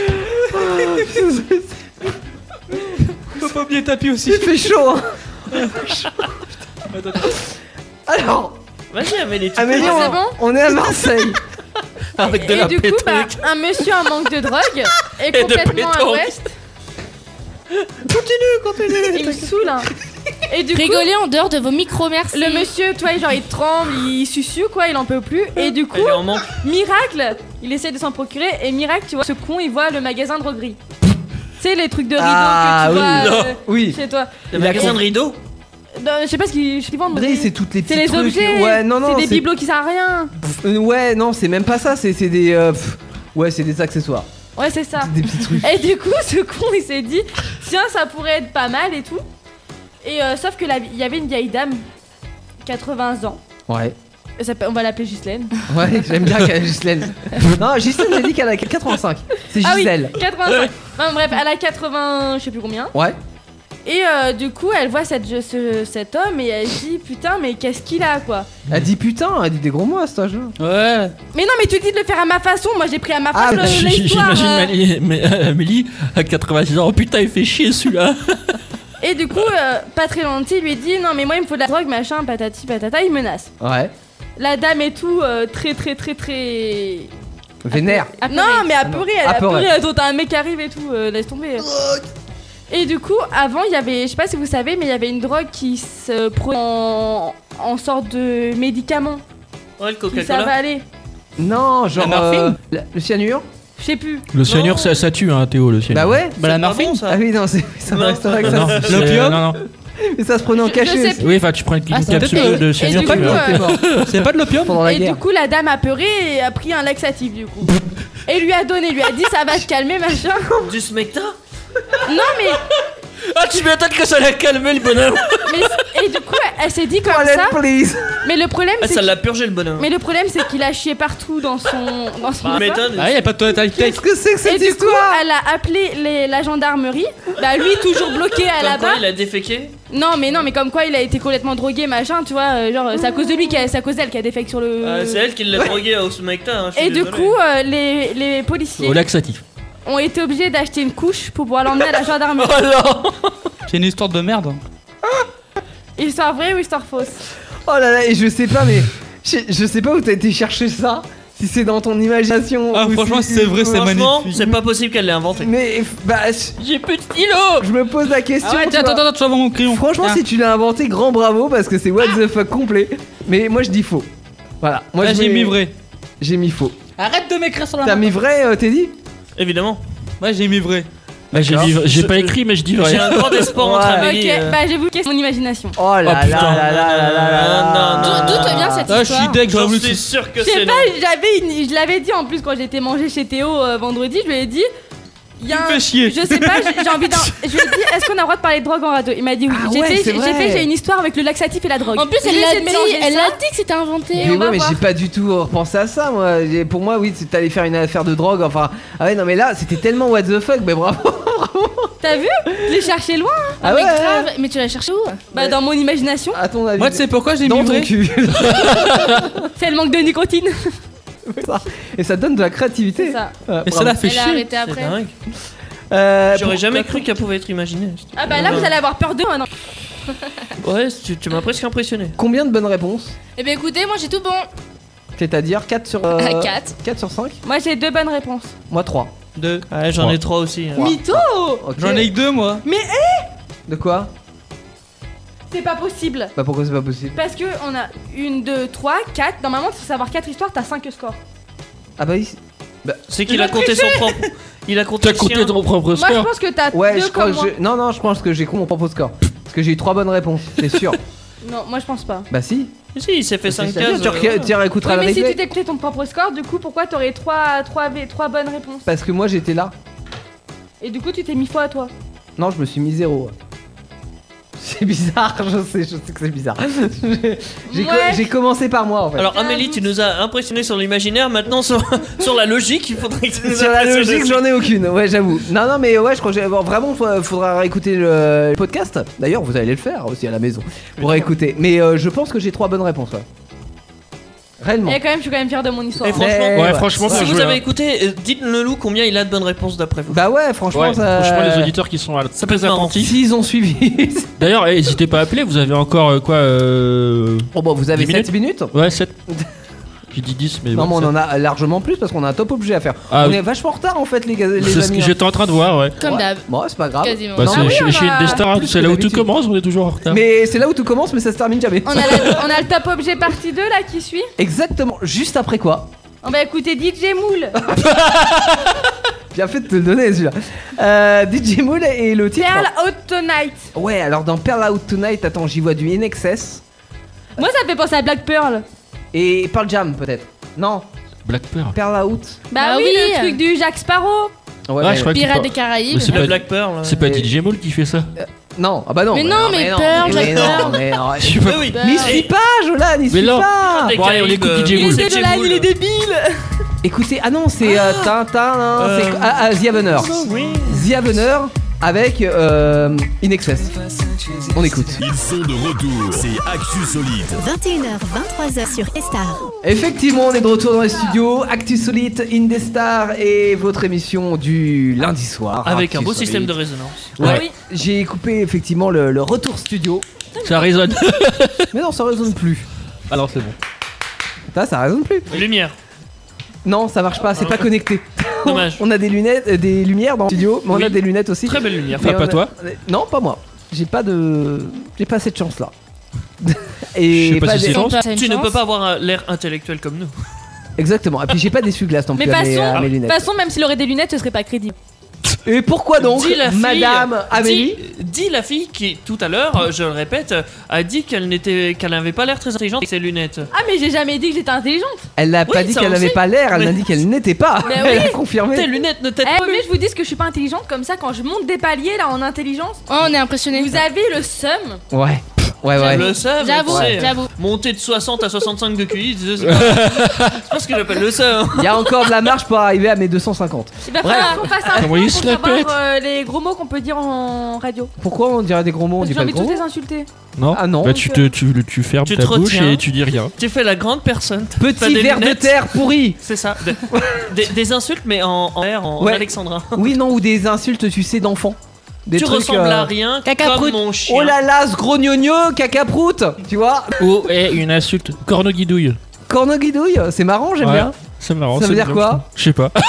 Faut pas oublier tapis aussi. Il fait chaud. Hein. Alors, Vas-y, Amélie. tu Amélie, peux- c'est on, bon on est à Marseille. Avec de Et la du coup, pétanque. bah, un monsieur en manque de drogue est de complètement à pétanque. l'ouest. Continue, continue. Il me saoule. Hein. Et du coup, Rigolez en dehors de vos micros, merci. le monsieur, toi, genre il tremble, il sussue quoi, il en peut plus. Et du coup, Elle est en manque. miracle, il essaie de s'en procurer. Et miracle, tu vois, ce con, il voit le magasin de droguerie. Tu sais, les trucs de rideaux Ah, que tu oui. vois euh, Oui. chez toi. Le Il a magasin de compris. rideaux. Non, je sais pas ce qu'ils ce qu'ils vendent. Brie, mais- c'est toutes les petits C'est les trucs. objets. Ouais, non, non. C'est des bibelots qui servent à rien. Pff, euh, ouais, non, c'est même pas ça. C'est c'est des. euh, pff, ouais, c'est des accessoires. Ouais, c'est ça. Des petits trucs. Et du coup, ce con, il s'est dit, tiens, ça pourrait être pas mal et tout. Et euh, sauf que la- il y avait une vieille dame, quatre-vingts ans. Ouais. Elle s'appelle- On va l'appeler Ghislaine. Ouais, j'aime bien qu'elle a Ghislaine. Non, Ghislaine, j'ai dit qu'elle a quatre-vingt-cinq. C'est Ah oui, Gisèle. quatre-vingt-cinq. Enfin, bref, elle a quatre-vingts, je sais plus combien. Ouais. Et euh, du coup, elle voit cette, ce- cet homme et elle se dit, putain, mais qu'est-ce qu'il a quoi. Elle dit putain, elle dit des gros mots à cet âge-là. Ouais. Mais non, mais tu dis de le faire à ma façon. Moi, j'ai pris à ma Ah, façon bah, le- l'histoire. J'imagine euh. Amélie, mais, euh, Amélie à quatre-vingt-six ans. Oh putain, il fait chier celui-là. Et du coup, euh, pas très longtemps, il lui dit, non, mais moi, il me faut de la drogue, machin, patati patata. Il menace. Ouais. La dame et tout, euh, très très très très. Vénère. Apeurée. Non, mais apeurée, elle est Apeurée. apeurée. Attends, t'as un mec qui arrive et tout, euh, laisse tomber. Et du coup, avant, il y avait, je sais pas si vous savez, mais il y avait une drogue qui se prenait en, en sorte de médicament. Ouais, le Qui ça Coca-Cola. va aller. Non, genre. La morphine euh, la- le cyanure. Je sais plus. Le cyanure, ça, ça tue, hein, Théo, le cyanure. Bah ouais. Bah la C'est pas morphine. bon, ça. Ah oui, non, c'est ça me Non. resterait que Non, ça. c'est- L'opium non, non. Mais ça se prenait en Je- je cachet. sais aussi. Oui, enfin, tu prends une, une Ah, c'est capsule peut-être- de et cyanure, du tu coup, meurs. euh, T'es mort C'est pas de l'opium? pendant la Et guerre. du coup, la dame apeurée a pris un laxatif du coup. Et lui a donné, lui a dit ça va te calmer machin. Du smecta. Non mais, Ah, tu m'étonnes que ça l'a calmé, le bonhomme. mais et du coup, elle, elle s'est dit comme Toilette, ça. please. Mais le problème, Ah, c'est ça que- l'a purgé le bonhomme. mais le problème, c'est qu'il a chié partout dans son dans son. Bah, m'étonne. Ah, y a pas de toilette high-tech. Qu'est-ce que c'est que Et cette du coup, histoire? elle a appelé les- la gendarmerie. Bah lui toujours bloqué à Comme la quoi, barre. il a déféqué. Non mais non mais comme quoi il a été complètement drogué machin, tu vois, euh, genre c'est à cause de lui qu'elle- c'est à cause d'elle qui a défecté sur le. Euh, c'est elle qui l'a drogué au smecta. Hein, je suis Et du désolé. coup, euh, les, les policiers Au laxatif. ont été obligés d'acheter une couche pour pouvoir l'emmener à la gendarmerie. Oh non. C'est une histoire de merde. Histoire vraie ou histoire fausse? Oh là là, et je sais pas, mais je, je sais pas où t'as été chercher ça. si c'est dans ton imagination. Ah, ou franchement, si- c'est vrai, c'est Franchement, magnifique. c'est pas possible qu'elle l'ait inventé. Mais bah, J'ai plus de stylo. je me pose la question. Ah ouais, tu tiens, vois. attends, attends, tu vas voir mon crayon. Franchement, Tiens. si tu l'as inventé, grand bravo parce que c'est what the fuck complet. Mais moi, je dis faux. Voilà. Moi, Là, je j'ai mets- mis vrai. J'ai mis faux. Arrête de m'écrire sur la T'as main. mis vrai, euh, Teddy? Évidemment. Ouais, j'ai mis vrai. Bah, j'ai D'accord. dit- j'ai Je- pas écrit, mais je dis vrai. J'ai un grand espoir entre Ouais. Amélie. Ok, euh, bah j'avoue que c'est mon imagination. Oh là là Oh, putain. là là là là là. Non, non, D'où d'où te vient cette Ah, je suis histoire? deg, j'aurais J'en voulu. suis sûr que Je sais c'est pas, non. j'avais une... je l'avais dit en plus quand j'étais mangé chez Théo euh, vendredi, je lui ai dit. Il y a Tu me un- fais chier. Je sais pas, j'ai j'ai envie d'un. Je lui ai dit, est-ce qu'on a le droit de parler de drogue en radio? Il m'a dit oui. Ah J'ai ouais, fait, c'est j'ai vrai. fait, j'ai une histoire avec le laxatif et la drogue. En plus, Je elle vais l'a essayer de dit, mélanger elle ça. l'a dit que c'était inventé. Mais on ouais, va mais voir. j'ai pas du tout repensé à ça, moi. J'ai- Pour moi, oui, t'allais faire une affaire de drogue. Enfin, ah ouais, non, mais là, c'était tellement what the fuck. Mais bravo. T'as vu? Je l'ai cherché loin. hein. Ah mais ouais. grave, mais tu l'as cherché où? Bah dans mon imagination. À ton avis. Moi, tu sais pourquoi j'ai dans mis ton vrai? cul. C'est le manque de nicotine. Et ça donne de la créativité. C'est ça. Ah, Et ça bravo. l'a fait Elle a chier. arrêté C'est après. dingue. Euh, J'aurais pour- jamais cru qu'elle pouvait être imaginée. Ah bah là vous allez avoir peur de moi. Non. Ouais, tu, tu m'as presque impressionné. Combien de bonnes réponses? Eh ben écoutez, moi j'ai tout bon. C'est-à-dire quatre sur. euh, quatre. quatre sur cinq? Moi j'ai deux bonnes réponses. Moi trois. Deux. Ouais, j'en ai trois aussi. hein. Mytho. Ok. J'en ai que deux, moi. De quoi? C'est pas possible. Bah pourquoi c'est pas possible? Parce que on a une, deux, trois, quatre. Normalement, il faut savoir quatre histoires, t'as cinq scores. Ah bah oui. C'est qu'il a compté son propre. Il a compté T'as le compté sien. ton propre Moi je score. pense que t'as Ouais, deux je crois comme que moi. je... Non, non, je pense que j'ai con mon propre score. Parce que j'ai eu trois bonnes réponses, c'est sûr. Non, moi je pense pas. Bah si. Si, il s'est fait cinq C'est-à-dire, cases. Tu euh, re- tu réécouteras Oui, le mais si replay. tu t'écoutais ton propre score, du coup, pourquoi t'aurais trois, trois, V- trois bonnes réponses? Parce que moi j'étais là. Et du coup, tu t'es mis faux à toi. Non, je me suis mis zéro. C'est bizarre, je sais, je sais que c'est bizarre. J'ai j'ai co- Ouais. j'ai commencé par moi en fait. Alors Amélie, tu nous as impressionné sur l'imaginaire, maintenant sur, sur la logique, il faudrait que tu nous Sur la impressionnes logique, aussi. j'en ai aucune. Ouais, j'avoue. Non, non, mais ouais, je crois que j'ai- bon, vraiment, faut- faudra réécouter le, le podcast. D'ailleurs, vous allez le faire aussi à la maison pour réécouter. Mais euh, je pense que j'ai trois bonnes réponses. Ouais. Réellement. Et quand même, je suis quand même fière de mon histoire. Et franchement, Mais- Ouais, franchement, si bien vous joué, avez hein. écouté, euh, dites-le nous combien il a de bonnes réponses d'après vous. Bah ouais, franchement, Ouais, ça. franchement, les auditeurs qui sont là, Ça peut très être marrant. attentifs. S'ils ont suivi. D'ailleurs, eh, n'hésitez pas à appeler, vous avez encore euh, quoi euh... Bon, bon, vous avez dix sept minutes. Ouais, sept. J'ai dit dix, mais. Non, ouais, mais on sept. en a largement plus parce qu'on a un top objet à faire. Ah, on oui. est vachement en retard en fait, les gars. Les C'est ce amis, que hein. j'étais en train de voir, ouais. Comme Ouais. d'hab. Bon, c'est pas grave. Quasiment. Bah, Non, c'est oui, chez, on chez a Indestar, plus c'est que là où tout d'habitude. commence, on est toujours en retard. Mais c'est là où tout commence, mais ça se termine jamais. On a, la- on a le top objet partie deux là qui suit. Exactement. Juste après quoi? On va écouter D J Moule. Bien fait de te le donner celui-là. Euh, D J Moule et le titre. Pearl Out Tonight. Ouais, alors dans Pearl Out Tonight, attends, j'y vois du In Excess Moi, ça me fait penser à Black Pearl. et Pearl Jam peut-être. Non, Black Pearl. Pearl Out. Bah, Bah oui, oui. le truc du Jack Sparrow. Ouais, Ah, mais- je crois qu'il Pirates par- des Caraïbes. Mais c'est La pas, Black Pearl. c'est pas Et- D J Moule qui fait ça. Non, ah bah non. Mais non, mais Pearl, mais Jack non, Pearl. mais non. Je sais pas. Oui, oui. Pearl. N'y suis pas, Jolan, n'y Mais suis non. pas. Des Bon, allez, on Caraïbes, écoute D J euh, Moule. D J C'est Jolan, Moule. il est débile. Écoutez, ah non, c'est euh, Tintin, non, c'est Euh. ah, ah, The Avener. Oui. The Avener avec euh, In Excess. On écoute. Ils sont de retour. C'est Actu Solide. vingt et une heures vingt-trois heures sur Star. Effectivement, on est de retour dans les studios. Actu Solide, Indestar et votre émission du lundi soir. Avec un Actu beau Solide. système de résonance. Ouais. Ah oui. J'ai coupé effectivement le, le retour studio. Ça résonne. Mais non, ça résonne plus. Alors c'est bon. Ça, ça résonne plus. Lumière. Non, ça marche pas, c'est pas connecté. Dommage. On a des lunettes, euh, des lumières dans le studio, mais on Oui. a des lunettes aussi. Très belle lumière. Mais Enfin, pas on a- toi. Non, pas moi. J'ai pas de, j'ai pas cette chance là. Je sais pas pas si des- c'est Sans pas, ça a une Tu ne chance. peux pas avoir un- l'air intellectuel comme nous. Exactement. Et puis j'ai pas d'essuie-glace non Mais plus à mes, façon, à mes de lunettes. toute façon, même s'il aurait des lunettes, ce serait pas crédible. Et pourquoi donc, Dis la fille, Madame Amélie? Dis, dis la fille qui, tout à l'heure, euh, je le répète, a dit qu'elle n'était, qu'elle n'avait pas l'air très intelligente avec ses lunettes. Ah, mais j'ai jamais dit que j'étais intelligente. Elle n'a pas Oui, dit ça, qu'elle on n'avait sait. pas l'air, elle Mais- a dit qu'elle n'était pas. Mais Elle oui. a confirmé. Tes lunettes ne Eh, t'aident vaut plus. mieux que je vous dise que je suis pas intelligente, comme ça, quand je monte des paliers là en intelligence, Oh, on est impressionné. vous avez le seum. Ouais. Ouais, ouais. Le seum, J'avoue, tu sais, j'avoue. monter de soixante à soixante-cinq de Q I, c'est pas, c'est pas ce que j'appelle le seum. Il y a encore de la marche pour arriver à mes deux cent cinquante. Il va Bref. falloir qu'on fasse un Comment point il pour se la savoir pète. euh, les gros mots qu'on peut dire en radio. Pourquoi on dirait des gros mots, on Parce dit que j'ai pas de envie de gros tous mots? les insulter. Non. Ah non. Bah tu te, tu, tu fermes Tu ta te bouche retiens. et tu dis rien. Tu fais la grande personne. T'as Petit des verre de lunettes. terre pourri. C'est ça. Des, des- des insultes, mais en, en air, en Ouais. alexandrin. Oui, non, ou des insultes, tu sais, d'enfants. Des tu trucs, ressembles euh, à rien caca comme prout. mon chien. Oh là là, ce gros gnogno, caca prout. Tu vois? Oh, et une insulte. Corneguidouille. Corneguidouille, c'est marrant, j'aime Ouais. bien. C'est marrant. Ça veut dire bien, quoi? Je sais pas.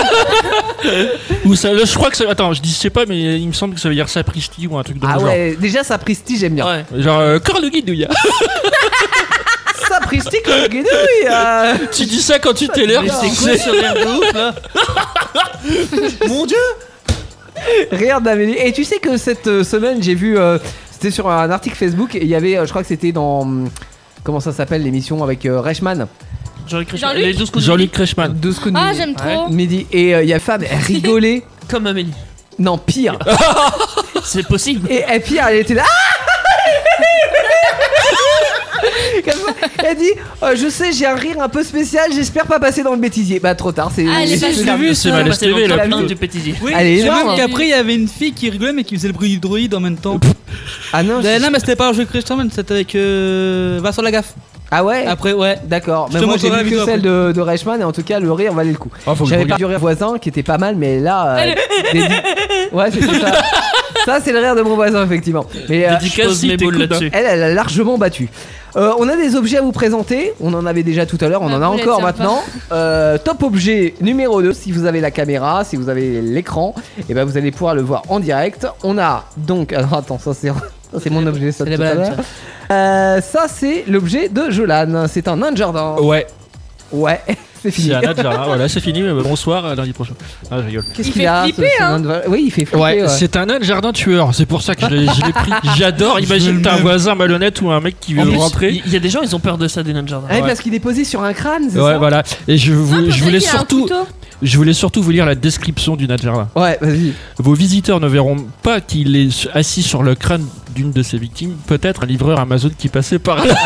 Ou ça, je crois que ça. Attends, je dis je sais pas, mais il me semble que ça veut dire sapristi ou un truc de Ah genre. ouais, déjà sapristi, j'aime bien. Ouais. Genre euh, corps de guidouille. Sapristi comme guidouille. euh. Tu dis ça quand tu t'énerves. Mais c'est quoi ce rire de ouf là? Mon dieu! Rire d'Amélie. Et tu sais que cette euh, semaine, j'ai vu. euh, C'était sur un article Facebook et il y avait, euh, je crois que c'était dans. hum, Comment ça s'appelle l'émission avec euh, Reichmann? Jean-Luc Reichmann. Jean-Luc Les douze coups de Jean-Luc Reichmann. Deux secondes. Ah, j'aime trop. Midi. Et euh, il y a une femme, elle rigolait. Comme Amélie. Non, pire. C'est possible. Et, et pire, elle était là. Comme ça, elle dit euh, je sais, j'ai un rire un peu spécial, j'espère pas passer dans le bêtisier. Bah, trop tard, c'est. Ah, elle est c'est- passée. c'est- J'ai vu C'est ça. mal Passer dans le S T V là. top la un vie. du pétisier. Oui, Elle est j'ai énorme, vu hein. qu'après il y avait une fille qui rigolait mais qui faisait le bruit du droïde en même temps. Ah non, Euh, je- non mais c'était pas un jeu Christian, c'était avec euh, Vincent Lagaffe. Ah ouais. Après ouais. D'accord, Je mais te moi j'ai montrerai la vu que vidéo celle de, de Reichmann et en tout cas le rire valait le coup. Ah, faut que je J'avais regarde. pas du rire voisin qui était pas mal, mais là. euh, dédi- Ouais, c'est ça. Ça, c'est le rire de mon voisin, effectivement. Mais euh, Je Dédicace pose si mes boules t'écoutes, là-dessus. elle, elle a largement battu. Euh, on a des objets à vous présenter. On en avait déjà tout à l'heure, on La en a boulette, encore sympa. maintenant. Euh, top objet numéro deux. Si vous avez la caméra, si vous avez l'écran, et ben vous allez pouvoir le voir en direct. On a donc. Alors attends, ça c'est, ça, c'est mon objet. Ça, C'est les tout à balades, l'heure. Euh, ça c'est l'objet de Jolan. C'est un nain de jardin. Ouais. Ouais, c'est fini. C'est un autre jardin. Voilà, c'est fini. Mais bonsoir, à lundi prochain. Ah, je rigole. Qu'est-ce Il qu'il fait a ce- flipper, ce hein. nain de- Oui, il fait flipper. Ouais, ouais. c'est un nain de jardin tueur. C'est pour ça que je l'ai, je l'ai pris. J'adore. Imagine t'as un voisin malhonnête ou un mec qui En veut plus, rentrer. il y a des gens, ils ont peur de ça, des nains de jardin. Ah oui, Ouais. parce qu'il est posé sur un crâne, c'est Ouais, ça voilà. Et je, vous- Ah, je pour voulais ça qu'il y a un surtout, couteau. je voulais surtout vous lire la description du nain de jardin. Ouais, vas-y. Vos visiteurs ne verront pas qu'il est assis sur le crâne d'une de ses victimes. Peut-être un livreur Amazon qui passait par là.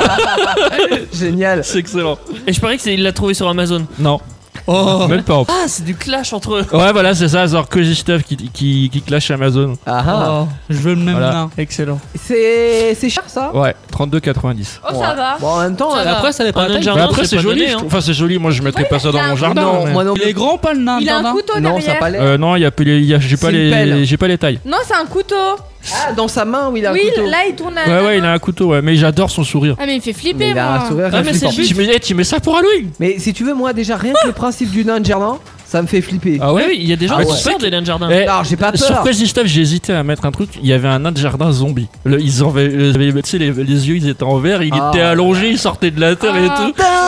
Génial. C'est excellent. Et je parie que c'est- il l'a trouvé sur Amazon. Non. Oh. Même pas. Ah, c'est du clash entre eux. Ouais, voilà, c'est ça. Genre Cozy Stuff qui, qui, qui clash Amazon. Ah ah. Oh, Je veux le même Voilà. nain. excellent. C'est c'est cher ça. Ouais, trente-deux quatre-vingt-dix. Oh, ça Ouais. va. Bon, en même temps, Ça euh, va. Après ça dépend Un de la nain de taille. Mais jardin, après, c'est c'est pas joli. donné, je hein. trouve. Enfin, c'est joli. Moi, je mettrais Ouais, pas ça il dans a mon un jardin. non, mais- moi non. Il est grand pas le nain Il de a un jardin. couteau Non, ça a derrière. pas l'air. Euh, non, il y a, pas les- il y a- j'ai pas C'est une pelle. les, j'ai pas les tailles. Non, c'est un couteau. Ah, dans sa main où il a un Oui, couteau. là il tourne à. Ouais, ouais, il a un couteau. Ouais, mais j'adore son sourire. Ah, mais il fait Mais flipper, il a moi. un sourire Ah, mais c'est flippant. le but. Tu mets, tu mets ça pour Halloween. Mais si tu veux, moi déjà rien que le principe du nain de jardin, ça me fait flipper. Ah Ouais, oui, il y a des gens Ah qui ouais. ont peur des nains de jardin. Eh, Alors j'ai pas Sur peur. Crazy Stuff, j'ai hésité à mettre un truc. Il y avait un nain de jardin zombie. Le- ils avaient, ils avaient- tu sais, les, les yeux, ils étaient en verre. Il Ah. était allongé, il sortait de la terre et Ah. tout.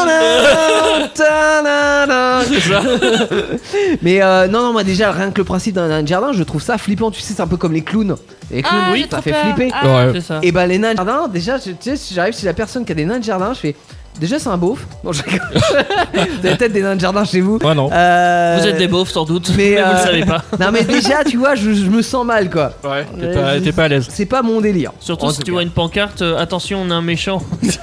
Ta-da, ta-da-da. C'est ça. Mais euh, non, non, moi déjà rien que le principe d'un nain de jardin, je trouve ça flippant. Tu sais, c'est un peu comme les clowns. Les clowns, Ah, oui, j'ai ça trop fait peur. flipper. Ah. Ouais. C'est ça. Et bah les nains de jardin, déjà, je- tu sais, si j'arrive chez la personne qui a des nains de jardin, je fais. Déjà, c'est un beauf. Non, je rigole. Vous avez peut-être des nains de jardin chez vous. Ouais, non. Euh, Vous êtes des beaufs sans doute, mais, mais, vous euh, le savez pas. Non, mais déjà, tu vois, je, je me sens mal quoi. Ouais, t'es Euh, pas, je- t'es pas à l'aise. C'est pas mon délire. Surtout En si tout tu cas. vois une pancarte, euh, attention, on a un méchant.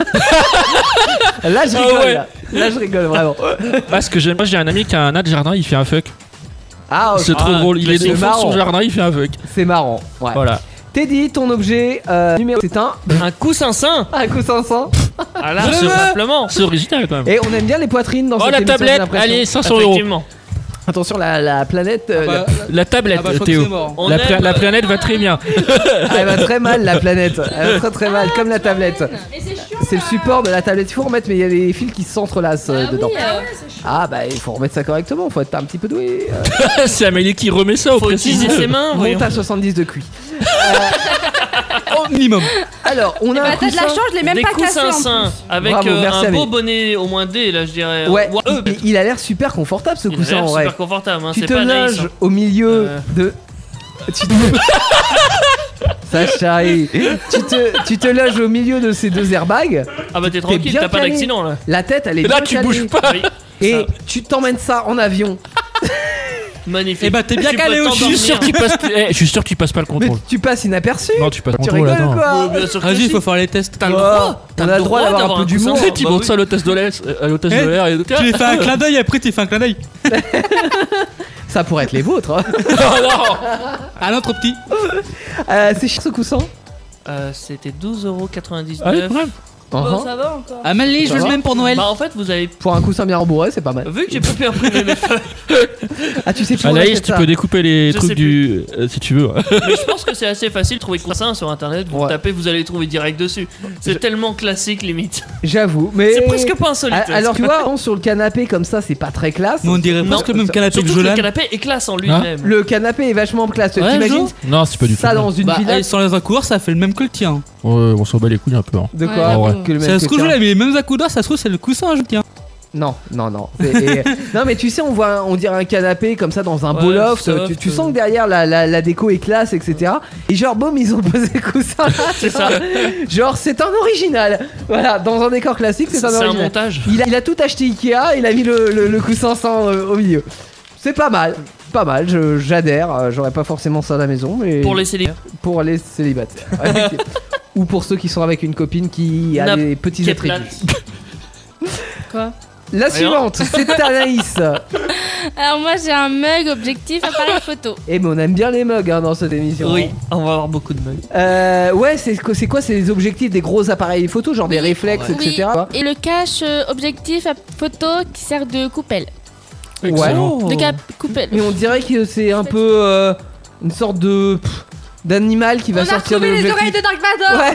Là, je Ah rigole. ouais. là. Là, je rigole vraiment. Ah, ce que j'aime, moi j'ai un ami qui a un nain de jardin, il fait un fuck. Ah, ok. C'est trop Ah, drôle. Il est c'est au fond de marrant. son jardin, il fait un fuck. C'est marrant. Ouais. Voilà. Teddy, ton objet euh, numéro, c'est un Un coussin sain. un coussin sans. Ah là, Je tout veux. simplement. C'est original quand même. Et on aime bien les poitrines dans Oh, cette la émission, j'ai tablette. l'impression. Allez, cinq cents euros. Effectivement. Attention, la, la planète, euh, Ah bah, La tablette, ah bah, je crois que Théo. c'est mort. On La, aime- pla- la planète va très bien. la- elle va très mal la planète. Elle va très très mal, comme la tablette. Mais c'est chiant. C'est le support de la tablette. Il faut remettre, mais il y a des fils qui s'entrelacent euh, Ah dedans. oui, euh, Ah bah il faut remettre ça correctement. Faut être un petit peu doué. Euh, C'est Amélie qui remet ça au Faut utiliser précis. ses mains. voyons. monte à soixante-dix de cuit. Au minimum. Alors, on a Bah, un t'as de la coussin. chance, je l'ai même Des pas cassé coussins en sains plus. avec Bravo, euh, merci, un beau Amélie. bonnet au moins D, là je dirais. Ouais, Ou- euh, il, il a l'air super confortable ce il a coussin l'air en vrai. super confortable, hein, Tu c'est te pas nice. loges au milieu Euh. de. Tu te... Ça charrie. Tu te, tu te loges au milieu de ces deux airbags. Ah bah t'es T'es tranquille, bien t'as pas calé. d'accident là. La tête, elle est Et là, bien tu calée. bouges pas. Oui, Et ça. tu t'emmènes ça en avion. Magnifique. Eh bah, t'es bien Tu calé peux aussi. Je suis sûr t'endormir. qu'il passe. Eh, je suis sûr qu'il passe pas le Mais contrôle. tu passes inaperçu. Non, tu passes le Tu contrôle. rigoles Attends. quoi. Oh, bien sûr que Vas-y, si. il faut faire les tests. T'as le Oh, droit. T'as on le a le droit d'avoir un peu d'humour. coussin. Tu Bah montes oui. ça à l'hôtesse de l'air, à l'hôtesse Eh, de l'air et tout. Tu lui fais un clin d'œil, après tu fais un clin d'œil. Ça pourrait être les vôtres. hein. Oh non. Un autre petit. Euh, c'est cher ce coussin. Euh, C'était douze euros Allez, quatre-vingt-dix-neuf. quand même. Bon, ça va encore. Ah, Amélie, je veux le même pour Noël. Bah en fait vous avez... Pour un coussin bien rembourré, c'est pas mal. Vu que j'ai pas pu imprimer mes feuilles... Ah, tu sais plus. Anaïs, tu peux découper les Je trucs sais du. euh, si tu veux. Mais je pense que c'est assez facile de trouver coussin sur internet. Vous Ouais. tapez, vous allez trouver direct dessus. C'est Je- tellement classique limite. J'avoue, mais. C'est presque pas insolite. Ah, alors tu vois, sur le canapé comme ça, c'est pas très classe. Mais on dirait Non, presque le même ça- canapé que Surtout que le Jolan. canapé est classe en lui-même. Le canapé est vachement classe. Ouais, T'imagines Jo Non, c'est pas du tout. ça dans une Bah, villa euh, sans les accoudoirs, ça fait le même que le tien. Ouais, on s'en bat les couilles un peu. Hein. de quoi Ouais, ouais. que le même Ça que se trouve, tien. Jolan, mais les mêmes accoudoirs, ça se trouve, c'est le coussin, je tiens. Non, non, non. C'est- et- non, mais tu sais, on voit, on dirait un canapé comme ça dans un beau Ouais, loft. soft, Tu, tu euh. sens que derrière la, la, la déco est classe, et cetera. Et genre, boum, ils ont posé le coussin là. C'est ça. Genre, c'est un original. Voilà, dans un décor classique, c'est C'est un c'est un original. montage. Il a, il a tout acheté Ikea, il a mis le, le, le coussin sans euh, au milieu. C'est pas mal, pas mal. je- J'adhère. euh, J'aurais pas forcément ça à la maison, mais Pour les célibataires. pour les célibataires. Effectivement. Ou pour ceux qui sont avec une copine qui a N'a- des petits qui est attributs. plate. Quoi? La Rien. suivante, c'est Anaïs. Alors moi j'ai un mug objectif appareil photo. Eh mais on aime bien les mugs hein, dans cette émission. Oui, on va avoir beaucoup de mugs. Euh, ouais, c'est quoi, c'est quoi, c'est les objectifs des gros appareils photo, genre des réflexes, Oui. et cetera. Et le cache euh, objectif à photo qui sert de coupelle. Ouais. De cap coupelle. Mais on dirait que c'est un peu euh, une sorte de pff, d'animal qui va On a sortir de retrouvé les l'objectif. oreilles de Dark Vador. Ouais,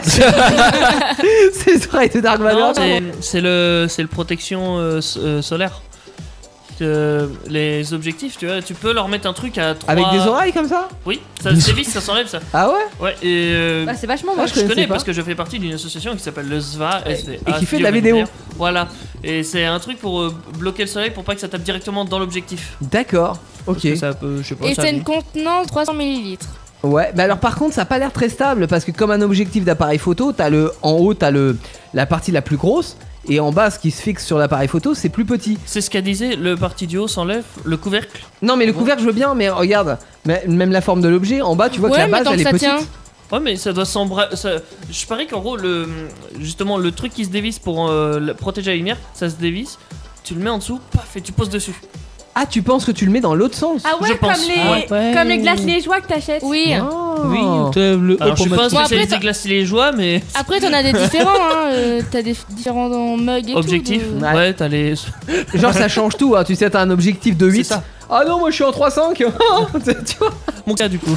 c'est c'est les oreilles de Dark Vador. Non, c'est- c'est le, c'est le protection euh, s- euh, solaire. Euh, les objectifs, tu vois, tu peux leur mettre un truc à trois... Avec des oreilles comme ça. Oui, ça se dévisse, ça s'enlève ça. Ah ouais. Ouais, et euh, Bah, c'est vachement Ah, moche. je je connaissais connais pas. parce que je fais partie d'une association qui s'appelle le S V A, S V A, Et qui fait de la Studio vidéo. Lumière. Voilà, et c'est un truc pour euh, bloquer le soleil pour pas que ça tape directement dans l'objectif. D'accord. Ok. Parce que ça peut, je sais pas, Et ça c'est abîme. une contenance trois cents millilitres. Ouais, mais alors par contre, ça a pas l'air très stable parce que comme un objectif d'appareil photo, t'as le en haut, t'as le la partie la plus grosse et en bas, ce qui se fixe sur l'appareil photo, c'est plus petit. C'est ce qu'a disait, le parti du haut s'enlève, le couvercle. Non, mais le Bon. couvercle, je veux bien, mais regarde, mais- même la forme de l'objet, en bas, tu vois que Ouais, la mais base, tant elle que est ça petite. tient. Ouais, mais ça doit s'embrasser. Je parie qu'en gros, le, justement, le truc qui se dévisse pour euh, le- protéger la lumière, ça se dévisse. Tu le mets en dessous, paf, et tu poses dessus. Ah, tu penses que tu le mets dans l'autre sens? Ah ouais, Je pense. comme les, Ah ouais. comme les glaces liégeois que t'achètes. Oui. Oh. Oui, on te lève le haut Alors, je pour suis pas un mettre. Bon, après, spécialiste t'as- des glaces liégeois, mais. Après t'en as des différents hein. euh, T'as des f- différents mugs et Objectif. tout. de- Ouais. Ouais, t'as les. Genre, ça change tout, hein. Tu sais, t'as un objectif de huit. C'est ça. Ah non, moi je suis en trois virgule cinq. Tu vois, Mon cas, du coup.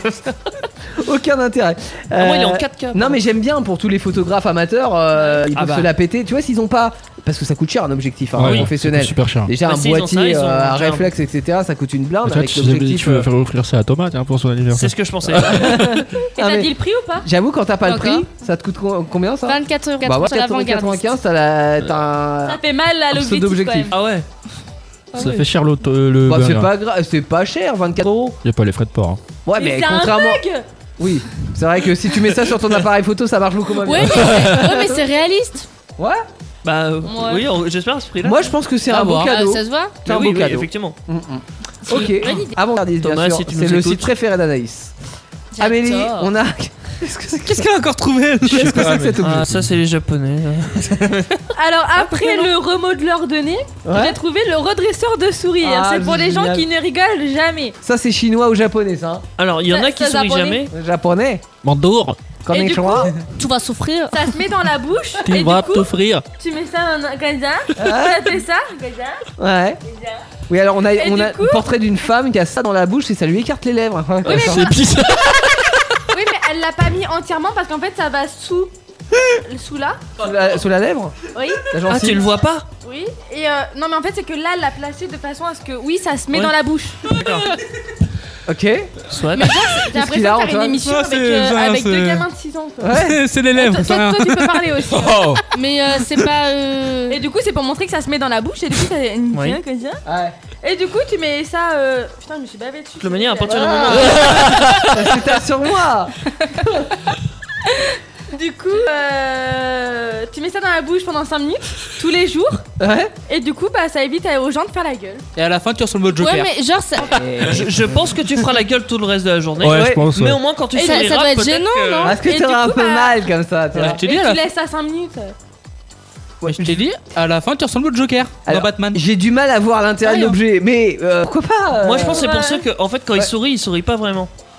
aucun intérêt. Ah, moi, il est en Euh, quatre K. Non, mais j'aime bien pour tous les photographes amateurs, euh, ils Ah peuvent bah. se la péter. Tu vois, s'ils ont pas. Parce que ça coûte cher un objectif hein, Ouais, professionnel. c'est super cher. Déjà, Bah, un s'ils ont boîtier, ça, ils ont euh, un déjà un- réflexe, et cetera, ça coûte une blinde Toi, avec tu, tu l'objectif. vas euh, faire offrir ça à Thomas tiens, pour son C'est anniversaire. ce que je pensais. Et Ah, t'as mais- dit le prix ou pas? J'avoue, quand t'as pas le Encore. prix, ça te coûte co- combien ça? vingt-quatre euros Bah ouais, sur l'avant-garde. quatre-vingt-quinze, t'as la- t'as un. Ça fait mal à un l'objectif pseudo-objectif. quand même. Ah ouais. Ça fait cher l'auto- euh, le. Bah, c'est burger. pas grave, c'est pas cher, vingt-quatre euros. Y a pas les frais de port. hein. Ouais, Mais mais, c'est un contrairement. bug. Oui, c'est vrai que si tu mets ça sur ton appareil photo, ça marche beaucoup moins bien. Ouais, mais c'est ouais, mais c'est réaliste. Ouais. Bah, euh, Ouais. oui, on- j'espère à ce prix-là. Moi, je pense que c'est À un beau voir. Ah, cadeau. ça se voit. C'est un oui, beau oui, cadeau. effectivement. Mm, mm. Ok. Bonne idée. Avant-gardiste, bien Thomas, sûr. si tu C'est nous le écoutes. site préféré d'Anaïs. J'adore. Amélie, on a. Qu'est-ce que c'est que Qu'est-ce qu'elle a encore trouvé elle qu'est-ce que c'est que cet objet? Ah, ça, c'est les japonais. Alors après le remodeleur de nez, Ouais. j'ai trouvé le redresseur de sourire. Ah, c'est pour les gens génial. qui ne rigolent jamais. Ça, c'est chinois ou japonais, ça hein? Alors, il y en Ça- a qui ça, sourient japonais. jamais. Japonais. Mandour, Comme Et les du chinois. Tu vas souffrir. Ça se met dans la bouche et tu du vas coup t'offrir. tu mets ça dans un gaza, ça fait ça, gaza, Ouais. gaza. Oui, alors on a, Et on du a coup- le portrait d'une femme qui a ça dans la bouche et ça lui écarte les lèvres. Ouais, comme ça. C'est bizarre. Oui mais elle l'a pas mis entièrement parce qu'en fait ça va sous, sous là. Sous la, sous la lèvre. Oui, La Ah, gencive. tu le vois pas? oui. Et euh, non mais en fait c'est que là elle l'a placé de façon à ce que oui ça se met Ouais. dans la bouche. D'accord. Ok. Soit. J'ai l'impression qu'il de a, faire une Antoine émission Ah, avec, c'est- euh, ça, avec deux c'est- gamins de six ans. Quoi. Ouais. C'est les lèvres, Toi, c'est toi, rien. toi, tu peux parler aussi. Oh. Mais euh, c'est pas. euh, Et du coup c'est pour montrer que ça se met dans la bouche et du coup ça une Oui. comme ça. Ouais. Et du coup tu mets ça euh... putain je me suis bavé dessus. De toute manière, à partir du Ah. moment. C'était sur moi. Du coup euh... tu mets ça dans la bouche pendant cinq minutes tous les jours Ouais. et du coup bah ça évite aux gens de faire la gueule. Et à la fin, tu ressens le mode Joker. Ouais, mais genre, ça, Je, je pense que tu feras la gueule tout le reste de la journée. Ouais, je pense. Mais ouais. au moins, quand tu Et ça- souriras, ça doit être peut-être gênant, que- non Est-ce que Et tu du un coup, peu bah- mal comme ça tu vois Je t'ai Et dit, à tu la... laisses ça cinq minutes. ouais, je t'ai dit, à la fin, tu ressens le mode Joker Alors, dans Batman. J'ai du mal à voir l'intérêt de Ouais, l'objet, mais euh, pourquoi pas euh, Moi, je pense que c'est pour Ouais. ça que, en fait, quand il Ouais. sourit, il sourit pas vraiment.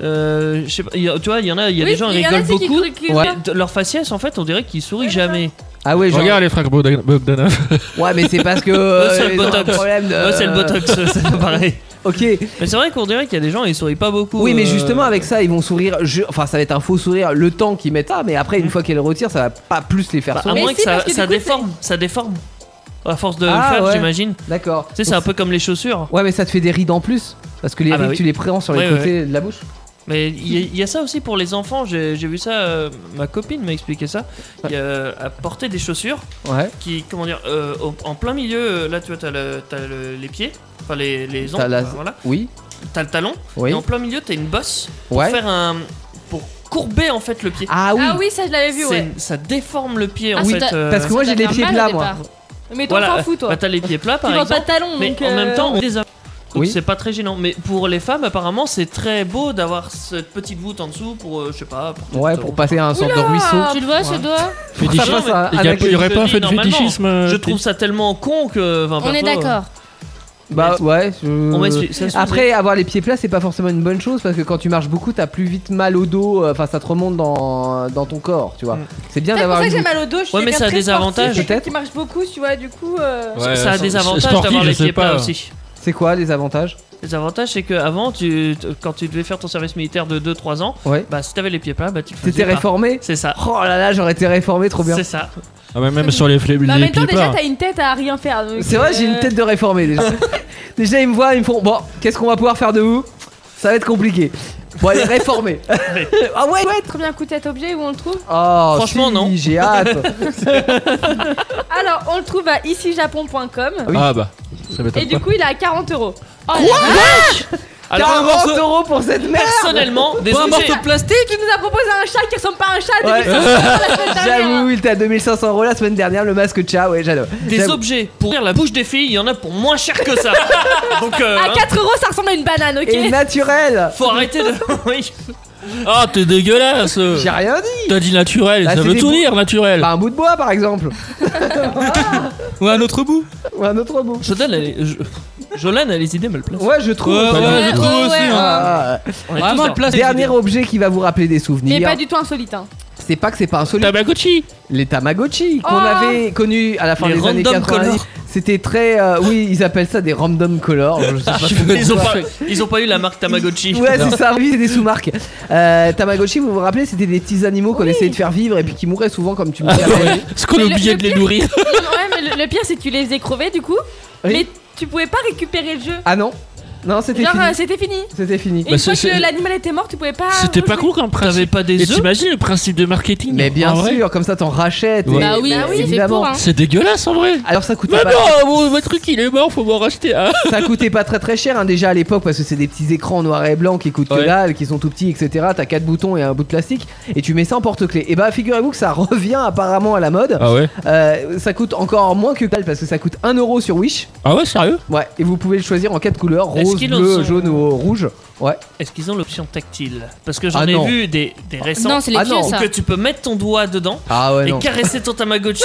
Euh, je sais pas, y a- tu vois, il y en a, il y a Oui, des gens qui il y en a, rigolent c'est qui beaucoup. cru- qui- mais Ouais. de- Leur faciès, en fait, on dirait qu'ils sourient jamais. Ah ouais, genre... Regarde les frères Bogdan- Bogdanov. Ouais, mais c'est parce que. Eux, c'est euh, le ils ont un botox. problème de- Eux, c'est le botox, c'est pas pareil. Ok. Mais c'est vrai qu'on dirait qu'il y a des gens, ils sourient pas beaucoup. Oui, mais euh, justement, avec ça, ils vont sourire. je- Enfin, ça va être un faux sourire le temps qu'ils mettent ça, mais après, une fois qu'ils le retirent, ça va pas plus les faire bah, à sourire. moins que ça, ça déforme, ça déforme. À force de Ah, le faire, ouais. j'imagine. D'accord. Tu sais, c'est un peu comme les chaussures. Ouais, mais ça te fait des rides en plus. Parce que les Ah bah rides, oui. tu les prends sur les Ouais, côtés ouais. de la bouche. Mais il y, a- il y a ça aussi pour les enfants, j'ai j'ai vu ça, euh, ma copine m'a expliqué ça. Il y a à porter des chaussures Ouais. qui, comment dire, euh, au- en plein milieu, euh, là tu vois, t'as le, t'as le- les pieds, enfin les, les T'as ongles, la- voilà. Oui. T'as le talon, Oui. et en plein milieu t'as une bosse pour Ouais. faire un. Pour courber en fait le pied. Ah oui. Ah oui, ça je l'avais vu, C'est- ouais. Ça déforme le pied Ah, en ça fait. t'a- euh, Parce que moi, Ça j'ai doit les faire pieds mal au plats, moi. départ. Mais toi, voilà, t'en fous, toi. Bah, t'as les pieds plats par Tu vends exemple. pas de talons, mais donc, en euh, même temps, on les a. Donc Oui. c'est pas très gênant. Mais pour les femmes, apparemment, c'est très beau d'avoir cette petite voûte en dessous pour, euh, je sais pas. Pour Ouais, pour passer à un sorte de Oula. ruisseau. Tu le vois, ce doigt Fétiche- Ça passe à- Il y a- avec il y aurait je pas un dis, peu de normalement, fétichisme euh, Je t'es- trouve ça tellement con que. enfin, On est perso, d'accord. Bah ouais. je- On m'explique, ça se Après, avoir les pieds plats, c'est pas forcément une bonne chose parce que quand tu marches beaucoup, t'as plus vite mal au dos. Enfin, ça te remonte dans, dans ton corps, tu vois. Mm. C'est bien C'est pour d'avoir ça une que j'ai voûte. mal au dos, je suis Ouais, mais quelqu'un ça a de des très sportif, avantages. quelqu'un Peut-être. qui marche beaucoup, tu vois, du coup. euh, Ouais, ça a ça- des avantages sportif, d'avoir je les sais pieds plats pas. aussi. C'est quoi les avantages? Les avantages, c'est qu'avant, tu, t- quand tu devais faire ton service militaire de deux trois ans, Ouais. bah si t'avais les pieds plats, bah tu le faisais T'étais pas. réformé? C'est ça. Oh là là, j'aurais été réformé, trop bien. C'est ça. Ah, mais même sur les, flé- Bah, en les même temps, pieds déjà, plats. t'as une tête à rien faire. donc, C'est vrai, j'ai une euh, tête de réformé déjà. Déjà, ils me voient, ils me font bon, qu'est-ce qu'on va pouvoir faire de vous? Ça va être compliqué. Bon, allez, réformé. Ah ouais, ouais. Combien coûte cet objet, où on le trouve? Oh, Franchement, si, non. J'ai hâte. Alors, on le trouve à ici japon point com. oui. Ah bah, ça Et m'étonne du pas. coup, il est à quarante euros. Oh, Alors, quarante euros pour cette merde. personnellement, des Pour un objets, morceau de plastique. Tu nous as proposé un chat qui ressemble pas à un chat Ouais. depuis la semaine dernière. J'avoue, il était à deux mille cinq cents euros la semaine dernière, le masque chat, ouais, j'adore. des J'avoue. objets pour ouvrir la bouche des filles, il y en a pour moins cher que ça. Donc, euh, À hein, quatre euros, ça ressemble à une banane, ok? Et naturel. faut arrêter de. Oui. Ah, t'es dégueulasse. J'ai rien dit. T'as dit naturel, Bah, ça c'est veut des tout bouts- dire, naturel. Bah, un bout de bois par exemple. Ou un autre bout. Ou un autre bout. Jolane, elle, est- Jo- Jolane a les idées mal placées. Ouais, je trouve. Ouais, Pas ouais, du je tout. trouve Ouais, aussi. ouais, hein. Ah, On est tous Vraiment, d'accord. le place. dernier objet qui va vous rappeler des Mais souvenirs. pas du tout insolite, hein. C'est pas que c'est pas insolite. Tamagotchi. Les Tamagotchi qu'on Oh. avait connus à la fin Les des années random quatre-vingt-dix. color. C'était très. euh, oui, ils appellent ça des random colors. Je sais pas comment Ils ont, ça pas, fait. ils ont pas eu la marque Tamagotchi. Ouais, c'est ça, oui, c'est des sous-marques. Euh, Tamagotchi, vous vous rappelez, c'était des petits animaux qu'on essayait de faire vivre et puis qui mouraient souvent, comme tu me disais. après. Est-ce qu'on Mais a le- oublié le de les pire- nourrir? Non, ouais, mais le, le pire, c'est que tu les faisais crever, du coup. Oui. Mais tu pouvais pas récupérer le jeu. Ah non, non, c'était Genre, fini. euh, c'était fini. C'était fini. Et Bah, une c'est- fois que c'est- l'animal était mort, tu pouvais pas. C'était pas rejouer. con comme T'avais principe. pas Et des œufs t'imagines le principe de marketing? Mais bien En vrai sûr, comme ça t'en rachètes. Ouais. et- Bah oui, Bah oui, c'est fait évidemment. pour, hein. C'est dégueulasse en vrai. Alors ça coûtait Mais pas, non, mon, mon truc il est mort, faut m'en racheter un. ça coûtait pas très très cher hein, déjà à l'époque parce que c'est des petits écrans noir et blanc qui coûtent que Ouais. dalle, qui sont tout petits, et cetera. T'as quatre boutons et un bout de plastique et tu mets ça en porte-clés. Et bah figurez-vous que ça revient apparemment à la mode. Ah ouais? Euh, ça coûte encore moins que dalle parce que ça coûte un euro sur Wish. Ah ouais, sérieux? Ouais, et vous pouvez le choisir en quatre couleurs, Est-ce rose, qu'ils en bleu, sont- jaune ou rouge. Ouais. Est-ce qu'ils ont l'option tactile? Parce que j'en Ah ai non. vu des, des récents Non, c'est les Ah vieux, non. ça. que tu peux mettre ton doigt dedans Ah ouais et non. caresser ton Tamagotchi.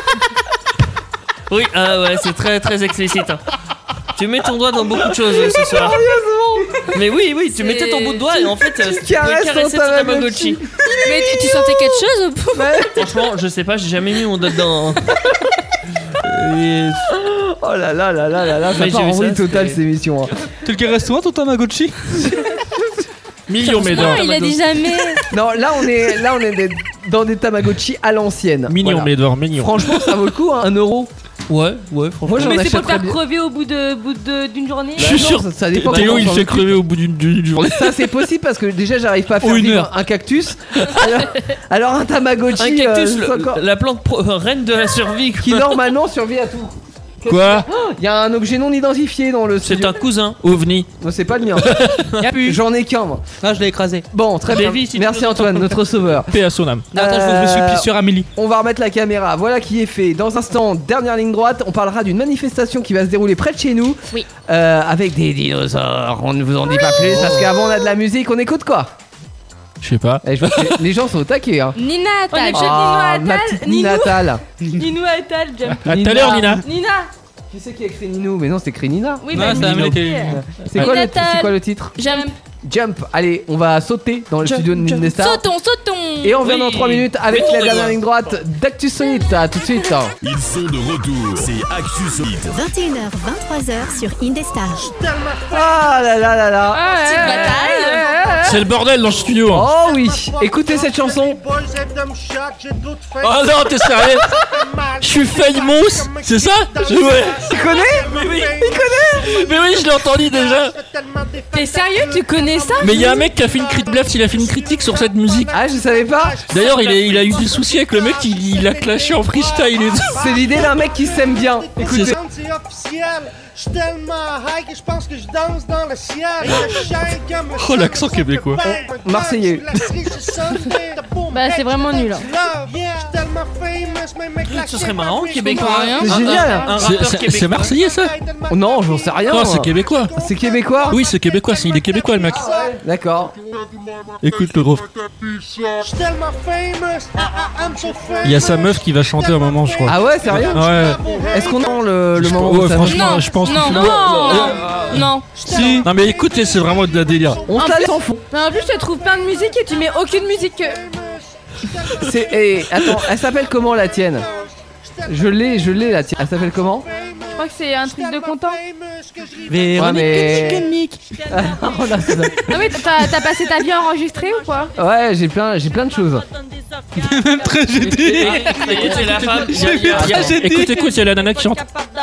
Oui, ah ouais, c'est très très explicite. hein. Tu mets ton doigt dans beaucoup de choses euh, ce soir. Mais oui, oui, tu mettais ton bout de doigt et en fait, euh, tu caresses peux ton caresser ton Tamagotchi. Tamagotchi. Mais tu, tu sentais quelque chose ou pas? Franchement, je sais pas, j'ai jamais mis mon doigt dedans. hein. Et- Oh là là là là là là, ça Mais part j'ai en vu vrille ça, totale c'était- ces émissions. hein. Tu le caresses souvent ton Tamagotchi? Million Non, Médor. il a dit jamais. Non, là on est là on est des- dans des Tamagotchi à l'ancienne. Mignon Voilà. Médor, mignon. Franchement, ça vaut le coup, hein, un euro. Ouais, ouais, franchement. Moi j'en Mais c'est pour achèterais te faire bien. crever au bout de bout de- d'une journée. Je suis Bah non, sûr. ça- ça dépend Théo comment il on s'en s'est occupe. crevé au bout d'une d'une journée. Ça c'est possible parce que déjà j'arrive pas à faire Ou une vivre heure. un cactus. Alors, alors un Tamagotchi, Un cactus, euh, le- c'est encore- la plante pro- euh, reine de la survie. quoi. qui normalement survit à tout. Quoi? Il y a un objet non identifié dans le C'est studio. un cousin. OVNI. Non, c'est pas le mien. Y'a plus. J'en ai qu'un moi. Non, je l'ai écrasé. Bon, très bien. Davy, si tu Merci nous Antoine, notre sauveur. Paix à son âme. Non, attends, je me suis Euh, plié sur Amélie. On va remettre la caméra, voilà qui est fait. Dans un instant, dernière ligne droite, on parlera d'une manifestation qui va se dérouler près de chez nous. Oui. Euh, avec des dinosaures, on ne vous en dit pas plus parce qu'avant on a de la musique, on écoute quoi? Je sais pas. Eh, je vois que les gens sont au taquet hein. Nina, On est t'as chez Ah, Nino ma Attal. petite Nina Ninou. Attal. Ninou Attal, j'aime. À tout à l'heure, Nina. Nina. Qui c'est qui a écrit Ninou? Mais non, c'est écrit Nina. Oui, Non, bah, c'est Ninou. Amélie. C'est quoi, le- Natal. c'est quoi le titre? J'aime. Jump. Allez, on va sauter dans le Jump, studio de jump. Indestar. Sautons, sautons. Et on revient Oui. dans trois minutes avec Oui, la on dernière est ligne droite d'Actu Solide. À tout de suite. Ils sont de retour. C'est Actu Solide. vingt et une heures, vingt-trois heures sur Indestar. Ah là là là là. Petite bataille. C'est le bordel dans le studio. hein. Oh oui. Écoutez cette chanson. Oh non, t'es sérieux? Je suis famous, c'est ça? Ouais. Tu connais? Mais oui, mais oui, je l'ai entendu déjà. T'es sérieux, tu connais ça? Mais il y a un mec qui a fait une critique, bref, il a fait une critique sur cette musique. Ah, je savais pas. D'ailleurs, il, est- il a eu des soucis avec le mec, il, il a clashé en freestyle et tout. C'est l'idée d'un mec qui s'aime bien. Écoutez. C'est ça. C'est officiel. Je suis tellement high que je pense que je danse dans le ciel. Je shine comme le Oh, l'accent québécois. Marseillais. Bah, c'est vraiment nul. hein. Ce serait marrant, québécois. rien. C'est Un- génial. un- un C'est- rappeur c'est- québécois. C'est marseillais ça? Oh non, j'en sais rien. Non, c'est québécois. C'est québécois? Oui, c'est québécois, c'est- il est québécois le mec. D'accord. Écoute le refrain. Il y a sa meuf qui va chanter un moment, je crois. Ah ouais, sérieux? Ouais. Est-ce qu'on entend le, le Je- moment ouais, où ça franchement, Non, je pense que non, tu non, dois- non, non. Si. Non mais écoutez, c'est vraiment de la délire. On te la laisse en fond. Mais en plus, je te trouve plein de musique et tu mets aucune musique que. C'est. Eh, attends, elle s'appelle comment la tienne? Je l'ai, je l'ai la tienne. Elle s'appelle comment? Je crois que c'est un truc de content. Ouais, mais. Oh, là, c'est ça. Non, mais t'as t'as passé ta vie à enregistrer ou quoi? Ouais, j'ai plein, j'ai plein de choses. Tragédie. Écoute, c'est la femme. il y a- il y a- il y a- Écoute, écoute, il y a la nana qui chante.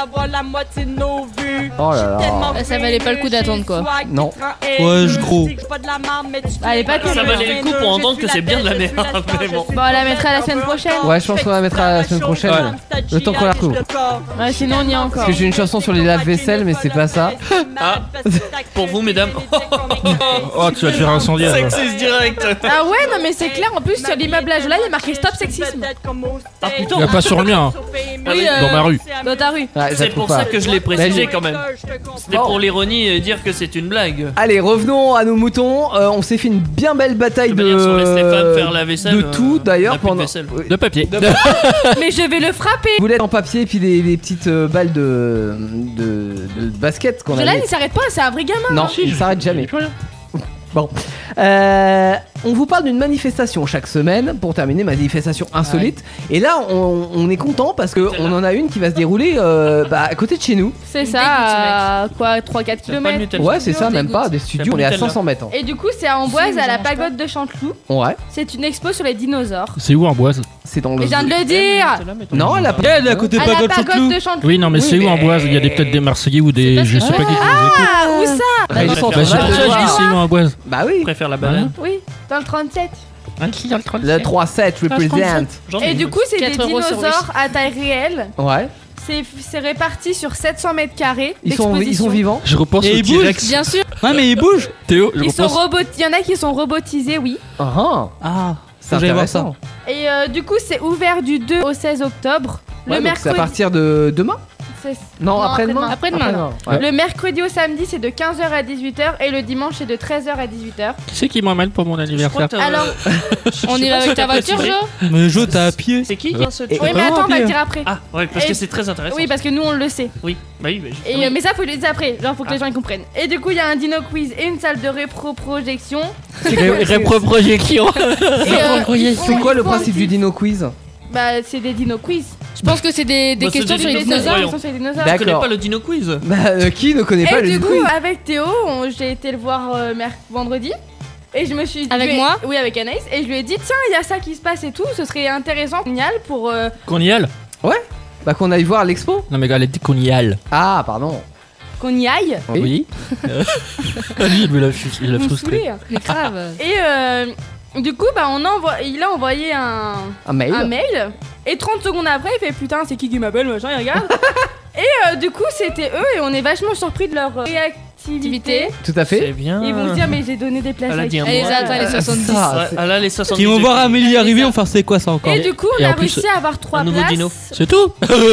Oh là là. Bah, ça valait pas le coup d'attendre quoi. Non. Ouais, je gros. Allez, pas que Ça valait le coup pour entendre que c'est bien de la merde. Mais bon. Bon, on la mettra la semaine prochaine. Ouais, je pense qu'on la mettra la semaine prochaine. Le temps qu'on la retrouve. Ouais, sinon, on y est encore. Parce que j'ai une chanson sur les lave-vaisselle, mais c'est pas ça. Ah, pour vous, mesdames. Oh, tu vas te faire incendier. alors. Sexiste direct. Ah ouais, non, mais c'est clair. En plus, sur l'immeublage là, il y a marqué stop sexisme. Ah Il y putain. a pas sur le mien, hein. Oui, Dans ma rue. Dans ta rue. Ouais, je la C'est trouve pour ça pas. que je l'ai précisé Mais- quand même. C'était Bon. pour l'ironie et dire que c'est une blague. Allez, revenons à nos moutons. Euh, on s'est fait une bien belle bataille De de. toute manière, si on laisse les femmes faire la vaisselle, de euh, tout on d'ailleurs a plus de pendant. vaisselle. Oui. De papier. Mais je vais le frapper. Boulettes en papier et puis des, des petites euh, balles de, de, de basket qu'on a. Jolan, mis. il s'arrête pas, c'est un vrai gamin. Non, il s'arrête jamais. Bon. Euh, on vous parle d'une manifestation chaque semaine pour terminer, manifestation insolite. Et là, on, on est content parce qu'on en a une qui va se dérouler euh, bah, à côté de chez nous. C'est Il ça, à quoi, trois quatre C'est pas le kilomètres. Nutella. Ouais, c'est ça, même dégoûte. pas. Des studios, pas on est à Nutella. cinq cents mètres. hein. Et du coup, c'est à Amboise, Si, à la mais j'arrange pas. pagode de Chanteloup. Ouais, C'est une expo sur les dinosaures. C'est où Amboise? c'est dans le. Mais je viens de le dire. Non, elle a pas. Elle est à côté À pas la Pagode pagode Chanteloup. de Chanteloup. Oui, non, mais Oui, c'est où mais- Amboise? Il y a des- peut-être des Marseillais ou des. Je sais pas qui nous écoute. Ah, où ça Bah, ils sont en Bah, c'est train pour de ça que je dis voir. c'est où Amboise. Bah oui. Je préfère la banane. Oui, dans le trente-sept. Le trois sept represent. J'en ai Et une. du coup, c'est des quatre euros sur dinosaures à taille réelle. Ouais. C'est c'est réparti sur sept cents mètres carrés. Ils sont, ils sont d'exposition. vivants. Je repense Et au il bouge. T-Rex. Bien sûr. Ouais, mais il bouge. Théo, je Ils sont repense. robot... Il y en a qui sont robotisés, oui. Ah ah. Ah, C'est faut que j'aille voir ça. intéressant. Et euh, du coup, c'est ouvert du deux au seize octobre. Ouais, le donc c'est à mercredi. partir de demain. c'est- Non, Non, après-demain. après-demain. Ouais. Le mercredi au samedi, c'est de quinze heures à dix-huit heures et le dimanche, c'est de treize heures à dix-huit heures. Qui c'est qui m'emmène pour mon Je crois anniversaire? que t'as- Alors, On y va avec ta voiture, Jo? Mais Jo, t'as à pied. C'est qui Et- dans ce et- oui, mais vraiment attends, on va bien. le dire après. Ah, ouais, parce Et- que c'est très intéressant. Oui, parce que nous, on le sait. Oui, bah oui, bah, Et, justement. euh, mais ça, faut le dire après. Genre, faut que les Ah. gens y comprennent. Et du coup, il y a un dino quiz et une salle de rétro-projection. Ré- Réproprojection. Et, euh, C'est quoi le ils font principe un du petit- dino quiz? Bah, c'est des dino quiz. Je pense que c'est des, des Bah, c'est questions des sur les dinosaures. dinosaures. Voyons. Questions sur les dinosaures. D'accord. Tu connais pas le dino quiz? Bah, euh, qui ne connaît pas Et le du dino coup, quiz? avec Théo, on- j'ai été le voir euh, merc- vendredi. Et je me suis dit. Avec je lui ai- moi Oui, avec Anaïs. Et je lui ai dit, tiens, il y a ça qui se passe et tout. Ce serait intéressant, génial pour. euh, Qu'on y aille? Bah, qu'on aille voir l'expo. Non, mais elle a dit qu'on y aille. Ah, pardon. qu'on y aille. Oui. Lui, il me l'a frus- il l'a Vous me frustré. saoulez, hein. Mais grave. Et euh, du coup, bah, on envoie, il a envoyé un, Un mail. un mail. Et trente secondes après, il fait putain, c'est qui qui m'appelle, machin, il regarde. Et euh, du coup, c'était eux, et on est vachement surpris de leur euh, réactivité. Tout à fait. C'est bien. Ils vont se dire, mais j'ai donné des places Elle a à dit qui un Elle les mot. a atteints, les Ah, soixante-dix. ça, Ouais, c'est- elle a les soixante-dix. Qui vont voir Amélie Ouais, arriver, ça. on faire c'est quoi ça encore? Et du coup, on Et a en plus, réussi à avoir trois un nouveau places. dino. C'est tout.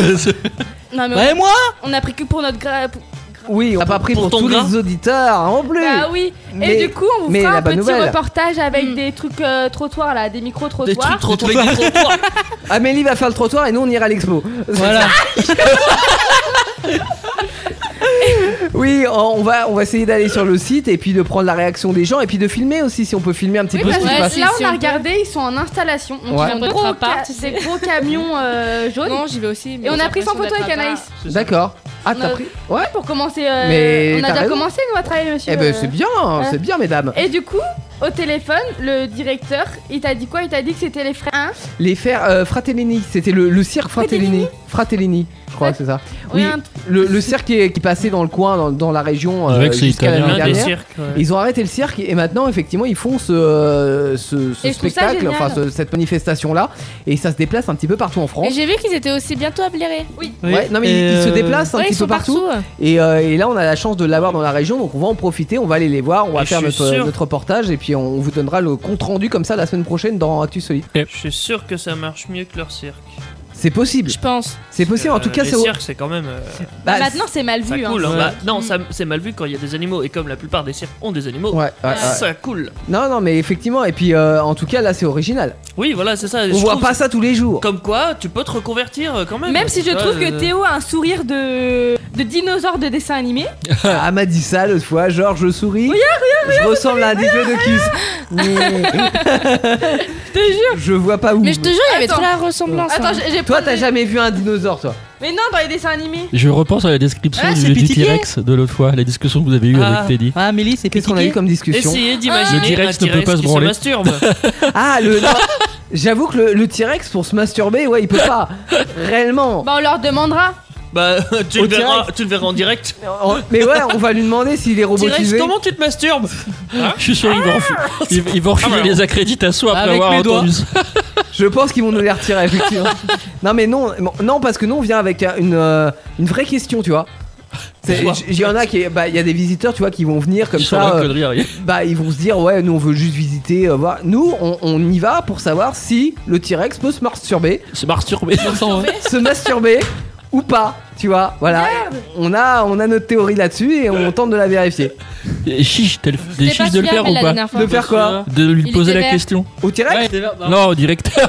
Non, mais Ouais, moi on, on a pris que pour notre gra... pour- Oui, on n'a pas pris Pour pour, ton tous grain. les auditeurs en plus. Bah oui. Mais- Et du coup, on vous mais fera la un bonne petit nouvelle. reportage avec Hmm. des trucs euh, trottoirs là, des Des micro-trottoirs. trucs trop trop avec des trottoirs. Amélie va faire le trottoir et nous on ira à l'expo. Voilà. Oui, Oui, on va, on va essayer d'aller sur le site et puis de prendre la réaction des gens et puis de filmer aussi si on peut filmer un petit Oui, peu ce parce qui se que passe. là, on Si a on peut. regardé, ils sont en installation. Donc, Ouais. ils ont des On gros, peut être à part, ca- tu sais. des gros camions euh, jaunes. Non, j'y vais aussi. mais Et on j'ai a pris cent l'impression photos avec d'être à Anaïs. part. D'accord. Ah, On t'as a- pris. Ouais. Pour commencer. euh, Mais on a t'as déjà raison. commencé notre travail, monsieur. Eh ben, euh. c'est bien, ouais. c'est bien, mesdames. Et du coup, au téléphone, le directeur, il t'a dit quoi? Il t'a dit que c'était les frères. Hein Les frères euh, Fratellini, c'était le, le cirque Fratellini. Fratellini, je crois que c'est ça. Oui, Ouais, un- le, le cirque qui, est- qui passait dans le coin, dans, dans la région Je dirais que c'est jusqu'à italien. l'année L'un des dernière. cirques. ouais. Ils ont arrêté le cirque et maintenant effectivement ils font ce, euh, ce, ce Et je trouve ça spectacle, génial. enfin ce- cette manifestation là, et ça se déplace un petit peu partout en Et France. j'ai vu qu'ils étaient aussi bientôt à Bléré. Oui. Ouais, non mais Et, ils, ils se euh, déplacent un Ouais, petit ils sont peu partout. partout. Et, euh, et là on a la chance de l'avoir dans la région, donc on va en profiter, on va aller les voir, on va Et faire je suis notre, sûr. notre reportage et puis on vous donnera le compte rendu comme ça la semaine prochaine dans Actu Solide. Je suis sûr que ça marche mieux que leur cirque. C'est possible, Je pense. c'est possible. En Euh, tout cas, les c'est cirques, c'est quand même. euh, bah, Maintenant, c'est mal ça vu. hein. coule. hein. Ouais. Bah, non, Mm. ça- c'est mal vu quand il y a des animaux. Et comme la plupart des cirques ont des animaux, ouais, ouais, ouais. ça coule. Non, non, mais effectivement, et puis euh, en tout cas là c'est original. Oui, voilà, c'est ça. On Je voit trouve- pas ça tous les jours. Comme quoi, tu peux te reconvertir euh, quand même. Même si je Tu vois, trouve que euh, Théo a un sourire de, de dinosaure de dessin animé. Ah, m'a dit ça l'autre fois, genre je souris. Je ressemble à un diplodocus. Mais- Je te jure. Je vois pas où. Mais je te jure, il y avait Attends. trop la ressemblance. Attends, hein. j'ai j'ai Toi pas- t'as jamais vu un dinosaure toi? Mais non, dans les dessins animés. Je repense à la description Ah, du, c'est du Pitié. T-Rex de l'autre fois, la discussion que vous avez eue Ah. avec Teddy. Ah, Amélie, c'est Qu'est-ce qu'on a eu piqué. comme discussion? Essayez d'imaginer Le T-Rex un ne peut T-Rex pas se qui branler. masturbe. Ah le. non, J'avoue que le, le T-Rex pour se masturber, ouais il peut pas. Réellement. Bah, on leur demandera. Bah, tu Au le, verras, T-Rex. tu le verras en direct. En- Mais ouais, on va lui demander s'il est T-Rex, robotisé. comment tu te masturbes Je suis sûr qu'ils vont, refu- ils, ils vont refuser Ah, bah, les accréditations après Avec avoir mes doigts. entendu ça. Je pense qu'ils vont nous les retirer effectivement. Non mais non, non parce que nous on vient avec euh, une, euh, une vraie question, tu vois. C'est- Quoi Il y en a qui, bah il y a des visiteurs, tu vois, qui vont venir comme Sur ça. la euh, connerie, rien. bah ils vont se dire ouais nous on veut juste visiter, euh, voir. Nous on, on y va pour savoir si le T-Rex peut se masturber, Se masturber. se masturber ou pas, tu vois. Voilà. On a on a notre théorie là-dessus et on tente de la vérifier. Et chiche, t'as le- des C'était pas chiches de le celui-là, faire mais ou la pas dernière fois. De faire quoi? De lui Il poser était la vert. question. Au T-Rex? Ouais, t'es là, bah, Non, au directeur.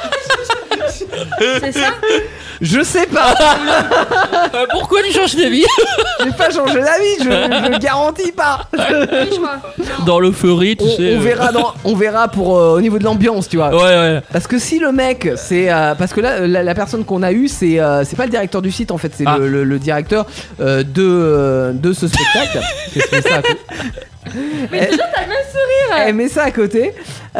C'est ça? Je sais pas. Euh, pourquoi tu changes d'avis? J'ai pas changé d'avis, je, je le garantis pas. Oui, je crois. Dans l'euphorie, tu On, sais. on euh. verra dans, on verra pour euh, au niveau de l'ambiance, tu vois. Ouais, ouais. Parce que si le mec, c'est euh, parce que là, la, la personne qu'on a eue, c'est euh, c'est pas le directeur du site en fait, c'est Ah. le, le- le directeur euh, de euh, de ce spectacle. Qu'est-ce que c'est ça à côté Mais toujours, t'as le même sourire. Elle met ça à côté.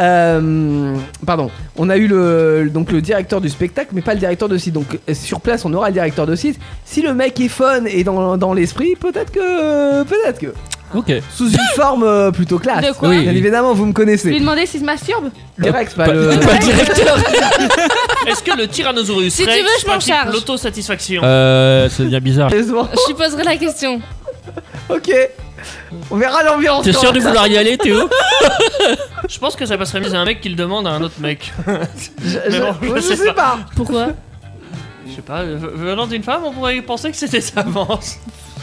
Euh, pardon. On a eu le donc le directeur du spectacle, mais pas le directeur de site. Donc euh, sur place, on aura le directeur de site. Si le mec est fun et dans, dans l'esprit, peut-être que peut-être que Ok. sous une forme euh, plutôt classe. De quoi Oui. Bien évidemment, vous me Lui connaissez. demander s'il se masturbe. T-Rex, pas Pas- le. pas le directeur. Est-ce que le Tyrannosaurus Si tu Rex veux, je m'en pratique charge. l'autosatisfaction Euh, ça devient bizarre. Sérieusement. Je lui poserai la question. Ok. On verra l'ambiance. T'es quand sûr de même. vouloir y aller, Théo? Je pense que ça passerait mieux à un mec qui le demande à un autre mec. Je, Mais bon, je- je je sais sais pas. Pourquoi? Je sais pas, euh, venant d'une femme, on pourrait penser que c'était sa avance.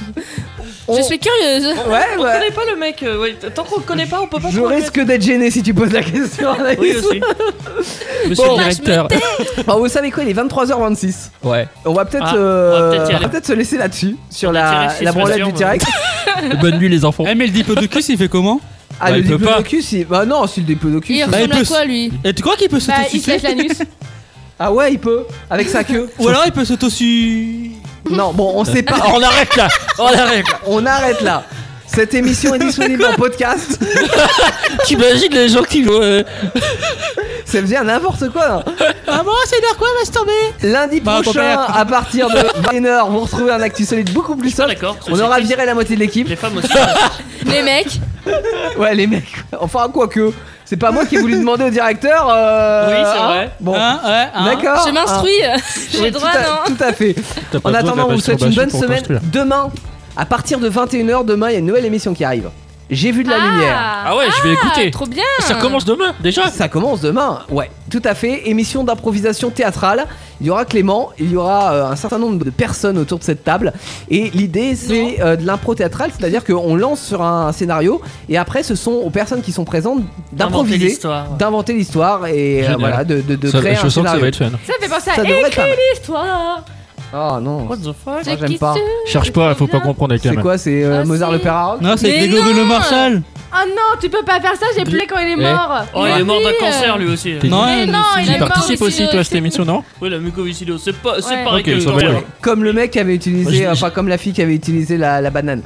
On- Je suis curieuse. Ouais, On ouais. connaît pas le mec, euh, ouais, tant qu'on le connaît pas, on peut pas Je trop le risque d'être gêné si tu poses la question. Anaïs. mettre. Oui aussi. Monsieur Bon. le directeur. Alors, vous savez quoi, il est vingt-trois heures vingt-six. Ouais. On va peut-être Ah, euh, on va peut-être y on aller. va peut-être se laisser là-dessus sur Le la, T-Rex qui la se branlette du masturbe. T-Rex. Bonne nuit, les enfants. Eh, mais le diplodocus, il fait comment? Ah, Bah, le il peut pas. diplodocus, il... bah non, si le diplodocus. Il il- Bah, il ressemble à peut quoi lui? Et tu crois qu'il peut Bah, il se lèche s'autosucer? l'anus. Ah ouais, il peut avec sa queue. Ou alors il peut s'autosu... Non, bon, on sait pas. On arrête là. On arrête là. On arrête là. Cette émission est disponible en podcast. T'imagines les gens qui vont. euh, Ça faisait n'importe quoi. Là. Ah bon, c'est l'heure quoi, masturber? Lundi Bah, prochain, papa. à partir de vingt et une heures, vous retrouvez un Actu Solide beaucoup plus Ah soft. d'accord. On aura viré la moitié de l'équipe. Les femmes aussi. Les mecs. Ouais, les mecs. Enfin, quoi que. C'est pas moi qui ai voulu demander au directeur. euh, Oui, c'est hein. vrai. Bon. Hein, ouais, hein. D'accord. Je m'instruis. J'ai Oui, droit, tout à, non? tout à fait. T'as pas En besoin de la attendant, on vous souhaite une bonne masturbation pour semaine. t'instruire. Demain, à partir de vingt et une heures, demain, il y a une nouvelle émission qui arrive. J'ai vu de la lumière. Ah ouais, je vais écouter. Trop bien. Ça commence demain, déjà. Ça commence demain, ouais, tout à fait. Émission d'improvisation théâtrale. Il y aura Clément, il y aura euh, un certain nombre de personnes autour de cette table. Et l'idée, c'est euh, de l'impro théâtrale, c'est-à-dire qu'on lance sur un scénario et après, ce sont aux personnes qui sont présentes D'inventer d'improviser, l'histoire. d'inventer l'histoire et euh, Génial. voilà, de, de, de Ça- créer je un sens que ça scénario. va être fun. Ça me fait penser Ça à devrait être pas écrire mal. l'histoire. Oh non. What the fuck? Ah, j'aime pas. Cherche pas, faut pas comprendre avec la C'est main. quoi? C'est euh, Ah, Mozart si. le père Harold? Non, c'est Mais Grégory non. Le Marchal. Ah non, tu peux pas faire ça, j'ai plaît quand il est Eh. mort. Oh, il est mort d'un Oui, cancer euh, lui aussi. T'es- Non, Mais il- non, il Tu est mort. participes aussi toi à cette émission, non? Oui, la mucoviscidose, c'est pas, c'est Ouais. pareil Ok, que le ça va cancer. aller. Comme le mec qui avait utilisé, Moi, je- enfin comme la fille qui avait utilisé la, la banane.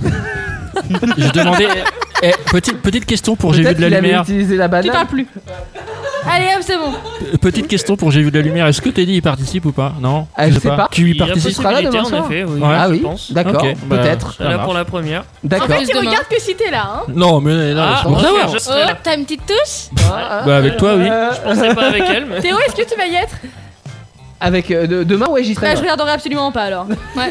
Je demandais. Eh, petite, petite question pour J'ai vu Peut-être de la qu'il avait lumière. utilisé la Tu parles banane. plus. Allez hop, c'est bon. Euh, Petite question pour J'ai vu de la lumière. Est-ce que Teddy y participe ou pas? Non. Ah, je sais pas. Tu y Il y a participes? sera là possibilité, demain en soir effet, oui, Ouais. Ah je oui, pense. d'accord, Ok, bah, peut-être. Je serai là Ça pour marche. la première. En D'accord. fait, tu demain. regardes que si t'es là, hein. Non, mais non, Ah, c'est pour ok, savoir. je Oh, serai là. t'as une petite touche? Bah, avec toi, oui. Je pensais pas avec elle, mais. Théo, est-ce que tu vas y être? Avec euh, de- demain, ouais, j'y serai. Bah, je regarderai absolument pas alors. Ouais.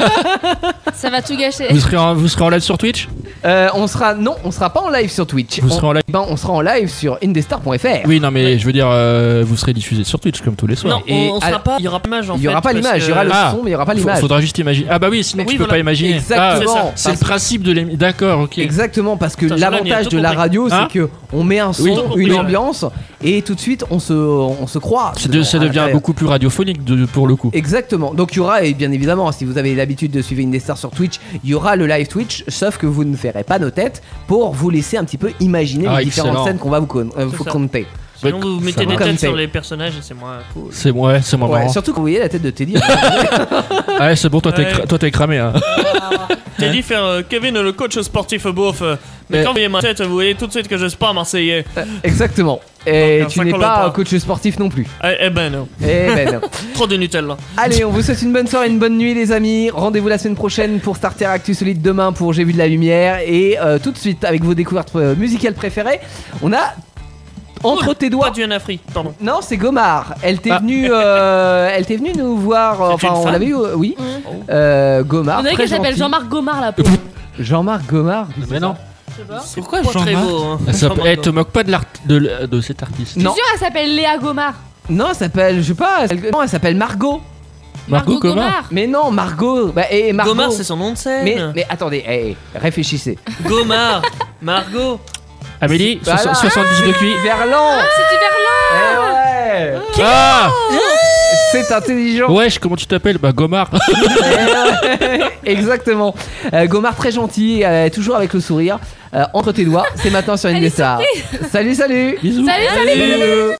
Ça va tout gâcher. Vous serez, en, vous serez en live sur Twitch? Euh, on sera non, on sera pas en live sur Twitch. Vous on, serez en live? ben, on sera en live sur indestar point f r. Oui, non, mais je veux dire, euh, vous serez diffusé sur Twitch comme tous les soirs. Non, Et on, on à- sera pas. Il y aura pas l'image en fait. Il y aura pas parce l'image, il y que- aura le Ah. son, mais il y aura pas Faut- l'image. Faudra juste imaginer. Ah bah oui, sinon Oui, tu peux voilà. pas imaginer. Exactement. Ah, c'est le Parce- principe de l'émission. D'accord, ok. Exactement, parce que Putain, j'ai l'avantage gagné, tout de la compris. radio, Hein c'est que on met un son, Oui. une Oui. ambiance, et tout de suite on se, on se croit. C'est de- ça dedans, à devient l'intérieur. beaucoup plus radiophonique de- pour le coup. Exactement. Donc il y aura, et bien évidemment, si vous avez l'habitude de suivre Indestar sur Twitch, il y aura le live Twitch, sauf que vous ne ferez pas nos têtes pour vous laisser un petit peu imaginer Ah, les différentes excellent. scènes qu'on va vous, con- euh, C'est vous ça. compter. Sinon, vous mettez Ça des va. têtes sur Comme les personnages et c'est moins cool. C'est ouais, c'est moins Ouais, marrant. surtout quand vous voyez la tête de Teddy. Ouais, c'est bon, toi t'es Ouais. cra- toi, t'es cramé. Hein. T'as dit faire euh, Kevin le coach sportif beauf. euh, mais Euh. quand vous voyez ma tête, vous voyez tout de suite que je suis pas marseillais. Exactement. Et Donc, tu ça n'es colle pas pas. coach sportif non plus. Eh, eh ben non. Eh ben non. Trop de Nutella. Allez, on vous souhaite une bonne soirée, une bonne nuit les amis. Rendez-vous la semaine prochaine pour Starter Actu Solide, demain pour J'ai vu de la lumière. Et euh, tout de suite avec vos découvertes euh, musicales préférées, on a entre tes doigts. Pas du Anafri, pardon. Non, c'est Gomard. Elle t'est Ah. venue, euh, elle t'est venue nous voir. euh, C'est enfin, une on femme l'avait eu, euh, oui. Mmh. Euh, Gomard. On dirait très qu'elle s'appelle gentil. Jean-Marc Gomard là. pauvre. Jean-Marc Gomard. Mais non. Pourquoi Pas très Jean-Marc beau. Hein. Ça, Jean-Marc eh, te moque pas de, l'art- de, l- de cet artiste. Non, Je suis sûre, elle s'appelle Léa Gomard. non, elle s'appelle, je sais pas. Elle, non, elle s'appelle Margot. Margot Gomard. Mais non, Margot. Bah, et Margot. Gomard, c'est son nom de scène. Mais, mais attendez, eh, réfléchissez. Gomard, Margot. Amélie, Voilà. soix- soixante-dix de Q I. Verlan. C'est du Verlan. Eh ouais. Ah C'est intelligent. Wesh, comment tu t'appelles? Bah Gomard. Eh ouais. Exactement. Euh, Gomard très gentil, euh, toujours avec le sourire. Euh, entre tes doigts, c'est maintenant sur Indestar. Salut, salut. Bisous. Salut, salut. Bisous.